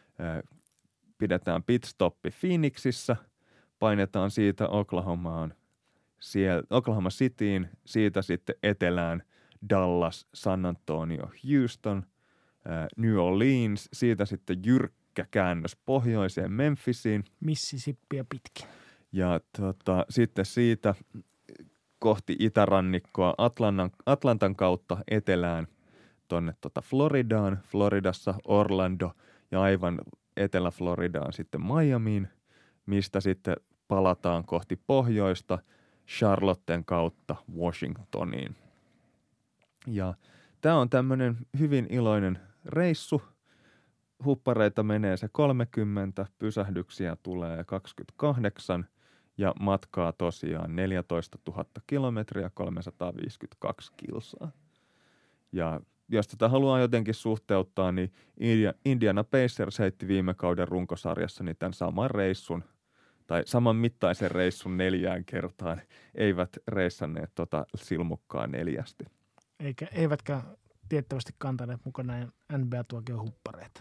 pidetään pitstoppi Phoenixissä, painetaan siitä Oklahomaan, siellä, Oklahoma Cityin, siitä sitten etelään Dallas, San Antonio, Houston, New Orleans, siitä sitten jyrkkä käännös pohjoiseen Memphisiin. Mississippiä pitkin. Ja tota, sitten siitä kohti itärannikkoa Atlantan, Atlantan kautta etelään tuonne tota Floridaan, Floridassa Orlando ja aivan Etelä-Floridaan sitten Miamiin, mistä sitten palataan kohti pohjoista Charlotten kautta Washingtoniin. Ja tämä on tämmöinen hyvin iloinen reissu. Huppareita menee se kolmekymmentä, pysähdyksiä tulee kaksikymmentäkahdeksan ja matkaa tosiaan neljätoistatuhatta kilometriä, kolmesataaviisikymmentäkaksi kilsaa. Ja jos tätä haluaa jotenkin suhteuttaa, niin Indiana Pacers heitti viime kauden runkosarjassa niin tämän saman reissun tai saman mittaisen reissun neljään kertaan, eivät reissanneet tota silmukkaa neljästi. Eikä, eivätkä tiettävästi kantaneet mukana N B A-tuokion huppareita.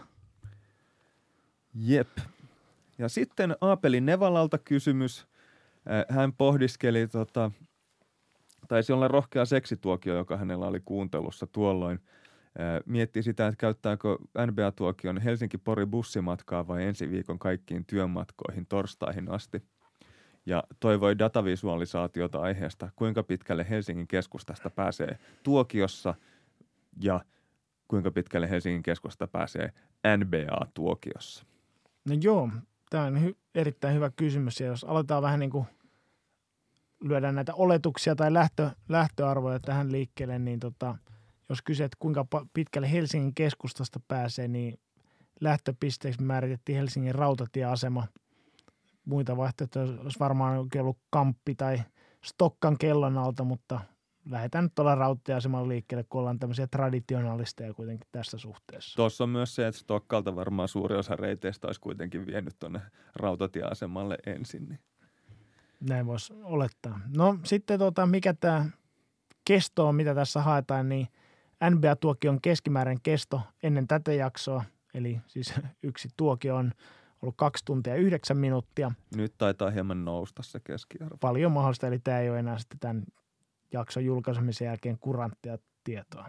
Jep. Ja sitten Aapeli Nevalalta kysymys. Hän pohdiskeli, tota, taisi olla rohkea seksituokio, joka hänellä oli kuuntelussa tuolloin. Mietti sitä, että käyttääkö N B A-tuokion Helsinki-Pori bussimatkaa vai ensi viikon kaikkiin työmatkoihin torstaihin asti. ja toivoi datavisualisaatiota aiheesta, kuinka pitkälle Helsingin keskustasta pääsee tuokiossa ja kuinka pitkälle Helsingin keskustasta pääsee N B A-tuokiossa. No joo, tämä on hy- erittäin hyvä kysymys ja jos aletaan vähän niin kuin lyödään näitä oletuksia tai lähtö, lähtöarvoja tähän liikkeelle, niin tota, jos kysyt, kuinka pitkälle Helsingin keskustasta pääsee, niin lähtöpisteeksi määritettiin Helsingin rautatieasema. Muita vaihtoehtoja olisi varmaan ollut Kamppi tai Stokkan kellon alta, mutta lähdetään nyt tuolla rautatieasemalla liikkeelle, kun ollaan tämmöisiä traditionalisteja kuitenkin tässä suhteessa. Tuossa on myös se, että Stokkalta varmaan suuri osa reiteistä olisi kuitenkin vienyt tuonne rautatieasemalle ensin. Niin. Näin voisi olettaa. No sitten tota, mikä tämä kesto on, mitä tässä haetaan, niin N B A-tuokion keskimääräinen kesto ennen tätä jaksoa, eli siis yksi tuokio on ollut kaksi tuntia yhdeksän minuuttia. Nyt taitaa hieman nousta se keskiarvo. Paljon mahdollista, eli tämä ei ole enää sitten tämän jakson julkaisemisen jälkeen kuranttia tietoa.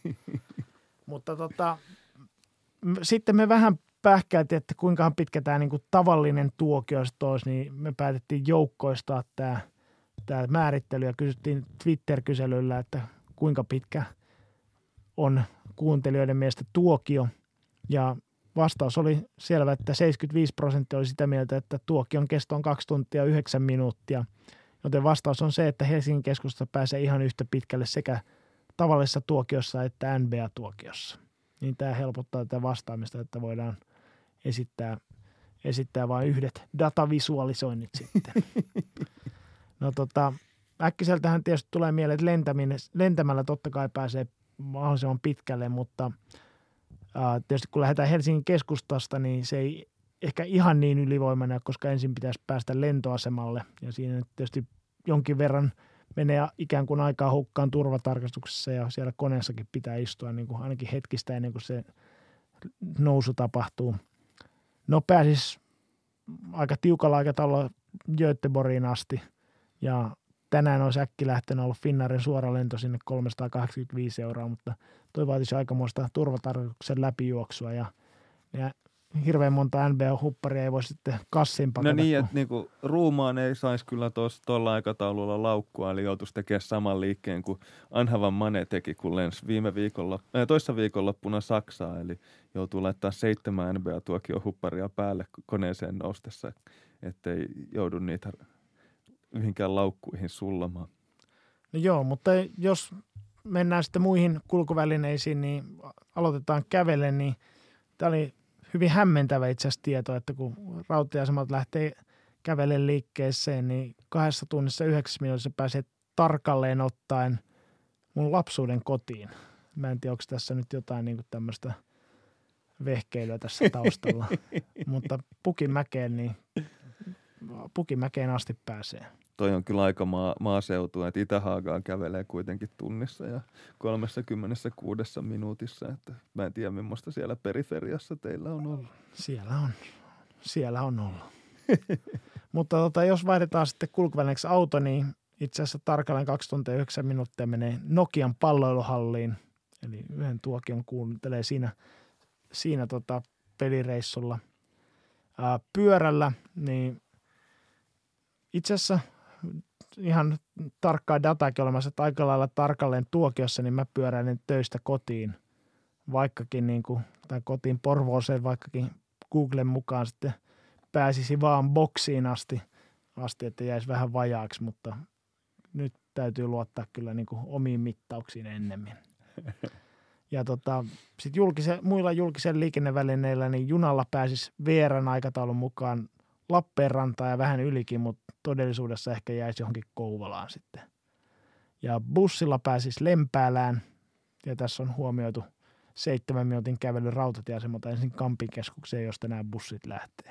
Mutta tota, sitten me vähän pähkäiltiin, että kuinka pitkä tämä niinku tavallinen tuokio olisi, niin me päätettiin joukkoistaa tämä, tämä määrittely ja kysyttiin Twitter-kyselyllä, että kuinka pitkä on kuuntelijoiden mielestä tuokio. Ja vastaus oli selvä, että seitsemänkymmentäviisi prosenttia oli sitä mieltä, että tuokion kesto on kaksi tuntia yhdeksän minuuttia. Joten vastaus on se, että Helsingin keskustassa pääsee ihan yhtä pitkälle sekä tavallisessa tuokiossa että N B A-tuokiossa. Niin tämä helpottaa tätä vastaamista, että voidaan esittää, esittää vain yhdet datavisualisoinnit sitten. No tota, äkkiseltähän tietysti tulee mieleen, että lentäminen, lentämällä totta kai pääsee mahdollisimman pitkälle, mutta ää, tietysti kun lähdetään Helsingin keskustasta, niin se ei ehkä ihan niin ylivoimainen, koska ensin pitäisi päästä lentoasemalle ja siinä nyt tietysti jonkin verran menee ikään kuin aikaa hukkaan turvatarkastuksessa ja siellä koneessakin pitää istua niin kuin ainakin hetkistä ennen kuin se nousu tapahtuu. No pääsis aika tiukalla aikataululla Göteborgiin asti ja tänään olisi äkki lähtenyt ollut Finnairin suora lento sinne kolmesataakahdeksankymmentäviisi euroa, mutta toi vaatisi aikamoista turvatarkastuksen läpijuoksua ja, ja hirveän monta N B A-hupparia ei voi sitten kassiin pakata. No niin, kun... että niinku, ruumaan ei saisi kyllä tuolla aikataululla laukkua, eli joutuisi tekemään saman liikkeen kuin Anhavan Mane teki, kun lensi viime viikolla, äh, toissa viikonloppuna Saksaa, eli joutuu laittaa seitsemän N B A-tuokio-hupparia päälle koneeseen noustessa, ettei joudu niitä mihinkään laukkuihin sullamaan. No joo, mutta jos mennään sitten muihin kulkuvälineisiin, niin aloitetaan kävellen, niin tämä oli hyvin hämmentävä itse asiassa tieto, että kun rautatieasemalta lähtee kävellen liikkeeseen, niin kahdessa tunnissa yhdeksässä minuutissa pääsee tarkalleen ottaen mun lapsuuden kotiin. Mä en tiedä, onko tässä nyt jotain niin kuin tämmöistä vehkeilyä tässä taustalla, mutta Pukinmäkeen, niin Pukinmäkeen asti pääsee. Toi on kyllä aika maa, maaseutu, että Itä-Haagaan kävelee kuitenkin tunnissa ja kolmekymmentäkuusi minuutissa, että mä en tiedä, millaista siellä periferiassa teillä on ollut. Siellä on, siellä on ollut. Mutta tota, jos vaihdetaan sitten kulkuvälineeksi auto, niin itse asiassa tarkalleen kaksi tuntia yhdeksän minuuttia menee Nokian palloiluhalliin, eli yhden tuokion kuuntelee siinä, siinä tota pelireissulla. Ää, pyörällä, niin itse asiassa ihan tarkkaa dataakin olemassa, että aika lailla tarkalleen tuokiossa, niin mä pyöräilen töistä kotiin, vaikkakin niin kuin, tai kotiin Porvooseen, vaikkakin Googlen mukaan sitten pääsisi vaan boksiin asti, asti että jäisi vähän vajaaksi, mutta nyt täytyy luottaa kyllä niin kuin omiin mittauksiin ennemmin. Ja tota, sitten julkise, muilla julkisen liikennevälineillä, niin junalla pääsisi V R:n aikataulun mukaan Lappeenrantaan ja vähän ylikin, mutta todellisuudessa ehkä jäisi johonkin Kouvolaan sitten. Ja bussilla pääsisi Lempäälään, ja tässä on huomioitu seitsemän minuutin kävely rautatieasemalta ensin Kampin keskukseen, josta nämä bussit lähtee.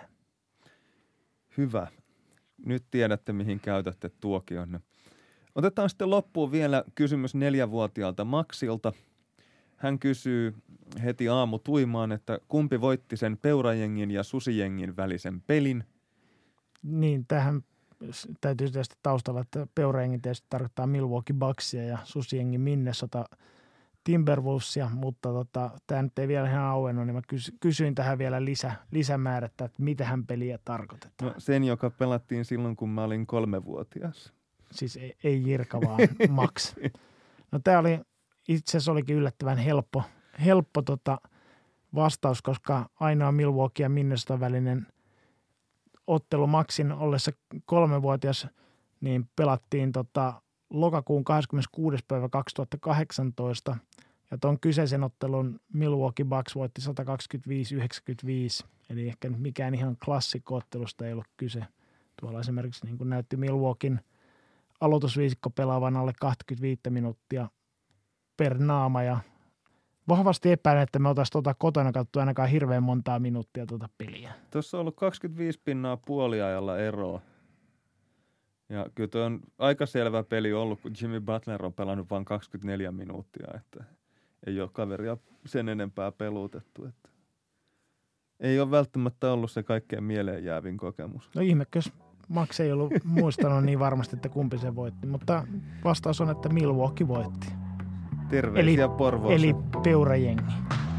Hyvä. Nyt tiedätte, mihin käytätte tuokionne. Otetaan sitten loppuun vielä kysymys neljävuotiaalta Maxilta. Hän kysyy heti aamu tuimaan, että kumpi voitti sen peurajengin ja susijengin välisen pelin? Niin, tähän täytyy tietysti taustalla, että peurajengi tietysti tarkoittaa Milwaukee Bucksia ja susijengi Minnesota Timberwolvesia, mutta tota, tämä nyt ei vielä ihan auennut, niin mä kysyin tähän vielä lisä, lisämäärättä, että mitähän peliä tarkoitetaan. No, sen, joka pelattiin silloin, kun mä olin kolmevuotias. Siis ei, ei Jirka, vaan Max. No tämä oli, itse asiassa olikin yllättävän helppo, helppo tota vastaus, koska ainoa Milwaukee ja Minnesota välinen ottelu Maxin ollessa kolmevuotias, niin pelattiin tota lokakuun kahdeskymmeneskuudes päivä kaksituhattakahdeksantoista, ja tuon kyseisen ottelun Milwaukee Bucks voitti sata kaksikymmentäviisi yhdeksänkymmentäviisi, eli ehkä mikään ihan klassikko-ottelusta ei ollut kyse. Tuolla esimerkiksi niin kuin näytti Milwaukeein aloitusviisikko pelaavan alle kaksikymmentäviisi minuuttia per naama, ja vahvasti epäilen, että me oltaisiin tuota kotona katsottu ainakaan hirveän montaa minuuttia tuota peliä. Tuossa on ollut kaksikymmentäviisi pinnaa puoliajalla eroa. Ja kyllä tuo on aika selvä peli ollut, kun Jimmy Butler on pelannut vain kaksikymmentäneljä minuuttia, että ei ole kaveria sen enempää peluutettu. Että ei ole välttämättä ollut se kaikkein mieleenjäävin kokemus. No ihmekös Max ei ollut muistanut niin varmasti, että kumpi se voitti, mutta vastaus on, että Milwaukee voitti. Terveisiä eli, Porvooseen. Eli peurajengi.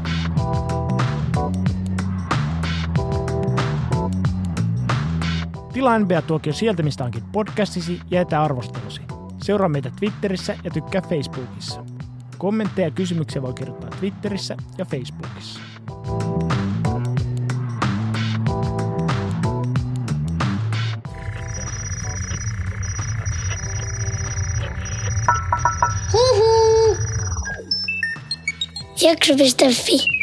Tilaa N B A-tuokio sieltä, mistä hankit podcastisi ja jätä arvostelusi. Seuraa meitä Twitterissä ja tykkää Facebookissa. Kommentteja ja kysymyksiä voi kirjoittaa Twitterissä ja Facebookissa. Jakso piste fi